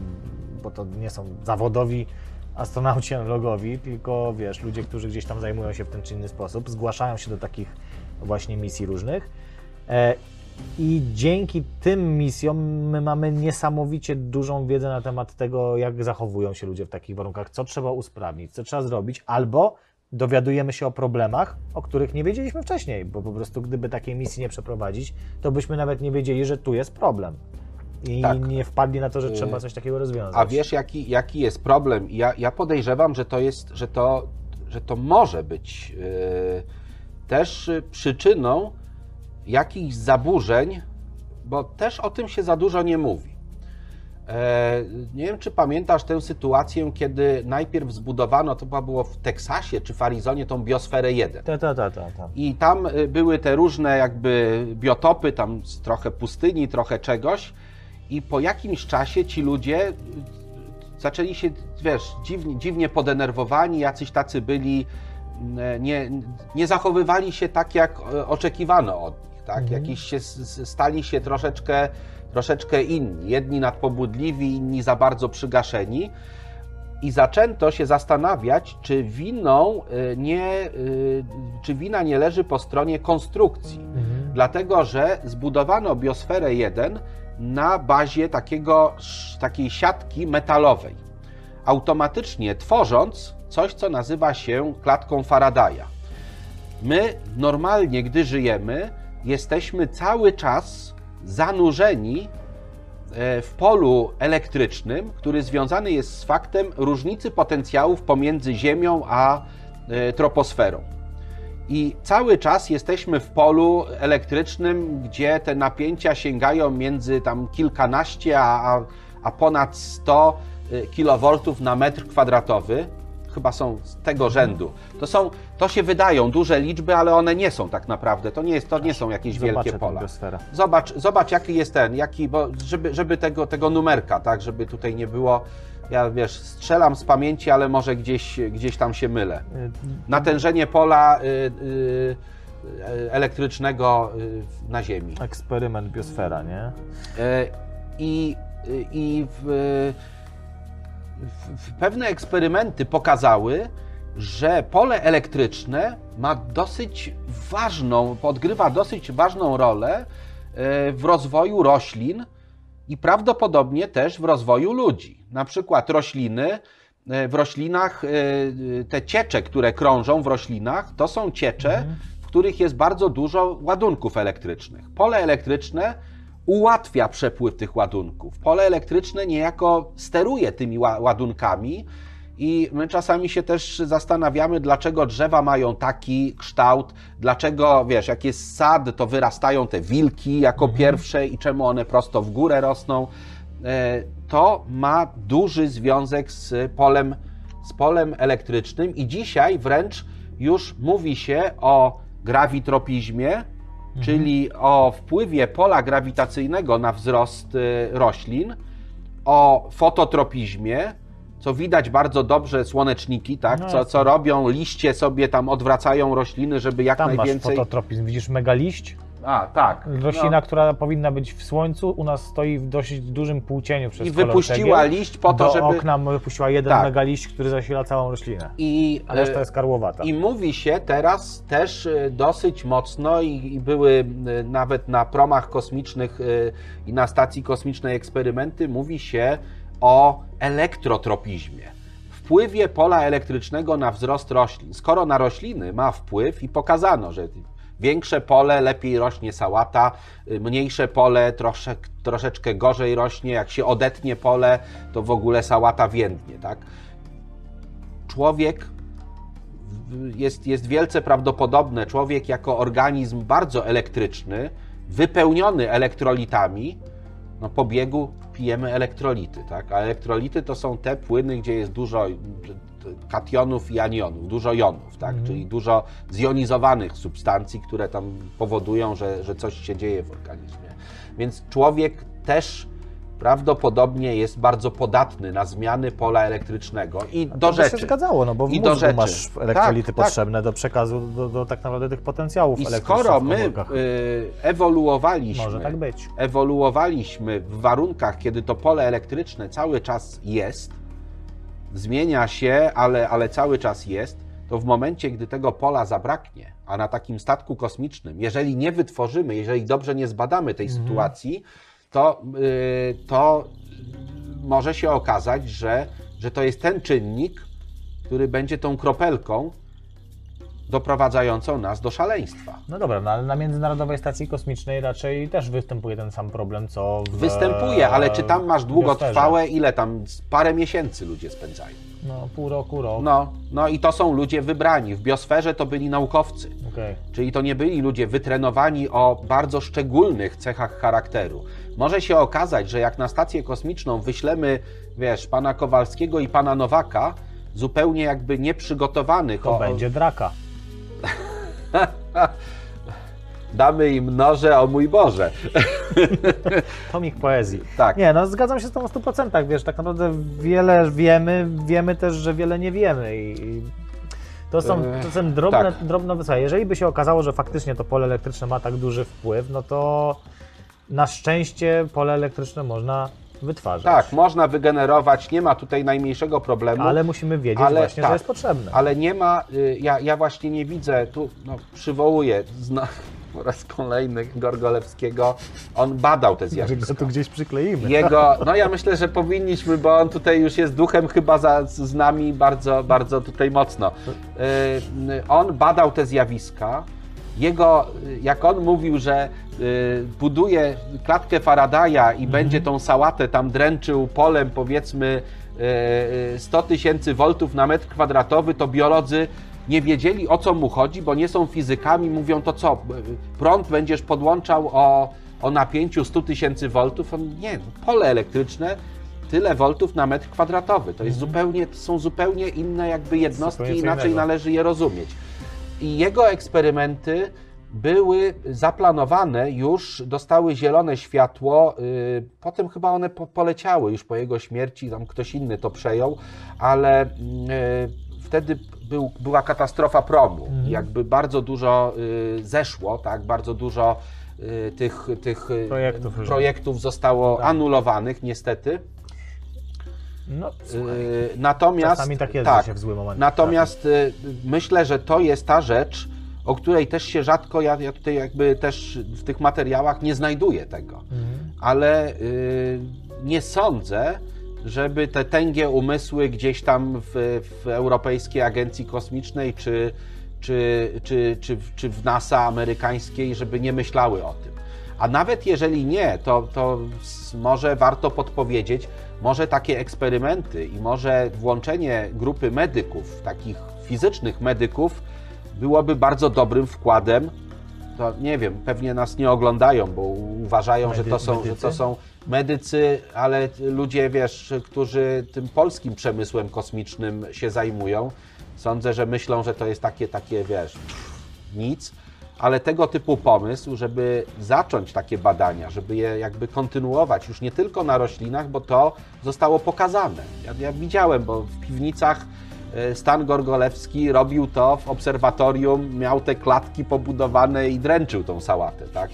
Speaker 2: bo to nie są zawodowi astronauci analogowi, tylko wiesz, ludzie, którzy gdzieś tam zajmują się w ten czy inny sposób, zgłaszają się do takich właśnie misji różnych i dzięki tym misjom my mamy niesamowicie dużą wiedzę na temat tego, jak zachowują się ludzie w takich warunkach, co trzeba usprawnić, co trzeba zrobić, albo dowiadujemy się o problemach, o których nie wiedzieliśmy wcześniej, bo po prostu gdyby takiej misji nie przeprowadzić, to byśmy nawet nie wiedzieli, że tu jest problem. I tak. nie wpadli na to, że trzeba coś takiego rozwiązać.
Speaker 3: A wiesz, jaki, jaki jest problem? Ja, ja podejrzewam, że to jest, że to, że to może być yy, też przyczyną jakichś zaburzeń, bo też o tym się za dużo nie mówi. Nie wiem, czy pamiętasz tę sytuację, kiedy najpierw zbudowano, to chyba było w Teksasie czy w Arizonie, tą biosferę jeden.
Speaker 2: Ta, ta, ta, ta, ta.
Speaker 3: I tam były te różne jakby biotopy, tam trochę pustyni, trochę czegoś i po jakimś czasie ci ludzie zaczęli się, wiesz, dziwnie, dziwnie podenerwowani, jacyś tacy byli, nie, nie zachowywali się tak, jak oczekiwano od nich, tak? Mhm. Jakiś się, stali się troszeczkę troszeczkę inni, jedni nadpobudliwi, inni za bardzo przygaszeni i zaczęto się zastanawiać, czy winą nie, czy wina nie leży po stronie konstrukcji, mhm. dlatego, że zbudowano biosferę jeden na bazie takiego, takiej siatki metalowej, automatycznie tworząc coś, co nazywa się klatką Faradaya. My normalnie, gdy żyjemy, jesteśmy cały czas zanurzeni w polu elektrycznym, który związany jest z faktem różnicy potencjałów pomiędzy Ziemią a troposferą. I cały czas jesteśmy w polu elektrycznym, gdzie te napięcia sięgają między tam kilkanaście a, a ponad sto kilowoltów na metr kwadratowy. Chyba są z tego rzędu. To są, to się wydają duże liczby, ale one nie są tak naprawdę. To nie, jest, to nie są jakieś
Speaker 2: Zobaczę
Speaker 3: wielkie pola.
Speaker 2: Zobacz,
Speaker 3: zobacz jaki jest ten, jaki, bo żeby, żeby tego, tego numerka, tak, żeby tutaj nie było, ja wiesz, strzelam z pamięci, ale może gdzieś, gdzieś tam się mylę. Natężenie pola y, y, elektrycznego y, na Ziemi.
Speaker 2: Eksperyment biosfera, nie?
Speaker 3: I, y, i w, Pewne eksperymenty pokazały, że pole elektryczne ma dosyć ważną, odgrywa dosyć ważną rolę w rozwoju roślin i prawdopodobnie też w rozwoju ludzi. Na przykład rośliny, w roślinach, te ciecze, które krążą w roślinach, to są ciecze, w których jest bardzo dużo ładunków elektrycznych. Pole elektryczne ułatwia przepływ tych ładunków. Pole elektryczne niejako steruje tymi ładunkami i my czasami się też zastanawiamy, dlaczego drzewa mają taki kształt, dlaczego, wiesz, jak jest sad, to wyrastają te wilki jako mhm. pierwsze i czemu one prosto w górę rosną. To ma duży związek z polem, z polem elektrycznym i dzisiaj wręcz już mówi się o grawitropizmie, mhm. czyli o wpływie pola grawitacyjnego na wzrost roślin, o fototropizmie, co widać bardzo dobrze słoneczniki, tak?
Speaker 2: No
Speaker 3: co, co robią, liście sobie tam odwracają rośliny, żeby jak
Speaker 2: tam
Speaker 3: najwięcej...
Speaker 2: Tam masz fototropizm, widzisz megaliść?
Speaker 3: A, tak.
Speaker 2: Roślina,
Speaker 3: no.
Speaker 2: która powinna być w słońcu, u nas stoi w dosyć dużym półcieniu przez
Speaker 3: I wypuściła
Speaker 2: cegieł.
Speaker 3: liść po to,
Speaker 2: Do
Speaker 3: żeby...
Speaker 2: okna wypuściła jeden
Speaker 3: tak.
Speaker 2: megaliść, który zasila całą roślinę.
Speaker 3: I,
Speaker 2: a reszta jest karłowata.
Speaker 3: I mówi się teraz też dosyć mocno i, i były nawet na promach kosmicznych i na stacji kosmicznej eksperymenty, mówi się o elektrotropizmie. Wpływie pola elektrycznego na wzrost roślin. Skoro na rośliny ma wpływ i pokazano, że większe pole lepiej rośnie sałata, mniejsze pole trosze, troszeczkę gorzej rośnie, jak się odetnie pole, to w ogóle sałata więdnie, tak? Człowiek jest, jest wielce prawdopodobne, człowiek jako organizm bardzo elektryczny, wypełniony elektrolitami, no po biegu pijemy elektrolity, tak? A elektrolity to są te płyny, gdzie jest dużo kationów i anionów, dużo jonów, tak? Mm. Czyli dużo zjonizowanych substancji, które tam powodują, że, że coś się dzieje w organizmie. Więc człowiek też prawdopodobnie jest bardzo podatny na zmiany pola elektrycznego. I
Speaker 2: A
Speaker 3: do
Speaker 2: to
Speaker 3: rzeczy.
Speaker 2: To się zgadzało, no bo w
Speaker 3: I
Speaker 2: mózgu
Speaker 3: do rzeczy.
Speaker 2: masz elektrolity
Speaker 3: tak,
Speaker 2: potrzebne
Speaker 3: tak.
Speaker 2: do przekazu do, do tak naprawdę tych potencjałów
Speaker 3: I
Speaker 2: elektrycznych
Speaker 3: skoro
Speaker 2: w
Speaker 3: my
Speaker 2: komórkach.
Speaker 3: y, ewoluowaliśmy,
Speaker 2: Może tak być.
Speaker 3: ewoluowaliśmy w warunkach, kiedy to pole elektryczne cały czas jest, zmienia się, ale, ale cały czas jest, to w momencie, gdy tego pola zabraknie, a na takim statku kosmicznym, jeżeli nie wytworzymy, jeżeli dobrze nie zbadamy tej mhm. sytuacji, to, yy, to może się okazać, że, że to jest ten czynnik, który będzie tą kropelką doprowadzającą nas do szaleństwa.
Speaker 2: No dobra, no ale na Międzynarodowej Stacji Kosmicznej raczej też występuje ten sam problem, co w
Speaker 3: Występuje, ale czy tam masz długotrwałe,
Speaker 2: biosferze?
Speaker 3: ile tam, parę miesięcy ludzie spędzają?
Speaker 2: No pół roku, rok.
Speaker 3: No, no i to są ludzie wybrani. W biosferze to byli naukowcy.
Speaker 2: Okay.
Speaker 3: Czyli to nie byli ludzie wytrenowani o bardzo szczególnych cechach charakteru. Może się okazać, że jak na stację kosmiczną wyślemy, wiesz, pana Kowalskiego i pana Nowaka, zupełnie jakby nieprzygotowanych.
Speaker 2: To
Speaker 3: o,
Speaker 2: będzie draka.
Speaker 3: Damy im noże, o mój Boże.
Speaker 2: Tomik poezji.
Speaker 3: Tak.
Speaker 2: Nie, no zgadzam się z tą w stu procentach, wiesz, tak naprawdę wiele wiemy, wiemy też, że wiele nie wiemy i to są, to są drobne, tak. drobne wysłuchaj. Jeżeli by się okazało, że faktycznie to pole elektryczne ma tak duży wpływ, no to na szczęście pole elektryczne można wytwarzać.
Speaker 3: Tak, można wygenerować, nie ma tutaj najmniejszego problemu.
Speaker 2: Ale musimy wiedzieć
Speaker 3: ale,
Speaker 2: właśnie,
Speaker 3: tak,
Speaker 2: że jest potrzebne.
Speaker 3: Ale nie ma, ja, ja właśnie nie widzę, tu no, przywołuję zna, po raz kolejny Gorgolewskiego, on badał te zjawiska.
Speaker 2: Że to gdzieś przykleimy.
Speaker 3: Jego, no ja myślę, że powinniśmy, bo on tutaj już jest duchem chyba za, z nami bardzo, bardzo tutaj mocno. On badał te zjawiska. Jego, jak on mówił, że y, buduje klatkę Faradaya i mhm. będzie tą sałatę tam dręczył polem, powiedzmy y, sto tysięcy voltów na metr kwadratowy, to biolodzy nie wiedzieli, o co mu chodzi, bo nie są fizykami, mówią, to co, prąd będziesz podłączał o, o napięciu sto tysięcy voltów? On, nie, pole elektryczne, tyle voltów na metr kwadratowy. To jest mhm. zupełnie, to są zupełnie inne jakby jednostki, inaczej należy je rozumieć. I jego eksperymenty były zaplanowane już, dostały zielone światło, yy, potem chyba one po, poleciały już po jego śmierci, tam ktoś inny to przejął, ale yy, wtedy był, była katastrofa promu. Mhm. Jakby bardzo dużo yy, zeszło, tak, bardzo dużo yy, tych, tych
Speaker 2: projektów,
Speaker 3: projektów zostało tak. anulowanych niestety.
Speaker 2: No,
Speaker 3: yy, natomiast
Speaker 2: czasami tak jest,
Speaker 3: tak,
Speaker 2: że się w zły moment
Speaker 3: natomiast yy, myślę, że to jest ta rzecz, o której też się rzadko, ja, ja tutaj jakby też w tych materiałach nie znajduję tego, mhm. ale yy, nie sądzę, żeby te tęgie umysły gdzieś tam w, w Europejskiej Agencji Kosmicznej czy, czy, czy, czy, czy w NASA amerykańskiej, żeby nie myślały o tym. A nawet jeżeli nie, to, to może warto podpowiedzieć, może takie eksperymenty i może włączenie grupy medyków, takich fizycznych medyków, byłoby bardzo dobrym wkładem. To nie wiem, pewnie nas nie oglądają, bo uważają, Medy, że, to są, że to są medycy, ale ludzie, wiesz, którzy tym polskim przemysłem kosmicznym się zajmują. Sądzę, że myślą, że to jest takie, takie wiesz, nic, ale tego typu pomysł, żeby zacząć takie badania, żeby je jakby kontynuować już nie tylko na roślinach, bo to zostało pokazane. Ja, ja widziałem, bo w piwnicach Stan Gorgolewski robił to w obserwatorium, miał te klatki pobudowane i dręczył tą sałatę, tak?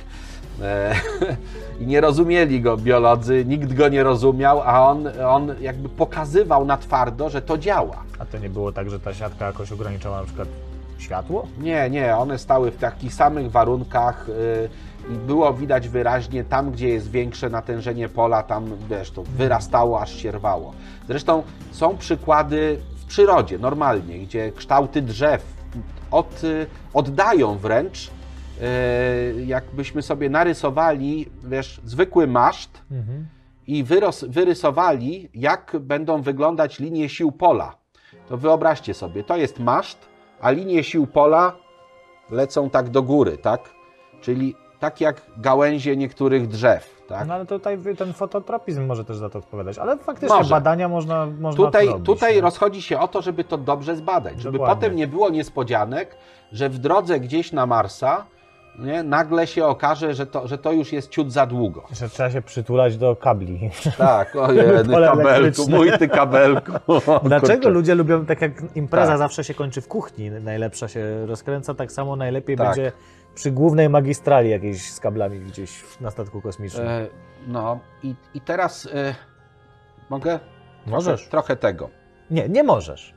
Speaker 3: I nie rozumieli go biolodzy, nikt go nie rozumiał, a on, on jakby pokazywał na twardo, że to działa.
Speaker 2: A to nie było tak, że ta siatka jakoś ograniczała na przykład światło?
Speaker 3: Nie, nie, one stały w takich samych warunkach i było widać wyraźnie tam, gdzie jest większe natężenie pola, tam wiesz, to wyrastało, aż się rwało. Zresztą są przykłady w przyrodzie, normalnie, gdzie kształty drzew od, oddają wręcz, jakbyśmy sobie narysowali, wiesz, zwykły maszt mhm. i wyros, wyrysowali, jak będą wyglądać linie sił pola. To wyobraźcie sobie, to jest maszt, a linie sił pola lecą tak do góry, tak? Czyli tak jak gałęzie niektórych drzew, tak?
Speaker 2: No ale tutaj ten fototropizm może też za to odpowiadać, ale faktycznie może. badania można, można
Speaker 3: Tutaj,
Speaker 2: robić,
Speaker 3: tutaj
Speaker 2: nie?
Speaker 3: rozchodzi się o to, żeby to dobrze zbadać, żeby
Speaker 2: Dokładnie.
Speaker 3: potem nie było niespodzianek, że w drodze gdzieś na Marsa nie, nagle się okaże, że to, że to już jest ciut za długo.
Speaker 2: Że trzeba się przytulać do kabli.
Speaker 3: Tak, ojej, kabelku, mój ty kabelku.
Speaker 2: Dlaczego
Speaker 3: Kurczę.
Speaker 2: ludzie lubią, tak jak impreza
Speaker 3: Tak.
Speaker 2: zawsze się kończy w kuchni, najlepsza się rozkręca, tak samo najlepiej
Speaker 3: Tak.
Speaker 2: będzie przy głównej magistrali jakiejś z kablami gdzieś na statku kosmicznym.
Speaker 3: E, no i, i teraz e, mogę?
Speaker 2: Możesz.
Speaker 3: Trochę, trochę tego.
Speaker 2: Nie, nie możesz.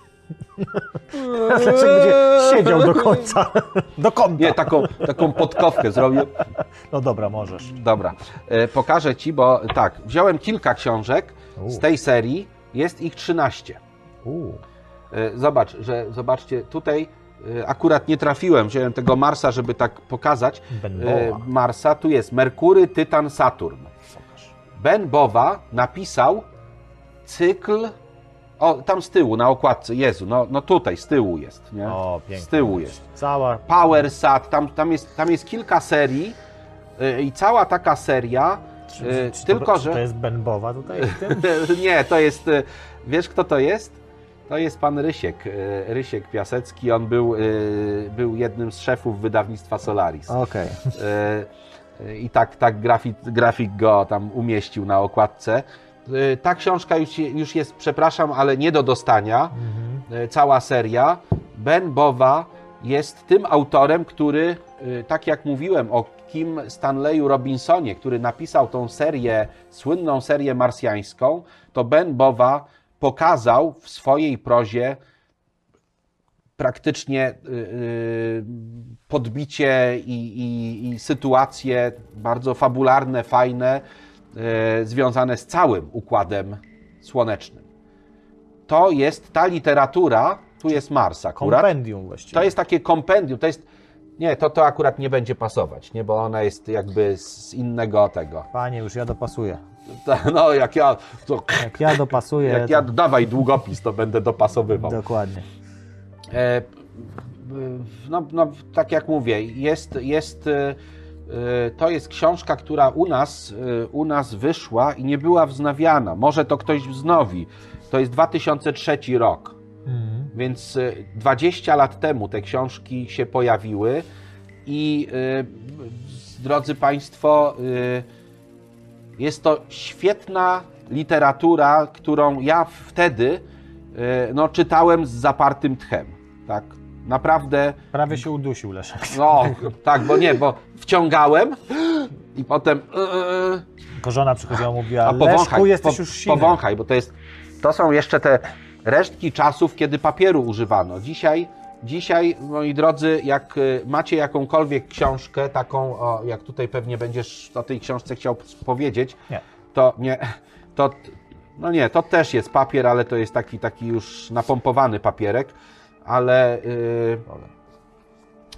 Speaker 2: Znaczy będzie siedział do końca, do kąta.
Speaker 3: Nie, taką, taką podkowkę zrobię.
Speaker 2: No dobra, możesz.
Speaker 3: Dobra, e, pokażę Ci, bo tak, wziąłem kilka książek
Speaker 2: U.
Speaker 3: z tej serii, jest ich trzynaście.
Speaker 2: U.
Speaker 3: E, zobacz, że zobaczcie, tutaj e, akurat nie trafiłem, wziąłem tego Marsa, żeby tak pokazać. E, Marsa, tu jest Merkury, Tytan, Saturn. Ben Bowa napisał cykl. O, tam z tyłu, na okładce, Jezu, no, no tutaj, z tyłu jest, nie?
Speaker 2: O, pięknie.
Speaker 3: Z tyłu jest.
Speaker 2: Cała...
Speaker 3: PowerSat, tam, tam, jest, tam jest kilka serii yy, i cała taka seria,
Speaker 2: Czy,
Speaker 3: yy,
Speaker 2: czy
Speaker 3: tylko
Speaker 2: to,
Speaker 3: że...
Speaker 2: Czy to jest Ben Bowa tutaj w tym?
Speaker 3: Nie, to jest, yy, wiesz kto to jest? To jest pan Rysiek, yy, Rysiek Piasecki, on był, yy, był jednym z szefów wydawnictwa Solaris.
Speaker 2: Okej.
Speaker 3: Yy, yy, I tak, tak grafik, grafik go tam umieścił na okładce. Ta książka już, już jest, przepraszam, ale nie do dostania, mhm. cała seria. Ben Bowa jest tym autorem, który, tak jak mówiłem o Kim Stanleyu Robinsonie, który napisał tą serię, słynną serię marsjańską, to Ben Bowa pokazał w swojej prozie praktycznie podbicie i, i, i sytuacje bardzo fabularne, fajne, związane z całym układem słonecznym. To jest ta literatura, tu jest Mars akurat.
Speaker 2: Kompendium właściwie.
Speaker 3: To jest takie kompendium, to jest, nie, to, to akurat nie będzie pasować, nie, bo ona jest jakby z innego tego.
Speaker 2: Panie, już ja dopasuję.
Speaker 3: No, jak ja, to,
Speaker 2: jak ja dopasuję.
Speaker 3: Jak
Speaker 2: to...
Speaker 3: ja dawaj długopis, to będę dopasowywał.
Speaker 2: Dokładnie.
Speaker 3: E, no, no, tak jak mówię, jest, jest to jest książka, która u nas, u nas wyszła i nie była wznawiana. Może to ktoś wznowi. To jest dwa tysiące trzeci rok. Mhm. Więc dwadzieścia lat temu te książki się pojawiły i drodzy Państwo, jest to świetna literatura, którą ja wtedy no, czytałem z zapartym tchem. Tak? Naprawdę...
Speaker 2: Prawie się udusił Leszek.
Speaker 3: No, tak, bo nie, bo wciągałem i potem...
Speaker 2: Bo żona przychodziła, mówiła,
Speaker 3: a powąchaj,
Speaker 2: Leszku, jesteś
Speaker 3: po,
Speaker 2: już silny.
Speaker 3: Powąchaj, bo to jest... To są jeszcze te resztki czasów, kiedy papieru używano. Dzisiaj, dzisiaj, moi drodzy, jak macie jakąkolwiek książkę, taką, o, jak tutaj pewnie będziesz o tej książce chciał powiedzieć,
Speaker 2: nie.
Speaker 3: to nie, to... No nie, to też jest papier, ale to jest taki, taki już napompowany papierek. Ale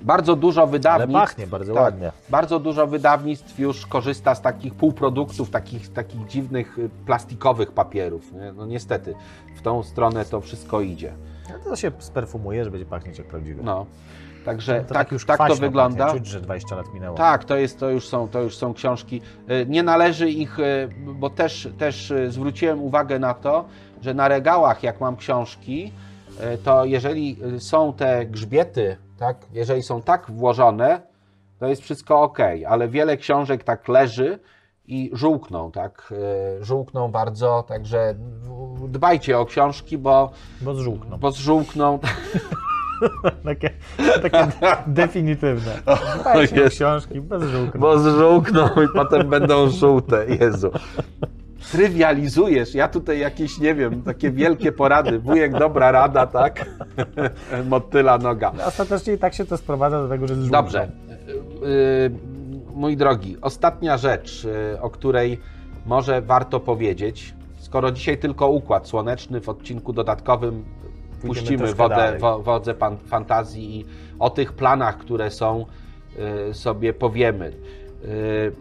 Speaker 3: Bardzo dużo wydawnictw.
Speaker 2: Ale pachnie bardzo
Speaker 3: tak,
Speaker 2: ładnie.
Speaker 3: Bardzo dużo wydawnictw już korzysta z takich półproduktów, takich, takich dziwnych plastikowych papierów. Nie? No niestety, w tą stronę to wszystko idzie.
Speaker 2: No to się sperfumuje, że będzie pachnieć jak prawdziwy.
Speaker 3: No. Także
Speaker 2: No to
Speaker 3: tak,
Speaker 2: już
Speaker 3: tak to
Speaker 2: kwaśno
Speaker 3: wygląda.
Speaker 2: Pachnie. Czuć, że dwadzieścia lat minęło.
Speaker 3: Tak, to, jest, to, już są, to już są książki. Nie należy ich, bo też, też zwróciłem uwagę na to, że na regałach, jak mam książki, to jeżeli są te grzbiety, tak, jeżeli są tak włożone, to jest wszystko ok, ale wiele książek tak leży i żółkną, tak, żółkną bardzo, także dbajcie o książki, bo,
Speaker 2: Bo zżółkną.
Speaker 3: bo zżółkną.
Speaker 2: takie takie definitywne. Dbajcie o książki, bez żółkną.
Speaker 3: Bo zżółkną i potem będą żółte, Jezu. Trywializujesz, ja tutaj jakieś, nie wiem, takie wielkie porady, wujek dobra rada, tak? Motyla noga.
Speaker 2: Ostatecznie i tak się to sprowadza do tego, że zżółkną.
Speaker 3: Dobrze. Yy, mój drogi, ostatnia rzecz, yy, o której może warto powiedzieć, skoro dzisiaj tylko Układ Słoneczny, w odcinku dodatkowym puścimy wodę, wo, wodze pan, fantazji i o tych planach, które są, yy, sobie powiemy. Yy,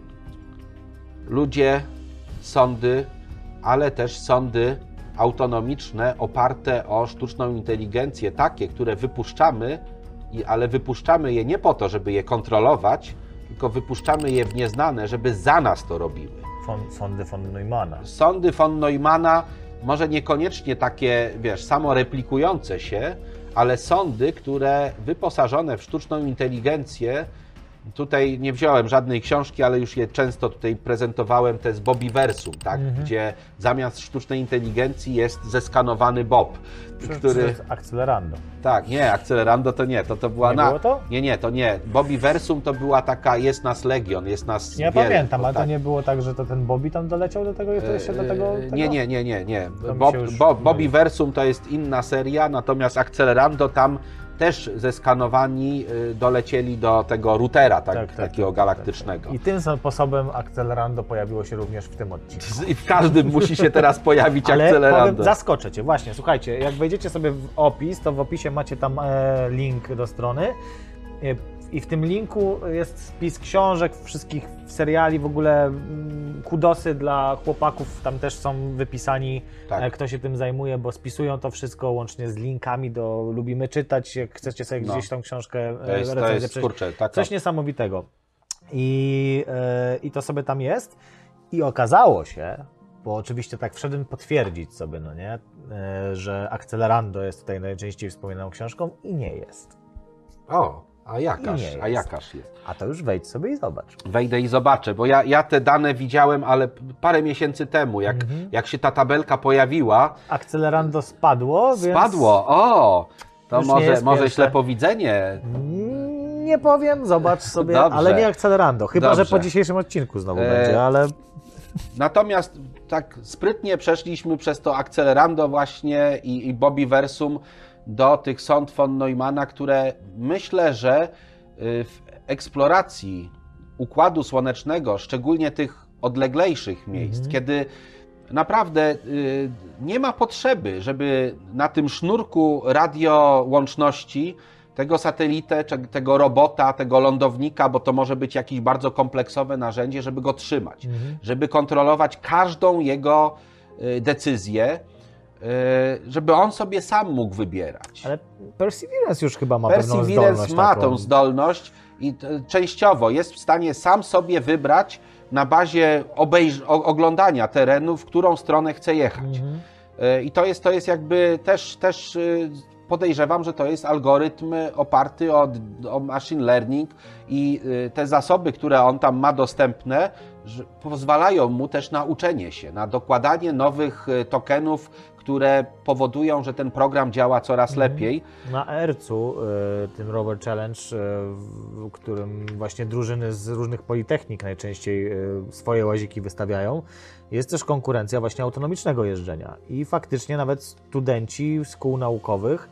Speaker 3: ludzie, sądy, ale też sądy autonomiczne oparte o sztuczną inteligencję, takie, które wypuszczamy, ale wypuszczamy je nie po to, żeby je kontrolować, tylko wypuszczamy je w nieznane, żeby za nas to robiły.
Speaker 2: Sądy von Neumana.
Speaker 3: Sądy von Neumana, może niekoniecznie takie, wiesz, samoreplikujące się, ale sądy, które wyposażone w sztuczną inteligencję. Tutaj nie wziąłem żadnej książki, ale już je często tutaj prezentowałem, to jest Bobiversum, tak? Mhm. Gdzie zamiast sztucznej inteligencji jest zeskanowany Bob,
Speaker 2: Przez,
Speaker 3: który...
Speaker 2: Przez Accelerando.
Speaker 3: Tak, nie, Accelerando to nie, to, to była
Speaker 2: nie
Speaker 3: na...
Speaker 2: Było to?
Speaker 3: Nie, nie, to nie. Bobiversum to była taka, jest nas legion, jest nas
Speaker 2: Ja
Speaker 3: wiele,
Speaker 2: pamiętam,
Speaker 3: to,
Speaker 2: ale
Speaker 3: tak.
Speaker 2: to nie było tak, że to ten Bobby tam doleciał do tego i to jeszcze do tego... tego?
Speaker 3: Nie, nie, nie, nie, nie.
Speaker 2: To mi
Speaker 3: Bob,
Speaker 2: się już
Speaker 3: Bo,
Speaker 2: myli.
Speaker 3: Bobiversum to jest inna seria, natomiast Accelerando tam też zeskanowani dolecieli do tego routera, tak,
Speaker 2: Tak, tak,
Speaker 3: takiego
Speaker 2: tak,
Speaker 3: galaktycznego.
Speaker 2: I tym sposobem Accelerando pojawiło się również w tym odcinku.
Speaker 3: I w każdym musi się teraz pojawić
Speaker 2: Ale
Speaker 3: Accelerando.
Speaker 2: powiem, zaskoczę Cię, właśnie, słuchajcie, jak wejdziecie sobie w opis, to w opisie macie tam e, link do strony e, i w tym linku jest spis książek, wszystkich seriali, w ogóle mm, kudosy dla chłopaków, tam też są wypisani,
Speaker 3: Tak.
Speaker 2: e, kto się tym zajmuje, bo spisują to wszystko łącznie z linkami do Lubimy Czytać, jak chcecie sobie
Speaker 3: No.
Speaker 2: gdzieś tą książkę e,
Speaker 3: To jest, to
Speaker 2: recenzję
Speaker 3: jest
Speaker 2: przejść.
Speaker 3: kurczę, taka...
Speaker 2: Coś niesamowitego. I, e, I to sobie tam jest. I okazało się, bo oczywiście tak wszedłem potwierdzić sobie, no nie, e, że Accelerando jest tutaj najczęściej wspominaną książką i nie jest.
Speaker 3: O, a jakaż,
Speaker 2: Nie jest.
Speaker 3: a jakaż jest.
Speaker 2: A to już wejdź sobie i zobacz.
Speaker 3: Wejdę i zobaczę, bo ja, ja te dane widziałem, ale parę miesięcy temu, jak,
Speaker 2: Mhm.
Speaker 3: jak się ta tabelka pojawiła,
Speaker 2: Accelerando spadło, więc...
Speaker 3: spadło, o, to
Speaker 2: Już nie
Speaker 3: może,
Speaker 2: jest
Speaker 3: może
Speaker 2: pierwsze.
Speaker 3: ślepowidzenie.
Speaker 2: Mm, Nie powiem, zobacz sobie,
Speaker 3: Dobrze.
Speaker 2: ale nie Accelerando. Chyba,
Speaker 3: Dobrze.
Speaker 2: że po dzisiejszym odcinku znowu
Speaker 3: E,
Speaker 2: będzie, ale...
Speaker 3: Natomiast tak sprytnie przeszliśmy przez to Accelerando właśnie i, i Bobiversum do tych sąd von Neumana, które myślę, że w eksploracji Układu Słonecznego, szczególnie tych odleglejszych miejsc,
Speaker 2: Mhm.
Speaker 3: kiedy naprawdę y, nie ma potrzeby, żeby na tym sznurku radiołączności tego satelitę, czy tego robota, tego lądownika, bo to może być jakieś bardzo kompleksowe narzędzie, żeby go trzymać,
Speaker 2: Mhm.
Speaker 3: żeby kontrolować każdą jego y, decyzję, y, żeby on sobie sam mógł wybierać.
Speaker 2: Ale Perseverance już chyba ma pewną zdolność
Speaker 3: Perseverance ma
Speaker 2: taką.
Speaker 3: tą zdolność i t- częściowo jest w stanie sam sobie wybrać na bazie obejrz- o- oglądania terenu, w którą stronę chce jechać.
Speaker 2: Mhm.
Speaker 3: Y, I to jest, to jest jakby też, też y, podejrzewam, że to jest algorytm oparty o, o machine learning i y, te zasoby, które on tam ma dostępne, że pozwalają mu też na uczenie się, na dokładanie nowych y, tokenów, które powodują, że ten program działa coraz
Speaker 2: Mhm.
Speaker 3: lepiej.
Speaker 2: Na ERC-u, y, tym Rover Challenge, y, w którym właśnie drużyny z różnych politechnik najczęściej y, swoje łaziki wystawiają, jest też konkurencja właśnie autonomicznego jeżdżenia. I faktycznie nawet studenci szkół naukowych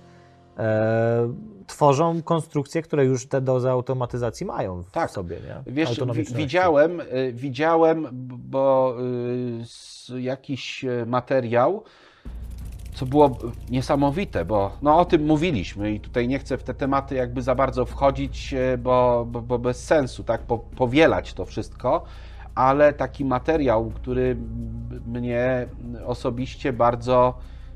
Speaker 2: e, tworzą konstrukcje, które już te dozy automatyzacji mają w
Speaker 3: Tak.
Speaker 2: sobie. Nie?
Speaker 3: Wiesz, wi-
Speaker 2: Autonomiczności.
Speaker 3: widziałem, y, widziałem, b- bo y, s- jakiś y, materiał, co było niesamowite, bo no, o tym mówiliśmy i tutaj nie chcę w te tematy jakby za bardzo wchodzić, bo, bo, bo bez sensu, tak, po, powielać to wszystko, ale taki materiał, który mnie osobiście bardzo,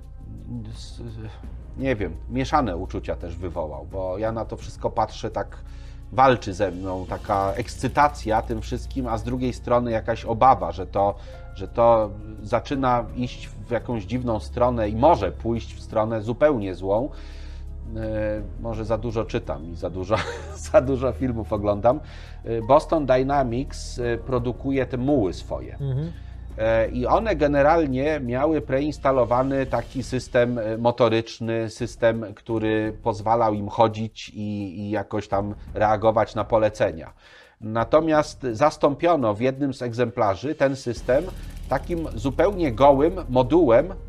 Speaker 3: nie wiem, mieszane uczucia też wywołał, bo ja na to wszystko patrzę tak, walczy ze mną taka ekscytacja tym wszystkim, a z drugiej strony jakaś obawa, że to, że to zaczyna iść w jakąś dziwną stronę i może pójść w stronę zupełnie złą. Może za dużo czytam i za dużo, za dużo filmów oglądam. Boston Dynamics produkuje te muły swoje. Mhm. I one generalnie miały preinstalowany taki system motoryczny, system, który pozwalał im chodzić i, i jakoś tam reagować na polecenia. Natomiast zastąpiono w jednym z egzemplarzy ten system takim zupełnie gołym modułem e,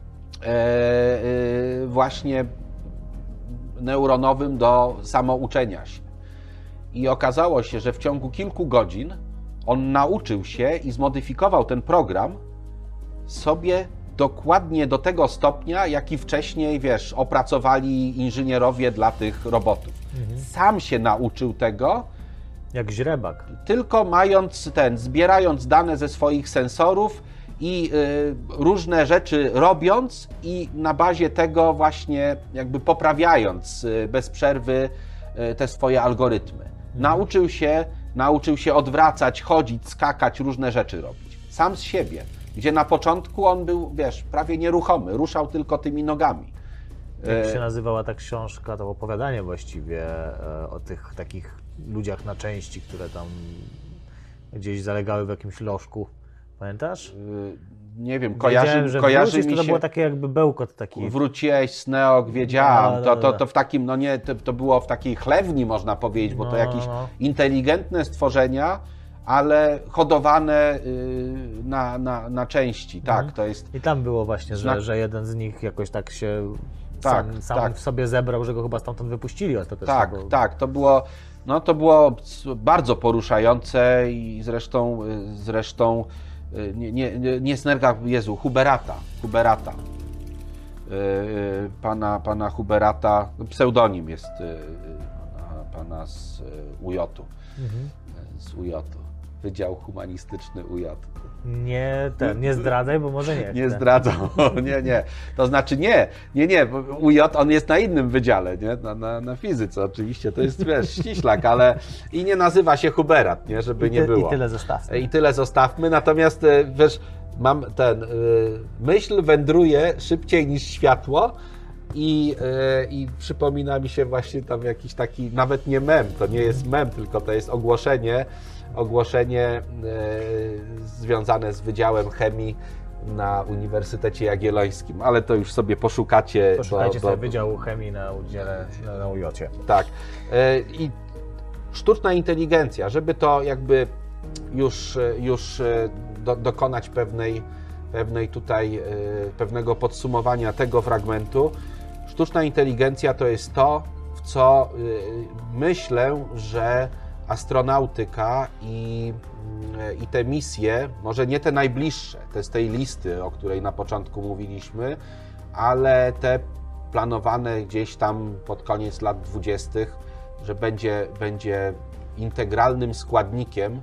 Speaker 3: e, właśnie neuronowym do samouczenia się. I okazało się, że w ciągu kilku godzin on nauczył się i zmodyfikował ten program sobie dokładnie do tego stopnia, jaki wcześniej, wiesz, opracowali inżynierowie dla tych robotów. Mhm. Sam się nauczył tego,
Speaker 2: jak źrebak.
Speaker 3: Tylko mając ten, zbierając dane ze swoich sensorów i y, różne rzeczy robiąc i na bazie tego właśnie jakby poprawiając y, bez przerwy y, te swoje algorytmy. Mhm. Nauczył się, nauczył się odwracać, chodzić, skakać, różne rzeczy robić. Sam z siebie. Gdzie na początku on był, wiesz, prawie nieruchomy, ruszał tylko tymi nogami.
Speaker 2: Jak się nazywała ta książka, to opowiadanie właściwie o tych takich ludziach na części, które tam gdzieś zalegały w jakimś lożku. Pamiętasz?
Speaker 3: Nie wiem, kojarzy,
Speaker 2: że
Speaker 3: kojarzy
Speaker 2: wrócisz,
Speaker 3: mi się...
Speaker 2: to było takie jakby bełkot taki.
Speaker 3: Wróciłeś z Neok, wiedziałam.
Speaker 2: No, no,
Speaker 3: to,
Speaker 2: no,
Speaker 3: to,
Speaker 2: no.
Speaker 3: to w takim, no nie, to, to było w takiej chlewni, można powiedzieć, bo
Speaker 2: no,
Speaker 3: to jakieś
Speaker 2: no.
Speaker 3: inteligentne stworzenia, ale hodowane yy, na, na, na części. Tak,
Speaker 2: Mhm.
Speaker 3: to jest...
Speaker 2: I tam było właśnie, że,
Speaker 3: Znak...
Speaker 2: że jeden z nich jakoś tak się
Speaker 3: tak,
Speaker 2: sam, sam
Speaker 3: tak.
Speaker 2: w sobie zebrał, że go chyba stamtąd wypuścili ostatecznie.
Speaker 3: Tak,
Speaker 2: bo...
Speaker 3: tak, to było, no, to było bardzo poruszające i zresztą, zresztą nie, nie, nie Snerga, Jezu, Huberata, Huberata. Pana, pana Huberata, pseudonim jest pana, pana z U J-u, mhm. z U J-u, Wydział Humanistyczny U J.
Speaker 2: Nie, ten, nie zdradzaj, bo może nie.
Speaker 3: Nie zdradzą, nie, nie. To znaczy nie, nie, nie, U J on jest na innym wydziale, nie? Na, na, na fizyce oczywiście, to jest, wiesz, ściślak, ale i nie nazywa się Huberat, nie, żeby
Speaker 2: I ty,
Speaker 3: nie było.
Speaker 2: I tyle zostawmy.
Speaker 3: I tyle zostawmy, natomiast, wiesz, mam ten, myśl wędruje szybciej niż światło i, i przypomina mi się właśnie tam jakiś taki, nawet nie mem, to nie jest mem, tylko to jest ogłoszenie, ogłoszenie e, związane z Wydziałem Chemii na Uniwersytecie Jagiellońskim, ale to już sobie poszukacie.
Speaker 2: Poszukajcie
Speaker 3: bo,
Speaker 2: sobie
Speaker 3: bo,
Speaker 2: Wydziału Chemii na udziale, na, na U J-cie.
Speaker 3: Tak. E, I sztuczna inteligencja, żeby to jakby już, już do, dokonać pewnej, pewnej tutaj, e, pewnego podsumowania tego fragmentu, sztuczna inteligencja to jest to, w co e, myślę, że astronautyka i, i te misje, może nie te najbliższe, te z tej listy, o której na początku mówiliśmy, ale te planowane gdzieś tam pod koniec lat dwudziestych, że będzie, będzie integralnym składnikiem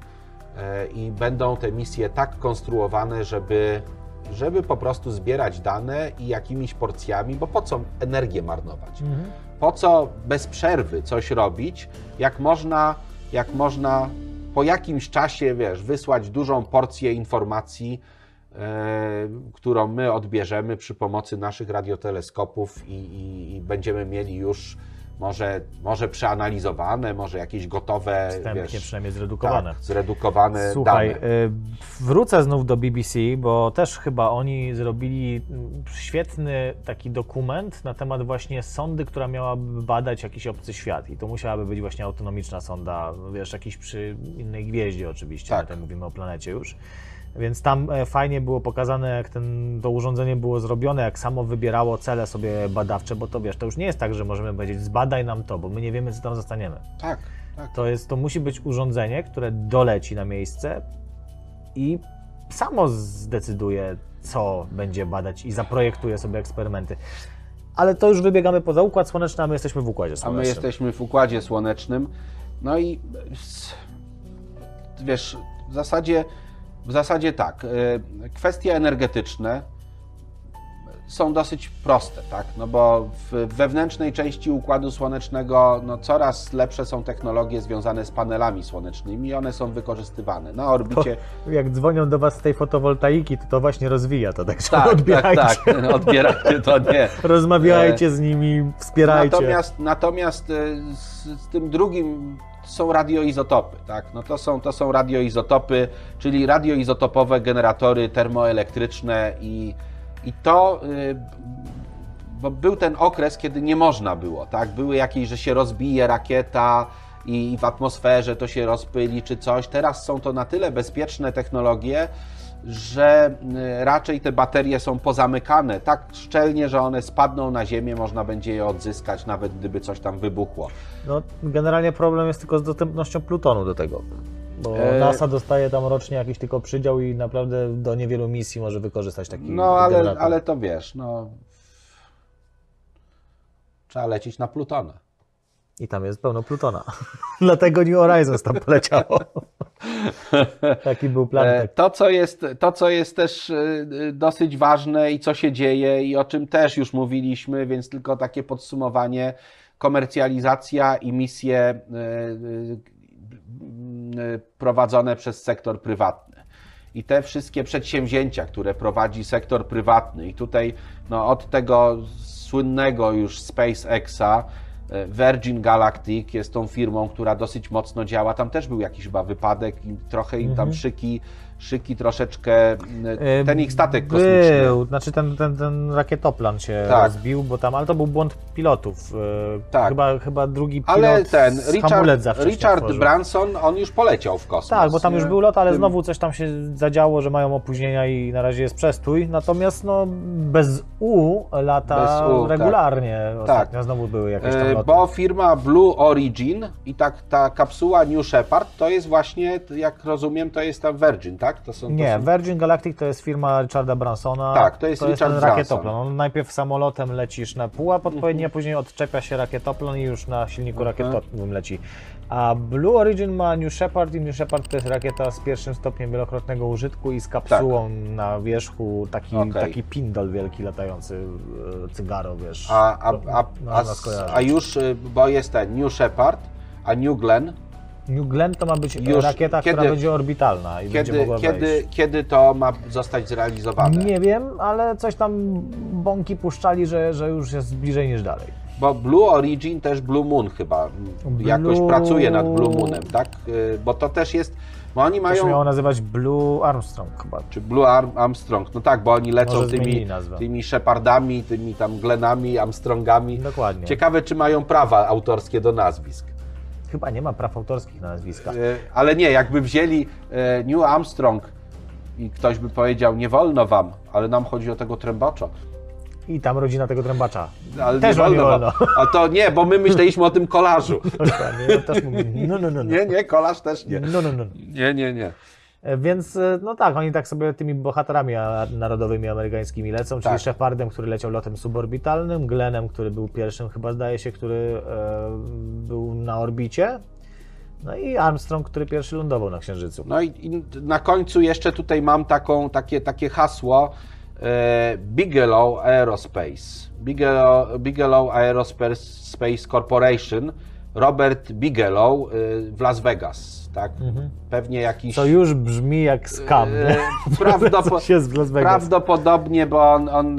Speaker 3: i będą te misje tak konstruowane, żeby, żeby po prostu zbierać dane i jakimiś porcjami, bo po co energię marnować? Mhm. Po co bez przerwy coś robić, jak można jak można po jakimś czasie, wiesz, wysłać dużą porcję informacji, e, którą my odbierzemy przy pomocy naszych radioteleskopów i, i, i będziemy mieli już może, może przeanalizowane, może jakieś gotowe,
Speaker 2: wstępnie
Speaker 3: wiesz,
Speaker 2: przynajmniej zredukowane.
Speaker 3: Tak, zredukowane
Speaker 2: Słuchaj,
Speaker 3: dane.
Speaker 2: Y, wrócę znów do B B C, bo też chyba oni zrobili świetny taki dokument na temat właśnie sondy, która miałaby badać jakiś obcy świat i to musiałaby być właśnie autonomiczna sonda, wiesz, jakiś przy innej gwieździe oczywiście,
Speaker 3: tak.
Speaker 2: Tutaj mówimy o planecie już. Więc tam fajnie było pokazane, jak ten, to urządzenie było zrobione, jak samo wybierało cele sobie badawcze, bo to wiesz, to już nie jest tak, że możemy powiedzieć zbadaj nam to, bo my nie wiemy, co tam zostaniemy.
Speaker 3: Tak, tak.
Speaker 2: To jest, to musi być urządzenie, które doleci na miejsce i samo zdecyduje, co będzie badać i zaprojektuje sobie eksperymenty. Ale to już wybiegamy poza Układ Słoneczny, a my jesteśmy w Układzie Słonecznym.
Speaker 3: A my jesteśmy w Układzie Słonecznym. No i wiesz, w zasadzie, w zasadzie tak, kwestie energetyczne są dosyć proste, tak? No bo w wewnętrznej części Układu Słonecznego no coraz lepsze są technologie związane z panelami słonecznymi i one są wykorzystywane na orbicie.
Speaker 2: To, jak dzwonią do Was z tej fotowoltaiki, to to właśnie rozwija to, tak,
Speaker 3: tak,
Speaker 2: odbierajcie.
Speaker 3: Tak, tak, odbierajcie to, nie.
Speaker 2: Rozmawiajcie z nimi, wspierajcie.
Speaker 3: Natomiast, natomiast z, z tym drugim są radioizotopy, tak? No to są, to są radioizotopy, czyli radioizotopowe generatory termoelektryczne i I to, bo był ten okres, kiedy nie można było, tak? Były jakieś, że się rozbije rakieta i w atmosferze to się rozpyli czy coś. Teraz są to na tyle bezpieczne technologie, że raczej te baterie są pozamykane tak szczelnie, że one spadną na ziemię, można będzie je odzyskać, nawet gdyby coś tam wybuchło.
Speaker 2: No, generalnie problem jest tylko z dostępnością plutonu do tego. Bo NASA dostaje tam rocznie jakiś tylko przydział i naprawdę do niewielu misji może wykorzystać taki
Speaker 3: No ale,
Speaker 2: generator.
Speaker 3: ale to wiesz, no trzeba lecieć na Plutona.
Speaker 2: I tam jest pełno plutona. Dlatego New Horizons tam poleciało. Taki był plan.
Speaker 3: To co, jest, to, co jest też dosyć ważne i co się dzieje i o czym też już mówiliśmy, więc tylko takie podsumowanie, komercjalizacja i misje prowadzone przez sektor prywatny. I te wszystkie przedsięwzięcia, które prowadzi sektor prywatny i tutaj no, od tego słynnego już SpaceXa, Virgin Galactic jest tą firmą, która dosyć mocno działa. Tam też był jakiś chyba wypadek i trochę im tam szyki, szyki troszeczkę, ten ich statek
Speaker 2: był,
Speaker 3: kosmiczny.
Speaker 2: Znaczy ten, ten, ten rakietoplan się
Speaker 3: tak.
Speaker 2: rozbił, bo tam, ale to był błąd pilotów. Tak. Chyba, chyba drugi pilot
Speaker 3: ale ten
Speaker 2: Richard,
Speaker 3: Richard Branson, on już poleciał w kosmos.
Speaker 2: Tak, bo tam
Speaker 3: nie?
Speaker 2: już był lot, ale
Speaker 3: Tym...
Speaker 2: znowu coś tam się zadziało, że mają opóźnienia i na razie jest przestój. Natomiast no bez U lata
Speaker 3: bez U,
Speaker 2: regularnie.
Speaker 3: Tak.
Speaker 2: Ostatnio tak. znowu były jakieś tam loty.
Speaker 3: Bo firma Blue Origin i tak ta kapsuła New Shepard to jest właśnie, jak rozumiem, to jest tam Virgin, tak? To są, to
Speaker 2: Nie,
Speaker 3: są...
Speaker 2: Virgin Galactic to jest firma Richarda Bransona.
Speaker 3: Tak, to jest
Speaker 2: to
Speaker 3: Richard
Speaker 2: jest ten
Speaker 3: Branson.
Speaker 2: rakietoplan. On najpierw samolotem lecisz na pułap odpowiedni, a później odczepia się rakietoplan i już na silniku
Speaker 3: Mhm.
Speaker 2: rakietowym leci. A Blue Origin ma New Shepard i New Shepard to jest rakieta z pierwszym stopniem wielokrotnego użytku i z kapsułą tak. na wierzchu, taki, okay. taki pindol wielki latający, cygaro, wiesz.
Speaker 3: A, a, a, a, a już, bo jest ten New Shepard, a New Glenn.
Speaker 2: New Glenn to ma być już, rakieta, kiedy, która będzie orbitalna i
Speaker 3: kiedy,
Speaker 2: będzie mogła
Speaker 3: kiedy,
Speaker 2: wejść.
Speaker 3: kiedy to ma zostać zrealizowane?
Speaker 2: Nie wiem, ale coś tam bąki puszczali, że, że już jest bliżej niż dalej.
Speaker 3: Bo Blue Origin też Blue Moon chyba Blue... jakoś pracuje nad Blue Moonem, tak? Bo to też jest, bo oni mają...
Speaker 2: To się miało nazywać Blue Armstrong chyba.
Speaker 3: Czy Blue Armstrong, no tak, bo oni lecą tymi, tymi Shepardami, tymi tam Glennami, Armstrongami.
Speaker 2: Dokładnie.
Speaker 3: Ciekawe, czy mają prawa autorskie do nazwisk.
Speaker 2: Chyba nie ma praw autorskich na nazwiska.
Speaker 3: Ale nie, jakby wzięli New Armstrong i ktoś by powiedział, nie wolno wam, ale nam chodzi o tego trębacza.
Speaker 2: I tam rodzina tego trębacza.
Speaker 3: Ale
Speaker 2: też
Speaker 3: nie wolno,
Speaker 2: nie wolno.
Speaker 3: A to nie, bo my myśleliśmy o tym kolarzu.
Speaker 2: Dokładnie, ja też mówię, no, no, no, no.
Speaker 3: Nie, nie, kolarz też nie.
Speaker 2: No, no, no.
Speaker 3: Nie, nie, nie.
Speaker 2: Więc no tak, oni tak sobie tymi bohaterami narodowymi amerykańskimi lecą, czyli tak. Shepardem, który leciał lotem suborbitalnym, Glennem, który był pierwszym chyba zdaje się, który e, był na orbicie, no i Armstrong, który pierwszy lądował na Księżycu.
Speaker 3: No i, i na końcu jeszcze tutaj mam taką, takie, takie hasło e, Bigelow Aerospace. Bigelow, Bigelow Aerospace Corporation, Robert Bigelow e, w Las Vegas. Tak? Mhm. Pewnie jakiś...
Speaker 2: Co już brzmi jak skam, nie?
Speaker 3: Prawdopo... Prawdopodobnie, bo on, on,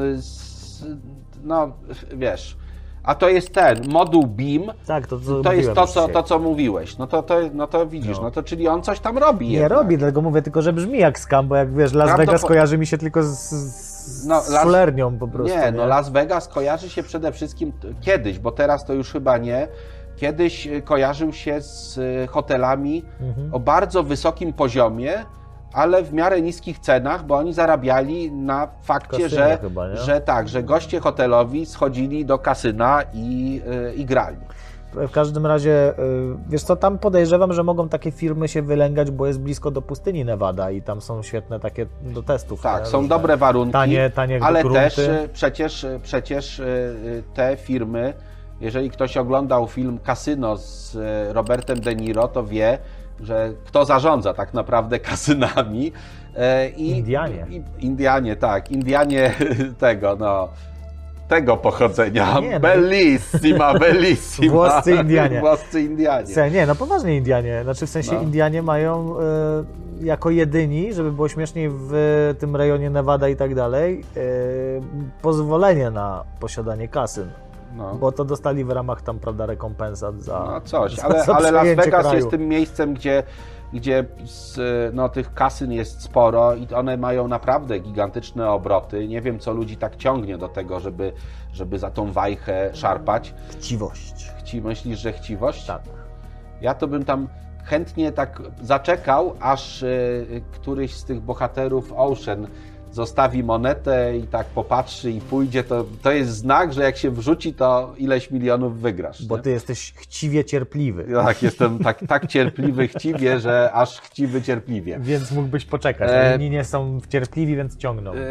Speaker 3: no wiesz, a to jest ten, moduł Beam,
Speaker 2: tak, to, to,
Speaker 3: to jest to co, to, co mówiłeś, no to, to, no to widzisz, no. no to czyli on coś tam robi.
Speaker 2: Nie
Speaker 3: jednak.
Speaker 2: robi, dlatego mówię tylko, że brzmi jak skam, bo jak wiesz, Las Prawdopod... Vegas kojarzy mi się tylko z, z,
Speaker 3: no,
Speaker 2: z szulernią po prostu.
Speaker 3: Nie,
Speaker 2: nie,
Speaker 3: no Las Vegas kojarzy się przede wszystkim kiedyś, bo teraz to już chyba nie. Kiedyś kojarzył się z hotelami mhm. o bardzo wysokim poziomie, ale w miarę niskich cenach, bo oni zarabiali na fakcie, że,
Speaker 2: chyba,
Speaker 3: że tak, że goście hotelowi schodzili do kasyna i, yy, i grali.
Speaker 2: W każdym razie, wiesz co, tam podejrzewam, że mogą takie firmy się wylęgać, bo jest blisko do pustyni Nevada i tam są świetne takie do testów.
Speaker 3: Tak,
Speaker 2: nie?
Speaker 3: są
Speaker 2: Różne
Speaker 3: dobre warunki,
Speaker 2: tanie, tanie
Speaker 3: ale
Speaker 2: grunty.
Speaker 3: też y, przecież, y, przecież y, te firmy, jeżeli ktoś oglądał film Casino z y, Robertem De Niro, to wie, że kto zarządza tak naprawdę kasynami. Y, i,
Speaker 2: Indianie.
Speaker 3: I, Indianie, tak, Indianie tego, no... tego pochodzenia.
Speaker 2: Nie, no.
Speaker 3: Bellissima, bellissima.
Speaker 2: Włoscy Indianie.
Speaker 3: Włoscy Indianie.
Speaker 2: Se, nie, no poważnie Indianie. Znaczy w sensie
Speaker 3: No.
Speaker 2: Indianie mają y, jako jedyni, żeby było śmieszniej w tym rejonie Nevada i tak dalej, y, pozwolenie na posiadanie kasyn.
Speaker 3: No.
Speaker 2: Bo to dostali w ramach tam, prawda, rekompensat za.
Speaker 3: No coś,
Speaker 2: za,
Speaker 3: ale,
Speaker 2: za
Speaker 3: ale Las
Speaker 2: przejęcie
Speaker 3: Vegas
Speaker 2: kraju.
Speaker 3: jest tym miejscem, gdzie, gdzie z, no, tych kasyn jest sporo i one mają naprawdę gigantyczne obroty. Nie wiem, co ludzi tak ciągnie do tego, żeby, żeby za tą wajchę szarpać.
Speaker 2: Chciwość.
Speaker 3: Chci, myślisz, że chciwość?
Speaker 2: Tak.
Speaker 3: Ja to bym tam chętnie tak zaczekał, aż y, któryś z tych bohaterów Ocean zostawi monetę i tak popatrzy i pójdzie, to, to jest znak, że jak się wrzuci, to ileś milionów wygrasz.
Speaker 2: Bo
Speaker 3: nie?
Speaker 2: ty jesteś chciwie cierpliwy.
Speaker 3: Ja tak, jestem tak, tak cierpliwy, chciwie, że aż chciwy cierpliwie.
Speaker 2: Więc mógłbyś poczekać.
Speaker 3: E...
Speaker 2: Inni nie są cierpliwi, więc ciągną.
Speaker 3: E...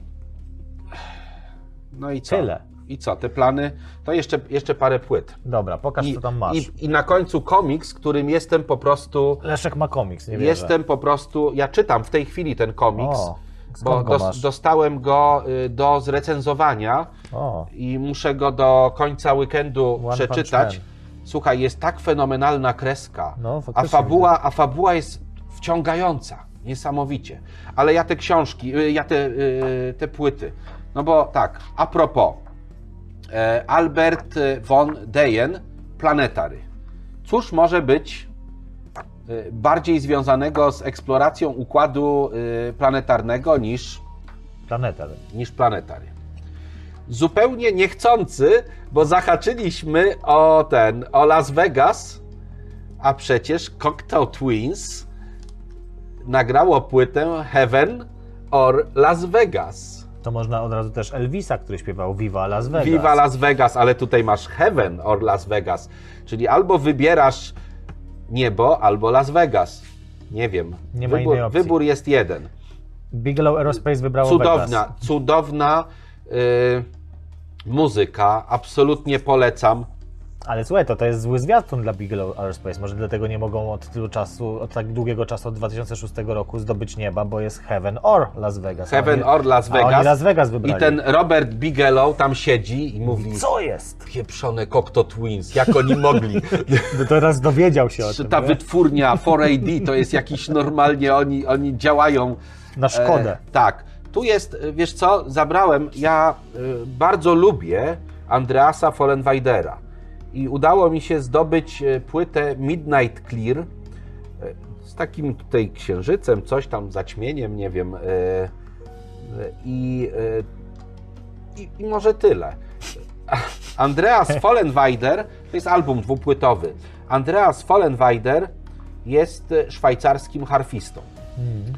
Speaker 3: No i co?
Speaker 2: Tyle.
Speaker 3: I co? Te plany? To jeszcze, jeszcze parę płyt.
Speaker 2: Dobra, pokaż,
Speaker 3: I,
Speaker 2: co tam masz.
Speaker 3: I, I na końcu komiks, którym jestem po prostu...
Speaker 2: Leszek ma komiks, nie wierzę.
Speaker 3: Jestem po prostu... Ja czytam w tej chwili ten komiks.
Speaker 2: O,
Speaker 3: bo
Speaker 2: skąd go
Speaker 3: dos,
Speaker 2: masz?
Speaker 3: dostałem go y, do zrecenzowania
Speaker 2: O,
Speaker 3: i muszę go do końca weekendu
Speaker 2: One
Speaker 3: przeczytać.
Speaker 2: Punch
Speaker 3: Słuchaj, jest tak fenomenalna kreska,
Speaker 2: No,
Speaker 3: a,
Speaker 2: faktycznie
Speaker 3: fabuła, a fabuła jest wciągająca, niesamowicie. Ale ja te książki, y, ja te, y, te płyty, no bo tak, a propos, e, Albert von Deyen, Planetary. Cóż może być y, bardziej związanego z eksploracją układu y, planetarnego niż
Speaker 2: Planetar.
Speaker 3: niż Planetary. Zupełnie niechcący, bo zahaczyliśmy o ten, o Las Vegas, a przecież Cocteau Twins nagrało płytę Heaven or Las Vegas.
Speaker 2: To można od razu też Elvisa, który śpiewał Viva Las Vegas.
Speaker 3: Viva Las Vegas, ale tutaj masz Heaven or Las Vegas, czyli albo wybierasz niebo, albo Las Vegas. Nie wiem.
Speaker 2: Nie ma
Speaker 3: wybór,
Speaker 2: innej opcji.
Speaker 3: wybór jest jeden.
Speaker 2: Bigelow Aerospace wybrało
Speaker 3: Cudowna,
Speaker 2: Vegas.
Speaker 3: cudowna y, muzyka, absolutnie polecam.
Speaker 2: Ale słuchaj, to, to jest zły zwiastun dla Bigelow Aerospace. Może dlatego nie mogą od tylu czasu, od tak długiego czasu, od dwa tysiące szóstego roku zdobyć nieba, bo jest Heaven or Las Vegas.
Speaker 3: Heaven
Speaker 2: a oni,
Speaker 3: or Las
Speaker 2: a
Speaker 3: Vegas.
Speaker 2: oni Las Vegas wybrali.
Speaker 3: I ten Robert Bigelow tam siedzi i mówi:
Speaker 2: Co jest?
Speaker 3: pieprzone Cocteau Twins, jak oni mogli?
Speaker 2: No teraz dowiedział się o tym.
Speaker 3: Ta
Speaker 2: nie?
Speaker 3: wytwórnia cztery A D to jest jakiś normalnie, oni, oni działają.
Speaker 2: Na szkodę.
Speaker 3: E, tak. Tu jest, wiesz co, zabrałem, ja y, bardzo lubię Andreasa Vollenweidera i udało mi się zdobyć płytę Midnight Clear y, z takim tutaj księżycem, coś tam, zaćmieniem, nie wiem. Y, y, i, y, i, I może tyle. Andreas Vollenweider, to jest album dwupłytowy. Andreas Vollenweider jest szwajcarskim harfistą.
Speaker 2: Hmm.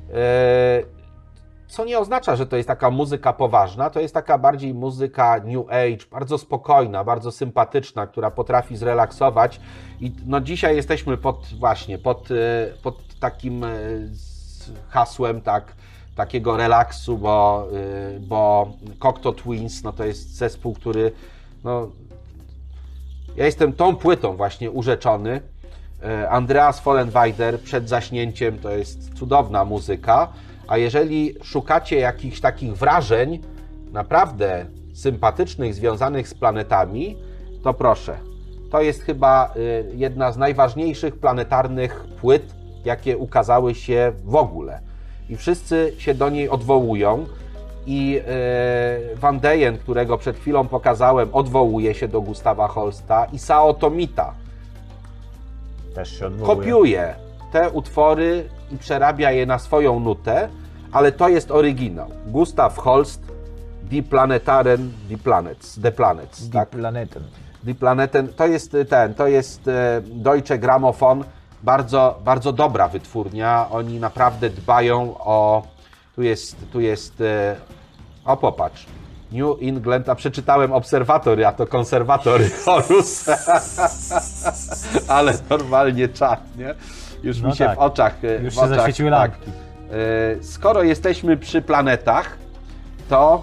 Speaker 3: Co nie oznacza, że to jest taka muzyka poważna, to jest taka bardziej muzyka New Age, bardzo spokojna, bardzo sympatyczna, która potrafi zrelaksować. I no dzisiaj jesteśmy pod właśnie, pod, pod takim hasłem tak, takiego relaksu, bo, bo Cocteau Twins no to jest zespół, który no, ja jestem tą płytą właśnie urzeczony. Andreas Vollenweider przed zaśnięciem to jest cudowna muzyka, a jeżeli szukacie jakichś takich wrażeń naprawdę sympatycznych, związanych z planetami, to proszę, to jest chyba jedna z najważniejszych planetarnych płyt, jakie ukazały się w ogóle. I wszyscy się do niej odwołują i Van Deyen, którego przed chwilą pokazałem, odwołuje się do Gustawa Holsta i Sao Tomita
Speaker 2: Też się odwołuje.
Speaker 3: kopiuje te utwory i przerabia je na swoją nutę, ale to jest oryginał. Gustav Holst, Die Planetaren, Die Planets, The Planets,
Speaker 2: Die
Speaker 3: tak?
Speaker 2: Planeten.
Speaker 3: Die Planeten, to jest ten, to jest Deutsche Grammophon, bardzo, bardzo dobra wytwórnia, oni naprawdę dbają o, tu jest, tu jest, o popatrz, New England, a przeczytałem obserwatory, a to konserwatory Horus. Ale normalnie czat, nie? Już
Speaker 2: No
Speaker 3: mi się
Speaker 2: tak.
Speaker 3: w oczach...
Speaker 2: Już
Speaker 3: w
Speaker 2: się
Speaker 3: oczach,
Speaker 2: zaświeciły
Speaker 3: tak.
Speaker 2: lampki.
Speaker 3: E, Skoro jesteśmy przy planetach, to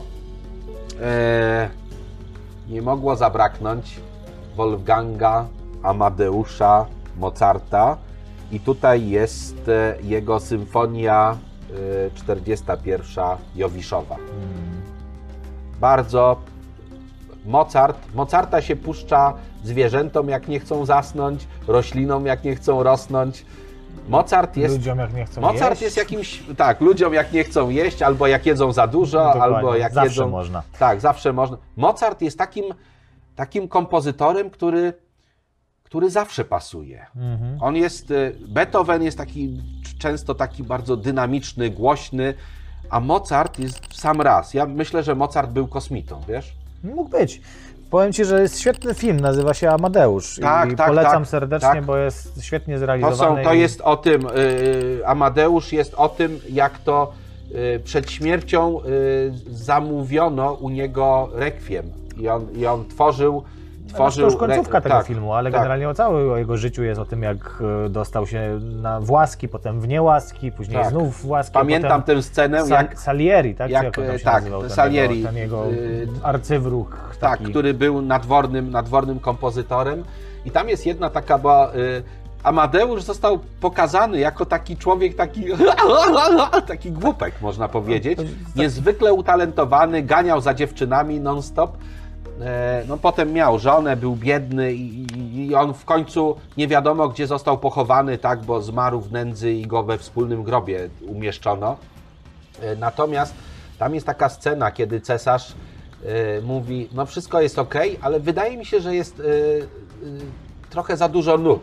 Speaker 3: e, nie mogło zabraknąć Wolfganga Amadeusza Mozarta i tutaj jest e, jego symfonia e, czterdziesta pierwsza Jowiszowa. Bardzo Mozart, Mozarta się puszcza zwierzętom, jak nie chcą zasnąć, roślinom, jak nie chcą rosnąć. Mozart jest,
Speaker 2: Ludziom jak nie chcą
Speaker 3: Mozart
Speaker 2: jeść.
Speaker 3: jest jakimś, tak, ludziom jak nie chcą jeść, albo jak jedzą za dużo,
Speaker 2: Dokładnie.
Speaker 3: albo jak
Speaker 2: Zawsze
Speaker 3: jedzą...
Speaker 2: można.
Speaker 3: Tak, zawsze można. Mozart jest takim, takim kompozytorem, który, który zawsze pasuje.
Speaker 2: Mhm.
Speaker 3: On jest, y, Beethoven jest taki, często taki bardzo dynamiczny, głośny, a Mozart jest w sam raz. Ja myślę, że Mozart był kosmitą, wiesz?
Speaker 2: Mógł być. Powiem Ci, że jest świetny film, nazywa się Amadeusz.
Speaker 3: Tak,
Speaker 2: I
Speaker 3: tak,
Speaker 2: polecam
Speaker 3: tak,
Speaker 2: serdecznie,
Speaker 3: tak.
Speaker 2: bo jest świetnie
Speaker 3: To,
Speaker 2: zrealizowany.
Speaker 3: są, to
Speaker 2: i-
Speaker 3: jest o tym, y, Amadeusz jest o tym, jak to y, przed śmiercią y, zamówiono u niego rekwiem i on, i on tworzył,
Speaker 2: No,
Speaker 3: tworzył...
Speaker 2: to już końcówka
Speaker 3: re-
Speaker 2: tego
Speaker 3: tak,
Speaker 2: filmu, ale
Speaker 3: tak.
Speaker 2: generalnie o całym jego życiu jest o tym, jak e, dostał się na w łaski, potem w niełaski, później
Speaker 3: Tak.
Speaker 2: znów w łaski.
Speaker 3: Pamiętam
Speaker 2: potem
Speaker 3: tę scenę,
Speaker 2: Sal-
Speaker 3: jak...
Speaker 2: Salieri, tak?
Speaker 3: jak,
Speaker 2: Czy jak on tam się
Speaker 3: tak,
Speaker 2: nazywał, ten
Speaker 3: Salieri,
Speaker 2: Jego, ten jego
Speaker 3: y,
Speaker 2: arcywróg.
Speaker 3: Tak,
Speaker 2: taki.
Speaker 3: który był nadwornym, nadwornym kompozytorem. I tam jest jedna taka, bo y, Amadeusz został pokazany jako taki człowiek, taki, taki głupek, można powiedzieć. Niezwykle utalentowany, ganiał za dziewczynami non-stop. E, No potem miał żonę, był biedny i, i, i on w końcu nie wiadomo gdzie został pochowany, tak, bo zmarł w nędzy i go we wspólnym grobie umieszczono. E, Natomiast tam jest taka scena, kiedy cesarz e, mówi, no wszystko jest ok, ale wydaje mi się, że jest e, e, trochę za dużo nut.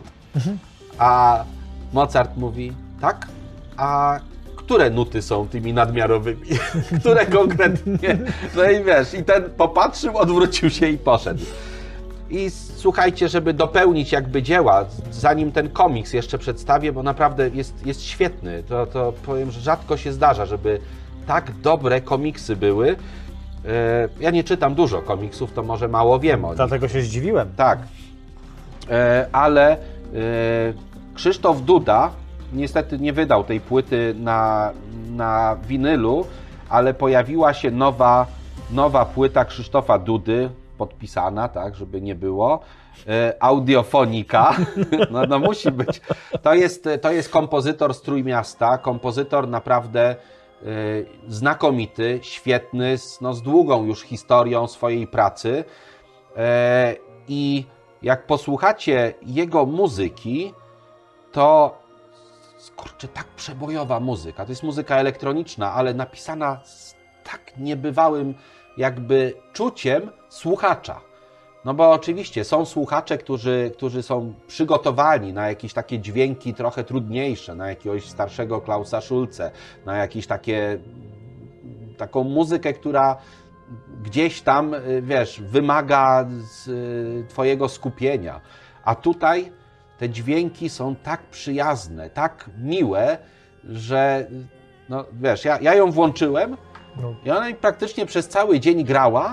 Speaker 3: A Mozart mówi, tak? A które nuty są tymi nadmiarowymi? Które konkretnie? No i wiesz, i ten popatrzył, odwrócił się i poszedł. I słuchajcie, żeby dopełnić jakby dzieła, zanim ten komiks jeszcze przedstawię, bo naprawdę jest, jest świetny, to, to powiem, że rzadko się zdarza, żeby tak dobre komiksy były. E, Ja nie czytam dużo komiksów, to może mało wiem o nich.
Speaker 2: Dlatego się zdziwiłem.
Speaker 3: Tak, E, ale e, Krzysztof Duda niestety nie wydał tej płyty na, na winylu, ale pojawiła się nowa, nowa płyta Krzysztofa Dudy, podpisana, tak, żeby nie było, e, audiofonika, no, no musi być. To jest, to jest kompozytor z Trójmiasta, kompozytor naprawdę e, znakomity, świetny, z, no, z długą już historią swojej pracy e, i jak posłuchacie jego muzyki, to kurczę, tak przebojowa muzyka. To jest muzyka elektroniczna, ale napisana z tak niebywałym jakby czuciem słuchacza. No bo oczywiście są słuchacze, którzy, którzy są przygotowani na jakieś takie dźwięki trochę trudniejsze, na jakiegoś starszego Klausa Schulze, na jakieś takie, taką muzykę, która gdzieś tam, wiesz, wymaga z, twojego skupienia. A tutaj te dźwięki są tak przyjazne, tak miłe, że no wiesz, ja, ja ją włączyłem
Speaker 2: No.
Speaker 3: i ona mi praktycznie przez cały dzień grała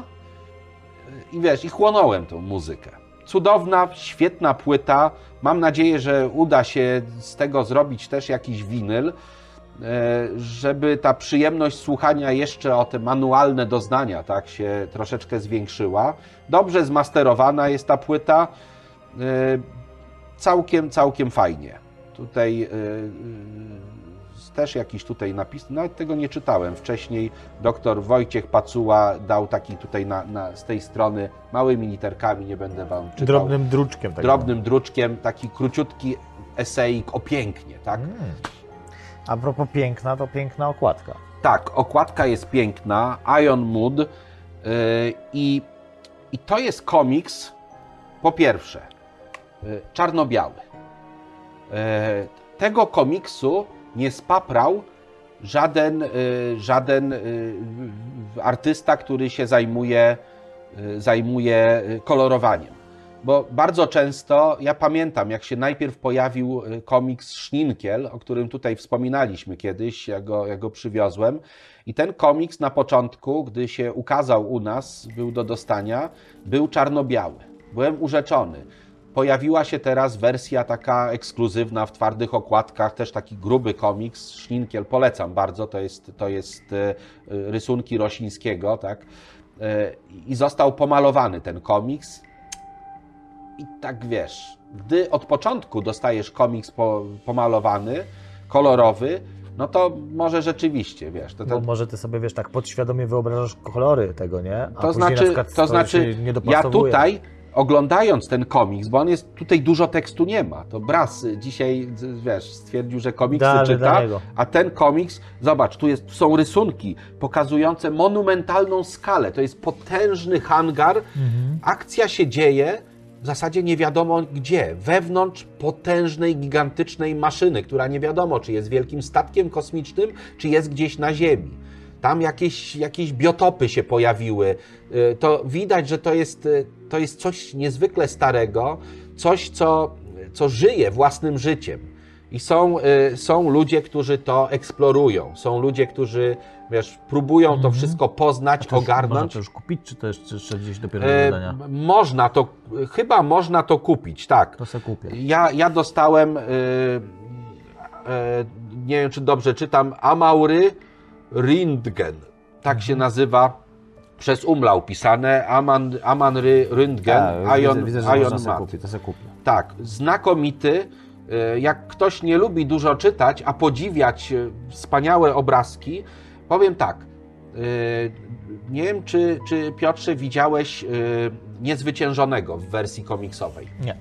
Speaker 3: i wiesz, i chłonąłem tą muzykę. Cudowna, świetna płyta. Mam nadzieję, że uda się z tego zrobić też jakiś winyl, żeby ta przyjemność słuchania jeszcze o te manualne doznania tak się troszeczkę zwiększyła. Dobrze zmasterowana jest ta płyta. Całkiem, całkiem fajnie. Tutaj yy, yy, też jakiś tutaj napis, nawet tego nie czytałem wcześniej. Doktor Wojciech Pacuła dał taki tutaj na, na, z tej strony małymi literkami, nie będę wam czytał.
Speaker 2: Drobnym druczkiem. Tak
Speaker 3: Drobnym druczkiem, taki króciutki eseik o pięknie, tak?
Speaker 2: Mm. A propos piękna, to piękna okładka.
Speaker 3: Tak, okładka jest piękna, Iron Mood yy, i, i to jest komiks, po pierwsze, yy, czarno-biały. Yy, tego komiksu nie spaprał żaden, yy, żaden yy, artysta, który się zajmuje, yy, zajmuje kolorowaniem. bo bardzo często, ja pamiętam, jak się najpierw pojawił komiks Szninkiel, o którym tutaj wspominaliśmy kiedyś, ja go, ja go przywiozłem. I ten komiks na początku, gdy się ukazał u nas, był do dostania, był czarno-biały. Byłem urzeczony. Pojawiła się teraz wersja taka ekskluzywna w twardych okładkach, też taki gruby komiks, Szninkiel, polecam bardzo, to jest, to jest rysunki Rosińskiego, tak? I został pomalowany ten komiks. I tak wiesz, gdy od początku dostajesz komiks po, pomalowany, kolorowy, no to może rzeczywiście, wiesz. To, to...
Speaker 2: Bo może ty sobie, wiesz, tak podświadomie wyobrażasz kolory tego, nie? A
Speaker 3: to znaczy, to znaczy ja tutaj, oglądając ten komiks, bo on jest, tutaj dużo tekstu nie ma, to Bras dzisiaj, wiesz, stwierdził, że komiksy
Speaker 2: Dane,
Speaker 3: czyta,
Speaker 2: danego.
Speaker 3: a ten komiks, zobacz, tu, jest, tu są rysunki pokazujące monumentalną skalę, to jest potężny hangar, mhm. akcja się dzieje, w zasadzie nie wiadomo gdzie, wewnątrz potężnej, gigantycznej maszyny, która nie wiadomo, czy jest wielkim statkiem kosmicznym, czy jest gdzieś na Ziemi. Tam jakieś, jakieś biotopy się pojawiły. To widać, że to jest, to jest coś niezwykle starego, coś, co, co żyje własnym życiem. I są, są ludzie, którzy to eksplorują. Są ludzie, którzy, wiesz, próbują mm-hmm. to wszystko poznać, to ogarnąć.
Speaker 2: Można to już kupić, czy to jest jeszcze gdzieś dopiero do wydania?
Speaker 3: E, można to, chyba można to kupić, tak.
Speaker 2: To se kupię.
Speaker 3: Ja, ja dostałem, e, e, nie wiem, czy dobrze czytam, Amaury Rindgen. Tak mm-hmm. się nazywa, przez umlaut pisane, Aman, Amanry Rindgen,
Speaker 2: A,
Speaker 3: Ion,
Speaker 2: widzę, widzę, że
Speaker 3: Ion
Speaker 2: można se
Speaker 3: Mat.
Speaker 2: kupić, to se kupię.
Speaker 3: Tak, znakomity. Jak ktoś nie lubi dużo czytać, a podziwiać wspaniałe obrazki, powiem tak, nie wiem, czy, czy Piotrze widziałeś Niezwyciężonego w wersji komiksowej?
Speaker 2: Nie.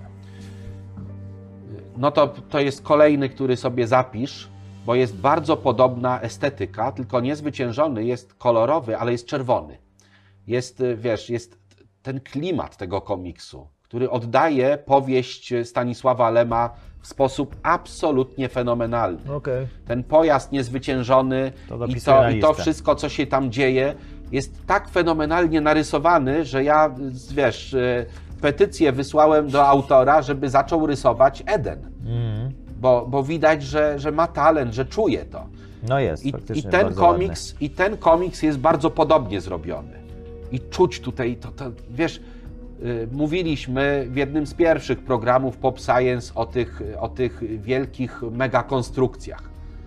Speaker 3: No to, to jest kolejny, który sobie zapisz, bo jest bardzo podobna estetyka, tylko Niezwyciężony jest kolorowy, ale jest czerwony. Jest, wiesz, jest ten klimat tego komiksu, który oddaje powieść Stanisława Lema w sposób absolutnie fenomenalny.
Speaker 2: Okay.
Speaker 3: Ten pojazd niezwyciężony
Speaker 2: to
Speaker 3: i, to, i to wszystko, co się tam dzieje, jest tak fenomenalnie narysowany, że ja, wiesz, petycję wysłałem do autora, żeby zaczął rysować Eden. Mm. Bo, bo widać, że, że ma talent, że czuje to.
Speaker 2: No jest,
Speaker 3: I,
Speaker 2: faktycznie
Speaker 3: i ten
Speaker 2: bardzo
Speaker 3: komiks,
Speaker 2: ładny.
Speaker 3: I ten komiks jest bardzo podobnie zrobiony. I czuć tutaj, to, to wiesz, mówiliśmy w jednym z pierwszych programów Pop Science o tych, o tych wielkich megakonstrukcjach.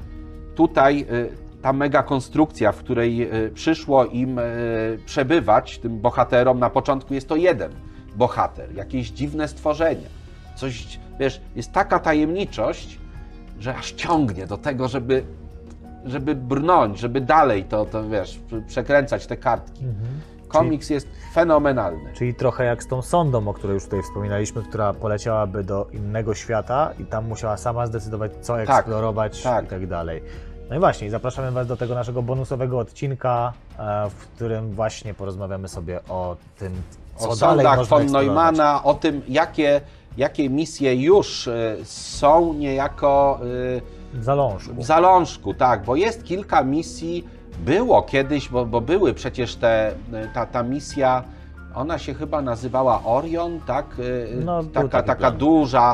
Speaker 3: Tutaj ta megakonstrukcja, w której przyszło im przebywać, tym bohaterom, na początku jest to jeden bohater, jakieś dziwne stworzenie. Coś, wiesz, jest taka tajemniczość, że aż ciągnie do tego, żeby, żeby brnąć, żeby dalej to, to wiesz, przekręcać te kartki. Mhm. Komiks czyli, jest fenomenalny.
Speaker 2: Czyli trochę jak z tą sondą, o której już tutaj wspominaliśmy, która poleciałaby do innego świata i tam musiała sama zdecydować, co tak, eksplorować tak. i tak dalej. No i właśnie, zapraszamy Was do tego naszego bonusowego odcinka, w którym właśnie porozmawiamy sobie o tym, co
Speaker 3: o
Speaker 2: dalej
Speaker 3: sondach
Speaker 2: można
Speaker 3: von Neumana, o tym, jakie, jakie misje już są niejako
Speaker 2: w zalążku.
Speaker 3: W zalążku, tak, bo jest kilka misji. Było kiedyś, bo, bo były przecież te, ta, ta misja, ona się chyba nazywała Orion, tak?
Speaker 2: No,
Speaker 3: taka taka duża,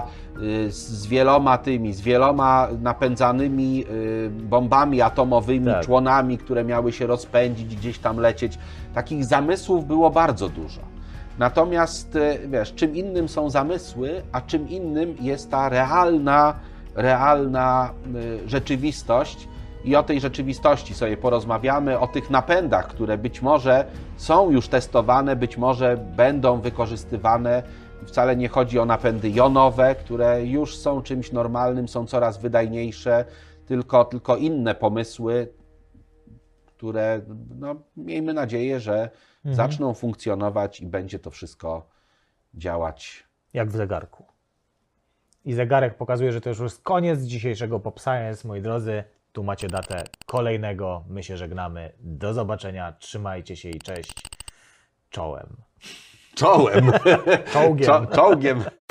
Speaker 3: z wieloma tymi, z wieloma napędzanymi bombami atomowymi, tak. członami, które miały się rozpędzić, gdzieś tam lecieć. Takich zamysłów było bardzo dużo. Natomiast, wiesz, czym innym są zamysły, a czym innym jest ta realna, realna rzeczywistość. I o tej rzeczywistości sobie porozmawiamy, o tych napędach, które być może są już testowane, być może będą wykorzystywane. Wcale nie chodzi o napędy jonowe, które już są czymś normalnym, są coraz wydajniejsze, tylko, tylko inne pomysły, które, no, miejmy nadzieję, że mhm. zaczną funkcjonować i będzie to wszystko działać.
Speaker 2: Jak w zegarku. I zegarek pokazuje, że to już jest koniec dzisiejszego Pop Science, moi drodzy. Tu macie datę kolejnego. My się żegnamy. Do zobaczenia. Trzymajcie się i cześć. Czołem.
Speaker 3: Czołem.
Speaker 2: Czołgiem.
Speaker 3: Czo- czołgiem.